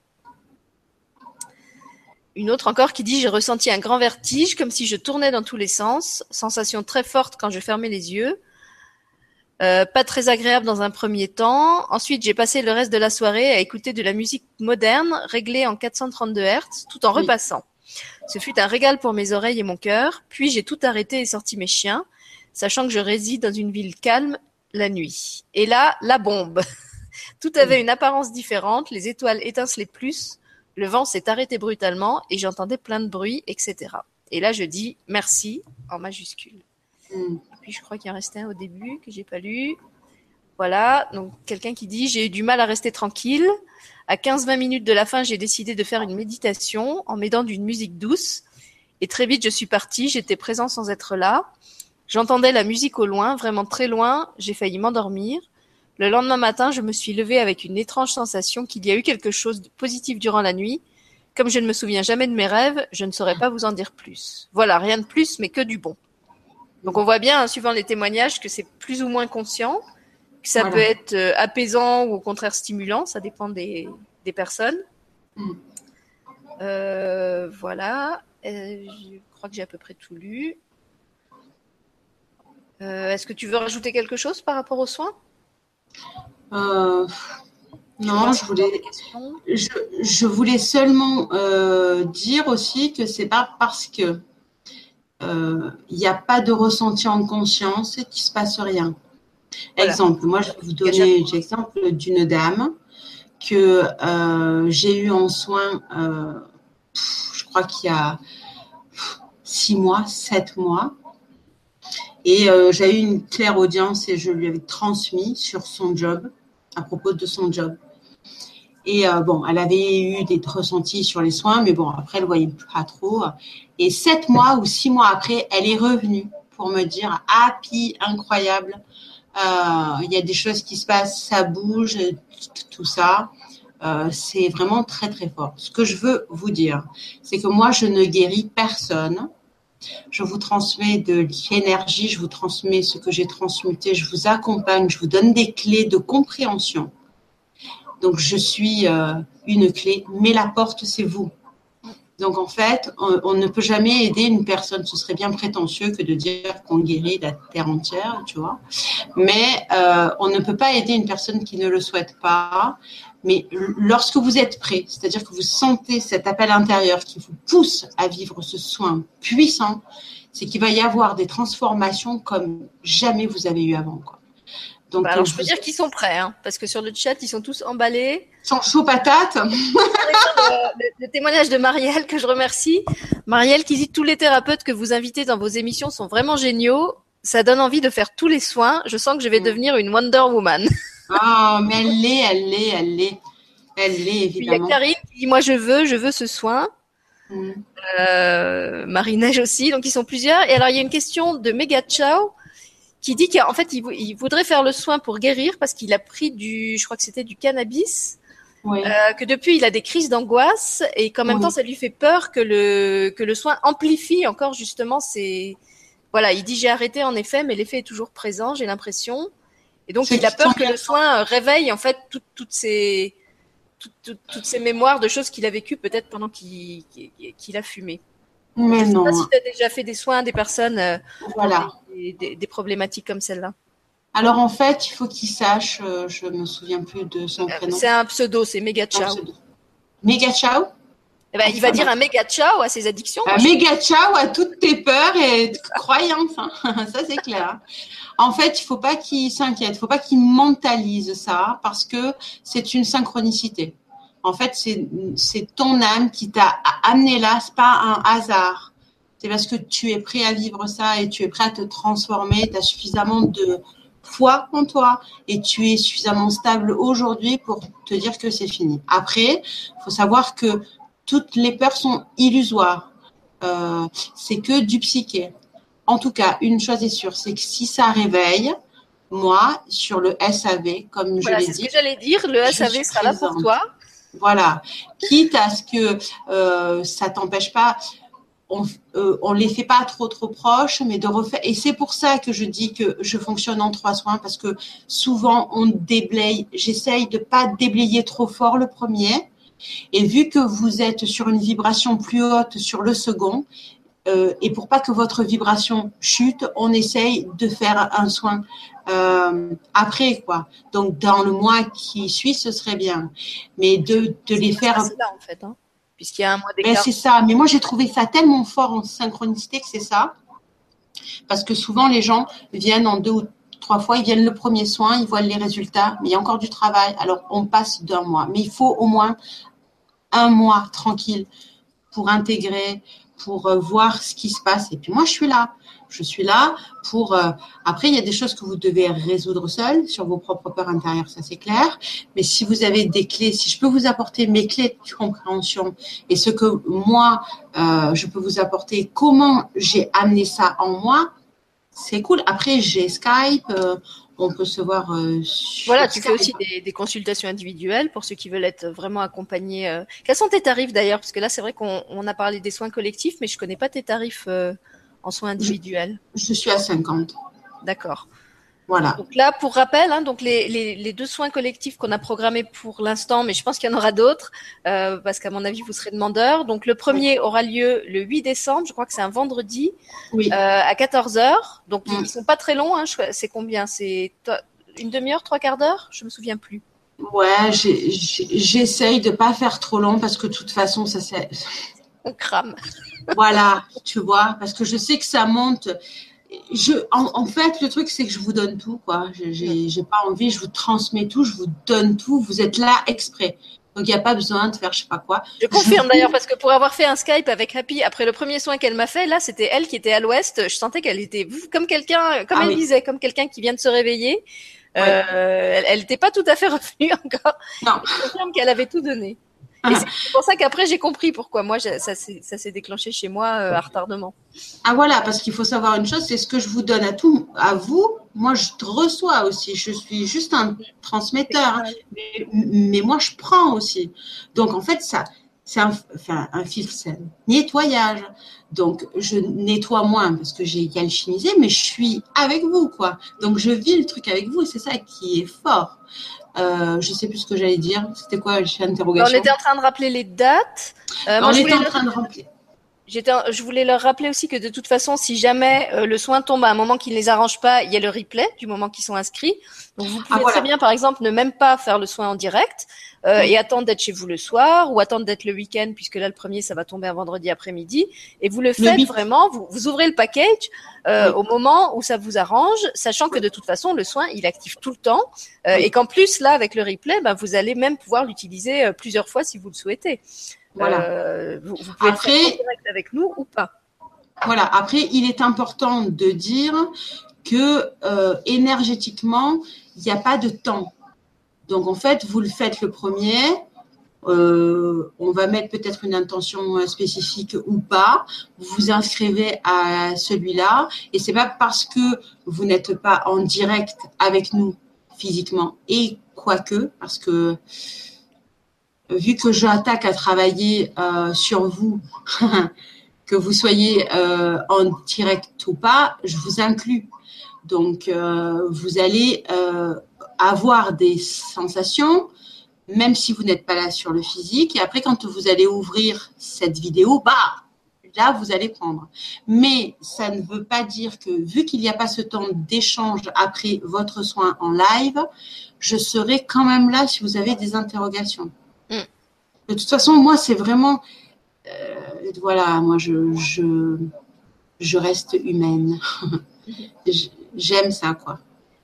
Une autre encore qui dit « J'ai ressenti un grand vertige, comme si je tournais dans tous les sens, sensation très forte quand je fermais les yeux, euh, pas très agréable dans un premier temps. Ensuite, j'ai passé le reste de la soirée à écouter de la musique moderne, réglée en quatre cent trente-deux hertz, tout en oui. repassant. Ce fut un régal pour mes oreilles et mon cœur. Puis j'ai tout arrêté et sorti mes chiens, sachant que je réside dans une ville calme la nuit. Et là, la bombe. Tout avait une apparence différente, les étoiles étincelaient plus, le vent s'est arrêté brutalement et j'entendais plein de bruit, et cetera. Et là, je dis merci en majuscule. Mm. Puis je crois qu'il en restait un au début que j'ai pas lu. Voilà, donc quelqu'un qui dit « J'ai eu du mal à rester tranquille. À quinze à vingt minutes de la fin, j'ai décidé de faire une méditation en m'aidant d'une musique douce. Et très vite, je suis partie. J'étais présent sans être là. J'entendais la musique au loin, vraiment très loin. J'ai failli m'endormir. Le lendemain matin, je me suis levée avec une étrange sensation qu'il y a eu quelque chose de positif durant la nuit. Comme je ne me souviens jamais de mes rêves, je ne saurais pas vous en dire plus. Voilà, rien de plus, mais que du bon. » Donc on voit bien, hein, suivant les témoignages, que c'est plus ou moins conscient. Ça voilà. peut être euh, apaisant ou au contraire stimulant, ça dépend des, des personnes. Mm. Euh, voilà, euh, je crois que j'ai à peu près tout lu. Euh, est-ce que tu veux rajouter quelque chose par rapport aux soins ? euh, Non, je voulais, je, je voulais seulement euh, dire aussi que c'est pas parce que il euh, n'y a pas de ressenti en conscience qu'il ne se passe rien. Voilà. Exemple, moi je vais vous donner l'exemple d'une dame que euh, j'ai eue en soins, euh, je crois qu'il y a six mois, sept mois, et euh, j'ai eu une claire audience et je lui avais transmis sur son job, à propos de son job. Et euh, bon, elle avait eu des ressentis sur les soins, mais bon, après, elle ne voyait pas trop. Et sept mois ou six mois après, elle est revenue pour me dire « Happy, incroyable, euh, il y a des choses qui se passent, ça bouge, tout ça. Euh, » c'est vraiment très, très fort. Ce que je veux vous dire, c'est que moi, je ne guéris personne. Je vous transmets de l'énergie, je vous transmets ce que j'ai transmuté, je vous accompagne, je vous donne des clés de compréhension. Donc, je suis euh, une clé, mais la porte, c'est vous. Donc, en fait, on, on ne peut jamais aider une personne. Ce serait bien prétentieux que de dire qu'on guérit la terre entière, tu vois. Mais euh, on ne peut pas aider une personne qui ne le souhaite pas. Mais lorsque vous êtes prêt, c'est-à-dire que vous sentez cet appel intérieur qui vous pousse à vivre ce soin puissant, c'est qu'il va y avoir des transformations comme jamais vous avez eu avant, quoi. Donc, bah alors, je peux vous... dire qu'ils sont prêts, hein, parce que sur le chat, ils sont tous emballés. Ils sont chauds patates. le, le, le témoignage de Marielle, que je remercie. Marielle qui dit « Tous les thérapeutes que vous invitez dans vos émissions sont vraiment géniaux. Ça donne envie de faire tous les soins. Je sens que je vais mmh. devenir une Wonder Woman. » Ah, mais elle l'est, elle l'est, elle l'est. Elle l'est, évidemment. Puis il y a Karine qui dit « Moi, je veux, je veux ce soin. Mmh. » euh, Marie-Neige aussi. Donc, ils sont plusieurs. Et alors, il y a une question de Mega Ciao qui dit qu'en fait, il, il voudrait faire le soin pour guérir parce qu'il a pris du, je crois que c'était du cannabis, oui. euh, que depuis, il a des crises d'angoisse et qu'en même oui. temps, ça lui fait peur que le, que le soin amplifie encore justement ces, voilà, il dit j'ai arrêté en effet, mais l'effet est toujours présent, j'ai l'impression. Et donc, c'est il a peur que le soin réveille en fait toutes, toutes ces, toutes, toutes, toutes ces mémoires de choses qu'il a vécues peut-être pendant qu'il, qu'il a fumé. Mais je ne sais non. pas si tu as déjà fait des soins à des personnes euh, voilà. des, des, des problématiques comme celle-là. Alors en fait, il faut qu'il sache, euh, je me souviens plus de son euh, prénom. C'est un pseudo, c'est Mega Ciao. Mega Ciao. Eh ben, il va dire un méga ciao à ses addictions. Un méga ciao à toutes tes peurs et croyances. Hein. Ça, c'est clair. En fait, il faut pas qu'il s'inquiète, il faut pas qu'il mentalise ça parce que c'est une synchronicité. En fait, c'est, c'est ton âme qui t'a amené là, c'est pas un hasard. c'est parce que tu es prêt à vivre ça et tu es prêt à te transformer. Tu as suffisamment de foi en toi et tu es suffisamment stable aujourd'hui pour te dire que c'est fini. Après, il faut savoir que toutes les peurs sont illusoires. Euh, c'est que du psyché. En tout cas, une chose est sûre, c'est que si ça réveille, moi, sur le S A V, comme voilà, je l'ai dit. C'est ce que j'allais dire, le S A V sera présente. Là pour toi. Voilà. Quitte à ce que euh, ça t'empêche pas, on euh, on les fait pas trop trop proches, mais de refaire. Et c'est pour ça que je dis que je fonctionne en trois soins, parce que souvent on déblaye. J'essaye de pas déblayer trop fort le premier, et vu que vous êtes sur une vibration plus haute sur le second, euh, et pour pas que votre vibration chute, on essaye de faire un soin euh, après, quoi. Donc dans le mois qui suit, ce serait bien, mais de de les faire. C'est là en fait, hein. Puisqu'il y a un mois d'écart. Ben, c'est ça. Mais moi, j'ai trouvé ça tellement fort en synchronicité que c'est ça. Parce que souvent, les gens viennent en deux ou trois fois. Ils viennent le premier soin, ils voient les résultats, mais il y a encore du travail. Alors, on passe d'un mois. Mais il faut au moins un mois tranquille pour intégrer, pour euh, voir ce qui se passe. Et puis, moi, je suis là. Je suis là pour… Euh, après, il y a des choses que vous devez résoudre seul sur vos propres peurs intérieures, ça c'est clair. Mais si vous avez des clés, si je peux vous apporter mes clés de compréhension et ce que moi, euh, je peux vous apporter, comment j'ai amené ça en moi, c'est cool. Après, j'ai Skype, euh, on peut se voir euh, sur Voilà, tu Skype. fais aussi des, des consultations individuelles pour ceux qui veulent être vraiment accompagnés. Euh. Quels sont tes tarifs d'ailleurs? Parce que là, c'est vrai qu'on on a parlé des soins collectifs, mais je connais pas tes tarifs euh, en soins individuels. Je, je suis à cinquante. D'accord. Voilà. Donc là, pour rappel, hein, donc les, les, les deux soins collectifs qu'on a programmés pour l'instant, mais je pense qu'il y en aura d'autres, euh, parce qu'à mon avis, vous serez demandeurs. Donc le premier oui. aura lieu le huit décembre, je crois que c'est un vendredi, oui. euh, à quatorze heures. Donc mmh. ils sont pas très longs, hein, c'est combien? C'est une demi-heure, trois quarts d'heure? Je me souviens plus. Ouais, j'essaye de pas faire trop long parce que de toute façon, ça c'est… On crame. Voilà, tu vois, parce que je sais que ça monte… Je, en, en fait, le truc, c'est que je vous donne tout, quoi. J'ai, j'ai pas envie, je vous transmets tout, je vous donne tout. Vous êtes là exprès. Donc, il n'y a pas besoin de faire je sais pas quoi. Je confirme d'ailleurs, parce que pour avoir fait un Skype avec Happy, après le premier soin qu'elle m'a fait, là, c'était elle qui était à l'ouest. Je sentais qu'elle était comme quelqu'un, comme ah, elle oui. disait, comme quelqu'un qui vient de se réveiller. Ouais. Euh, elle n'était pas tout à fait revenue encore. Non. Je confirme qu'elle avait tout donné. Et c'est pour ça qu'après, j'ai compris pourquoi. Moi, ça s'est, ça s'est déclenché chez moi euh, à retardement. Ah voilà, parce qu'il faut savoir une chose, c'est ce que je vous donne à tout, à vous. Moi, je reçois aussi. Je suis juste un transmetteur, hein, mais, mais moi, je prends aussi. Donc, en fait, ça, c'est un, enfin, un filtre, c'est un nettoyage. Donc, je nettoie moins parce que j'ai alchimisé, mais je suis avec vous, quoi. Donc, je vis le truc avec vous et c'est ça qui est fort. Euh, je sais plus ce que j'allais dire. C'était quoi l'interrogation? On était en train de rappeler les dates. Euh, moi, on était en train de rappeler. J'étais, je voulais leur rappeler aussi que de toute façon, si jamais euh, le soin tombe à un moment qui ne les arrange pas, il y a le replay du moment qu'ils sont inscrits. Donc vous pouvez ah, voilà. très bien, par exemple, ne même pas faire le soin en direct euh, mmh. et attendre d'être chez vous le soir ou attendre d'être le week-end, puisque là le premier ça va tomber un vendredi après-midi. Et vous le faites le vraiment, vous, vous ouvrez le package euh, oui. au moment où ça vous arrange, sachant que de toute façon le soin il active tout le temps euh, oui. et qu'en plus là avec le replay, ben, vous allez même pouvoir l'utiliser euh, plusieurs fois si vous le souhaitez. Voilà. Euh, vous, vous pouvez après, être en direct avec nous ou pas. Voilà. Après, il est important de dire que euh, énergétiquement, il n'y a pas de temps. Donc, en fait, vous le faites le premier. Euh, on va mettre peut-être une intention spécifique ou pas. Vous vous inscrivez à celui-là. Et c'est pas parce que vous n'êtes pas en direct avec nous physiquement. Et quoique, parce que vu que j'attaque à travailler euh, sur vous, que vous soyez euh, en direct ou pas, je vous inclus. Donc, euh, vous allez euh, avoir des sensations, même si vous n'êtes pas là sur le physique. Et après, quand vous allez ouvrir cette vidéo, bah, là, vous allez prendre. Mais ça ne veut pas dire que, vu qu'il n'y a pas ce temps d'échange après votre soin en live, je serai quand même là si vous avez des interrogations. De toute façon, moi, c'est vraiment… Euh, voilà, moi, je, je, je reste humaine. J'aime ça, quoi.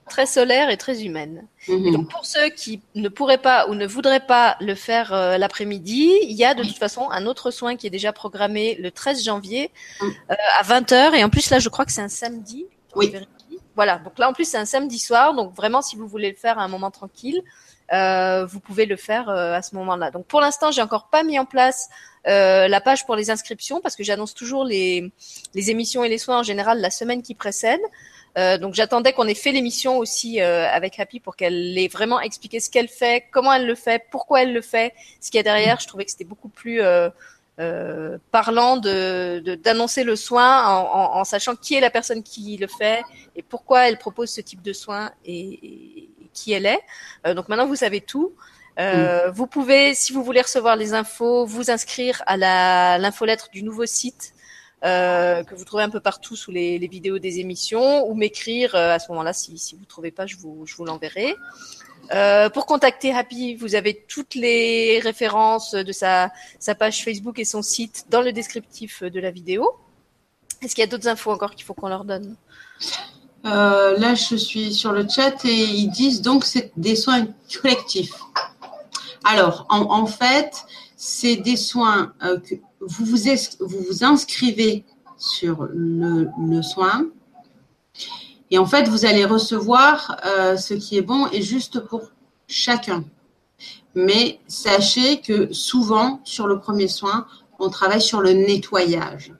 très solaire et très humaine. Mhm. Et donc pour ceux qui ne pourraient pas ou ne voudraient pas le faire euh, l'après-midi, il y a de toute façon un autre soin qui est déjà programmé le treize janvier Mhm. euh, à vingt heures. Et en plus là, je crois que c'est un samedi. Oui. Je vérifie. Voilà. Donc là, en plus, c'est un samedi soir. Donc vraiment, si vous voulez le faire à un moment tranquille, euh, vous pouvez le faire euh, à ce moment-là. Donc pour l'instant, j'ai encore pas mis en place euh, la page pour les inscriptions parce que j'annonce toujours les les émissions et les soins en général la semaine qui précède. Euh, donc j'attendais qu'on ait fait l'émission aussi euh, avec Happy pour qu'elle ait vraiment expliqué ce qu'elle fait, comment elle le fait, pourquoi elle le fait, ce qu'il y a derrière. Je trouvais que c'était beaucoup plus euh, euh, parlant de, de d'annoncer le soin en, en, en sachant qui est la personne qui le fait et pourquoi elle propose ce type de soin et, et qui elle est. Euh, donc maintenant vous savez tout. Euh, mmh. Vous pouvez, si vous voulez recevoir les infos, vous inscrire à la l'infolettre du nouveau site. Euh, que vous trouvez un peu partout sous les, les vidéos des émissions ou m'écrire euh, à ce moment-là si, si vous ne trouvez pas, je vous, je vous l'enverrai. Euh, pour contacter Happy, vous avez toutes les références de sa, sa page Facebook et son site dans le descriptif de la vidéo. Est-ce qu'il y a d'autres infos encore qu'il faut qu'on leur donne ? euh, Là, je suis sur le chat et ils disent donc c'est des soins collectifs. Alors, en, en fait, c'est des soins euh, que vous vous, es, vous vous inscrivez sur le, le soin et en fait, vous allez recevoir euh, ce qui est bon et juste pour chacun. Mais sachez que souvent, sur le premier soin, on travaille sur le nettoyage.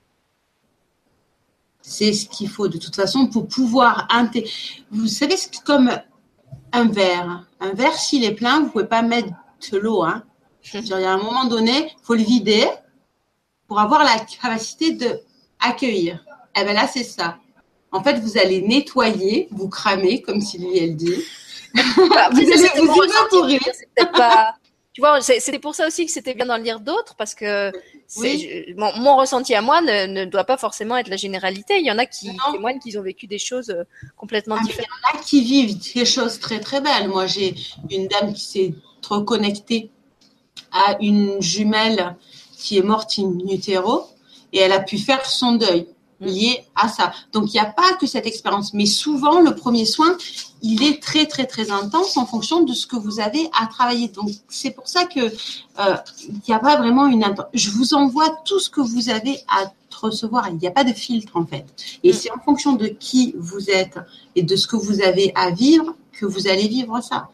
C'est ce qu'il faut de toute façon pour pouvoir intégrer. Vous savez, c'est comme un verre. Un verre, s'il est plein, vous ne pouvez pas mettre de l'eau. Hein. Il y a un moment donné, il faut le vider pour avoir la capacité d'accueillir. Et bien là, c'est ça. En fait, vous allez nettoyer, vous cramer, comme Sylvie, elle dit. Bah, après, vous allez vous évaporer. C'est peut-être pas... Tu vois, c'était pour ça aussi que c'était bien d'en lire d'autres, parce que oui. mon, mon ressenti à moi ne, ne doit pas forcément être la généralité. Il y en a qui non. témoignent qu'ils ont vécu des choses complètement ah, différentes. Il y en a qui vivent des choses très, très belles. Moi, j'ai une dame qui s'est reconnectée à une jumelle qui est morte in utero et elle a pu faire son deuil lié à ça. Donc, il n'y a pas que cette expérience. Mais souvent, le premier soin, il est très, très, très intense en fonction de ce que vous avez à travailler. Donc, c'est pour ça que euh, il n'y a pas vraiment une... Je vous envoie tout ce que vous avez à recevoir. Il n'y a pas de filtre, en fait. Et c'est en fonction de qui vous êtes et de ce que vous avez à vivre que vous allez vivre ça.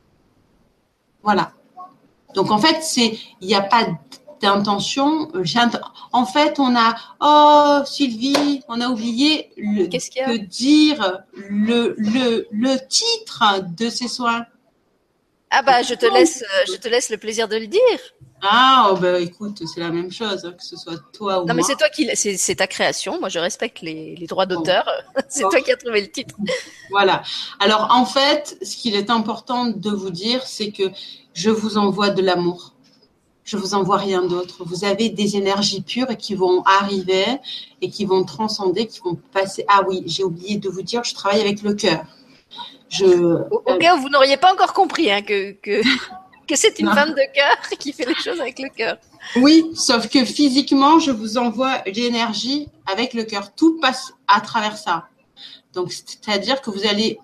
Voilà. Donc, en fait, c'est, il n'y a pas d'intention. En fait, on a, oh, Sylvie, on a oublié le, Qu'est-ce qu'il y a de dire le, le, le titre de ces soins. Ah, bah, je te laisse, je te laisse le plaisir de le dire. Ah, oh, bah, écoute, c'est la même chose, hein, que ce soit toi ou non, moi. Non, mais c'est toi qui, c'est, c'est ta création. Moi, je respecte les, les droits d'auteur. Bon. c'est bon. toi qui as trouvé le titre. Voilà. Alors, en fait, ce qu'il est important de vous dire, c'est que je vous envoie de l'amour. Je vous envoie rien d'autre. Vous avez des énergies pures qui vont arriver et qui vont transcender, qui vont passer. Ah oui, j'ai oublié de vous dire, je travaille avec le cœur. Je. Au, au cas où vous n'auriez pas encore compris hein, que que que c'est une non. femme de cœur qui fait les choses avec le cœur. Oui, sauf que physiquement, je vous envoie l'énergie avec le cœur. Tout passe à travers ça. Donc, c'est-à-dire que vous allez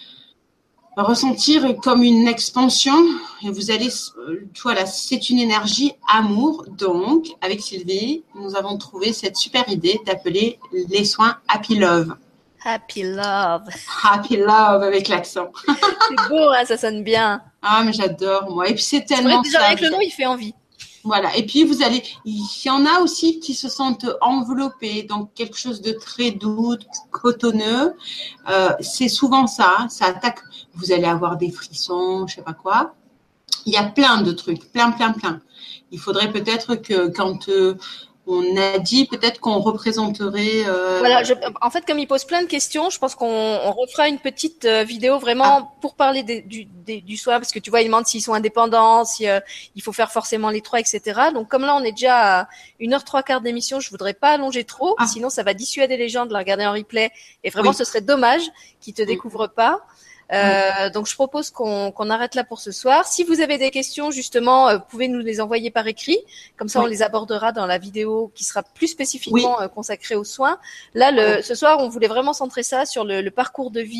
ressentir comme une expansion et vous allez, voilà, c'est une énergie amour. Donc, avec Sylvie, nous avons trouvé cette super idée d'appeler les soins Happy Love. Happy Love. Happy Love avec l'accent. C'est beau, hein, ça sonne bien. Ah, mais j'adore, moi. Et puis, c'est tellement... Déjà, avec le nom, il fait envie. Voilà. Et puis, vous allez... Il y en a aussi qui se sentent enveloppés, donc quelque chose de très doux, cotonneux. Euh, c'est souvent ça. Ça attaque... Vous allez avoir des frissons, je sais pas quoi. Il y a plein de trucs, plein, plein, plein. Il faudrait peut-être que quand... Euh, on a dit peut-être qu'on représenterait... Euh... Voilà, je, en fait, comme il pose plein de questions, je pense qu'on on refera une petite euh, vidéo vraiment ah. pour parler des, du, des, du soin, parce que tu vois, il demande s'ils sont indépendants, si euh, il faut faire forcément les trois, et cetera. Donc, comme là, on est déjà à une heure trois quarts d'émission, je voudrais pas allonger trop, ah. sinon ça va dissuader les gens de la regarder en replay. Et vraiment, oui. ce serait dommage qu'ils te oui. découvrent pas. Euh, donc je propose qu'on qu'on arrête là pour ce soir. Si vous avez des questions, justement, euh, vous pouvez nous les envoyer par écrit. Comme ça, oui. on les abordera dans la vidéo qui sera plus spécifiquement oui. euh, consacrée aux soins. Là, le, ce soir, on voulait vraiment centrer ça sur le, le parcours de vie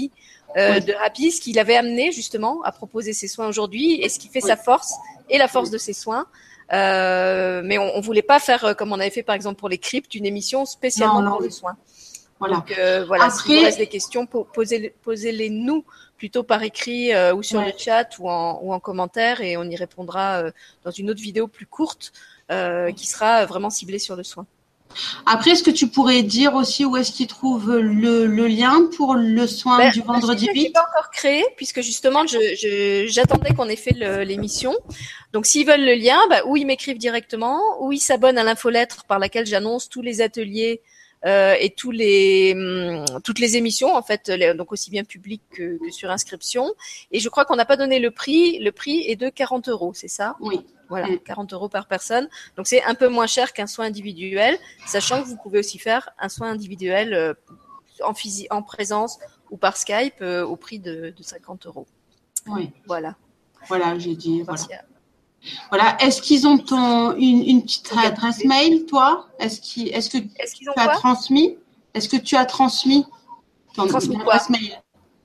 euh, Oui. de Happy, ce qu'il avait amené justement à proposer ses soins aujourd'hui et ce qui fait sa force et la force de ses soins. Euh, mais on, on voulait pas faire euh, comme on avait fait par exemple pour les cryptes, une émission spécialement Non, non. pour le soin. Voilà. Donc euh, voilà, Après- si vous reste des questions, po- posez, posez-les nous plutôt par écrit euh, ou sur Ouais. le chat ou en, ou en commentaire et on y répondra euh, dans une autre vidéo plus courte euh, qui sera vraiment ciblée sur le soin. Après, est-ce que tu pourrais dire aussi où est-ce qu'ils trouvent le, le lien pour le soin Ben, du vendredi je n'ai huit? pas encore créé puisque justement je, je, j'attendais qu'on ait fait le- l'émission. Donc s'ils veulent le lien, ben, ou ils m'écrivent directement, ou ils s'abonnent à l'infolettre par laquelle j'annonce tous les ateliers euh, et tous les hum, toutes les émissions en fait, les- donc aussi bien publiques que, que sur inscription. Et je crois qu'on n'a pas donné le prix. Le prix est de quarante euros, c'est ça? Oui. Voilà, Mm. quarante euros par personne. Donc c'est un peu moins cher qu'un soin individuel, sachant que vous pouvez aussi faire un soin individuel euh, en physi- en présence ou par Skype euh, au prix de, de cinquante euros. Oui. Voilà. Voilà, j'ai dit. Voilà. Merci à- Voilà. Est-ce qu'ils ont ton une, une petite Ok. adresse mail, toi? Est-ce qu'ils, est-ce que Est-ce qu'ils ont tu as quoi? transmis? Est-ce que tu as transmis ton Transmis ton quoi? adresse mail?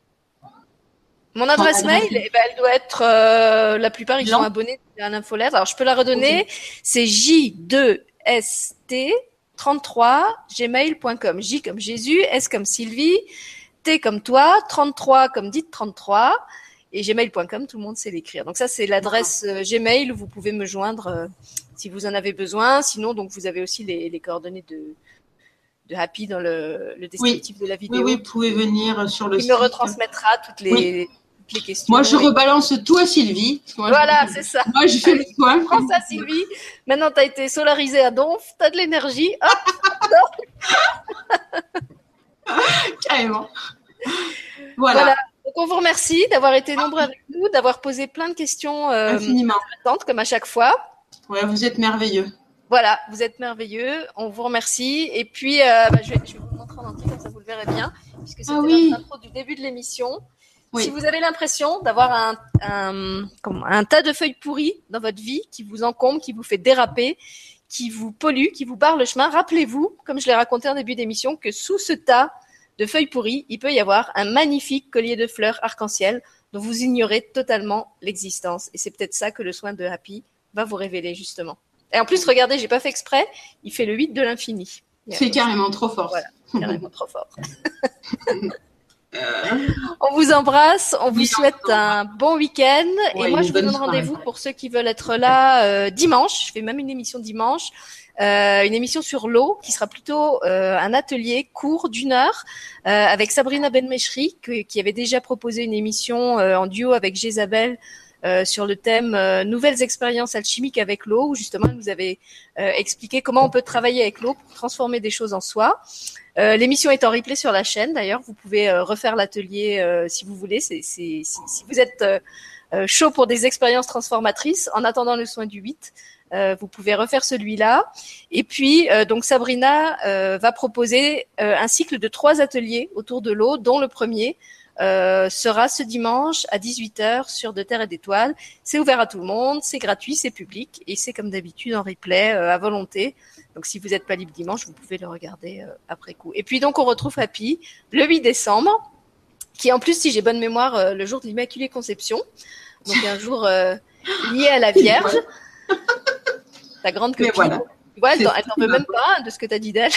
Mon adresse Ton mail, adresse mail. eh ben, elle doit être, euh, la plupart ils Blanc. sont abonnés à l'infolettre. Alors je peux la redonner. C'est j deux s t trente-trois gmail point com. J comme Jésus, S comme Sylvie, T comme toi, trente-trois comme dites trente-trois et gmail point com, tout le monde sait l'écrire. Donc ça c'est l'adresse euh, Gmail où vous pouvez me joindre euh, si vous en avez besoin. Sinon donc vous avez aussi les, les coordonnées de de Happy dans le, le descriptif de la Oui, vidéo. oui, vous pouvez venir sur le Il site. me retransmettra toutes les, Oui. toutes les questions. Moi, je Et- rebalance tout à Sylvie. Parce que moi, Voilà, je- c'est ça. Moi, je fais le soin. Prends ça, Sylvie. Maintenant, tu as été solarisée à Donf, tu as de l'énergie. Hop, Carrément. voilà. Voilà. Donc, on vous remercie d'avoir été nombreux avec nous, d'avoir posé plein de questions euh, Infiniment. intéressantes, comme à chaque fois. Ouais, vous êtes merveilleux. Voilà, vous êtes merveilleux. On vous remercie. Et puis, euh, bah, je, vais, je vais vous montrer en entier, comme ça vous le verrez bien, puisque c'était Ah oui. notre intro du début de l'émission. Oui. Si vous avez l'impression d'avoir un, un, comment, un tas de feuilles pourries dans votre vie qui vous encombre, qui vous fait déraper, qui vous pollue, qui vous barre le chemin, rappelez-vous, comme je l'ai raconté en début d'émission, que sous ce tas de feuilles pourries, il peut y avoir un magnifique collier de fleurs arc-en-ciel dont vous ignorez totalement l'existence. Et c'est peut-être ça que le soin de Happy va vous révéler, justement. Et en plus, regardez, j'ai pas fait exprès, il fait le huit de l'infini. C'est carrément trop fort. Voilà, carrément trop fort. On vous embrasse, on vous Oui, souhaite on- un bon week-end. Ouais, et moi, une je vous bonne donne soirée. rendez-vous pour ceux qui veulent être là euh, dimanche. Je fais même une émission dimanche. Euh, une émission sur l'eau qui sera plutôt euh, un atelier court d'une heure euh, avec Sabrina Benmechri que- qui avait déjà proposé une émission euh, en duo avec Jézabel euh, sur le thème euh, nouvelles expériences alchimiques avec l'eau où justement elle nous avait euh, expliqué comment on peut travailler avec l'eau pour transformer des choses en soi. Euh, l'émission est en replay sur la chaîne d'ailleurs, vous pouvez euh, refaire l'atelier euh, si vous voulez, c'est, c'est, si, si vous êtes euh, euh, chaud pour des expériences transformatrices en attendant le soin du huit. Euh, vous pouvez refaire celui-là. Et puis, euh, donc Sabrina euh, va proposer euh, un cycle de trois ateliers autour de l'eau, dont le premier euh, sera ce dimanche à dix-huit heures sur De Terre et d'Étoiles. C'est ouvert à tout le monde, c'est gratuit, c'est public et c'est comme d'habitude en replay euh, à volonté. Donc si vous n'êtes pas libre dimanche, vous pouvez le regarder euh, après coup. Et puis donc on retrouve Happy le huit décembre, qui est en plus, si j'ai bonne mémoire, euh, le jour de l'Immaculée Conception. Donc un jour euh, lié à la Vierge. Ta grande copine. Mais voilà. Tu vois, elle C'est t'en, elle t'en veut même pas hein, de ce que tu as dit d'elle.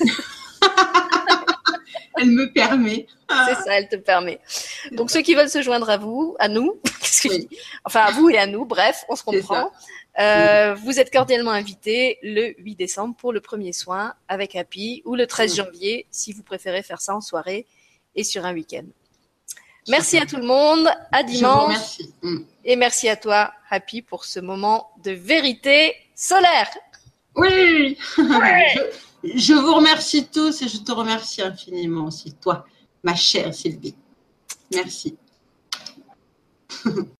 Elle me permet. C'est ça, elle te permet. Donc ceux qui veulent se joindre à vous, à nous, qu'est-ce que Oui. je dis enfin à vous et à nous, bref, on se C'est comprend. Euh, vous êtes cordialement invités le huit décembre pour le premier soin avec Happy ou le treize janvier si vous préférez faire ça en soirée et sur un week-end. Merci à tout le monde, à Je vous dimanche remercie. Mm. et merci à toi Happy pour ce moment de vérité solaire. Oui. je, je vous remercie tous et je te remercie infiniment aussi, toi, ma chère Sylvie. Merci.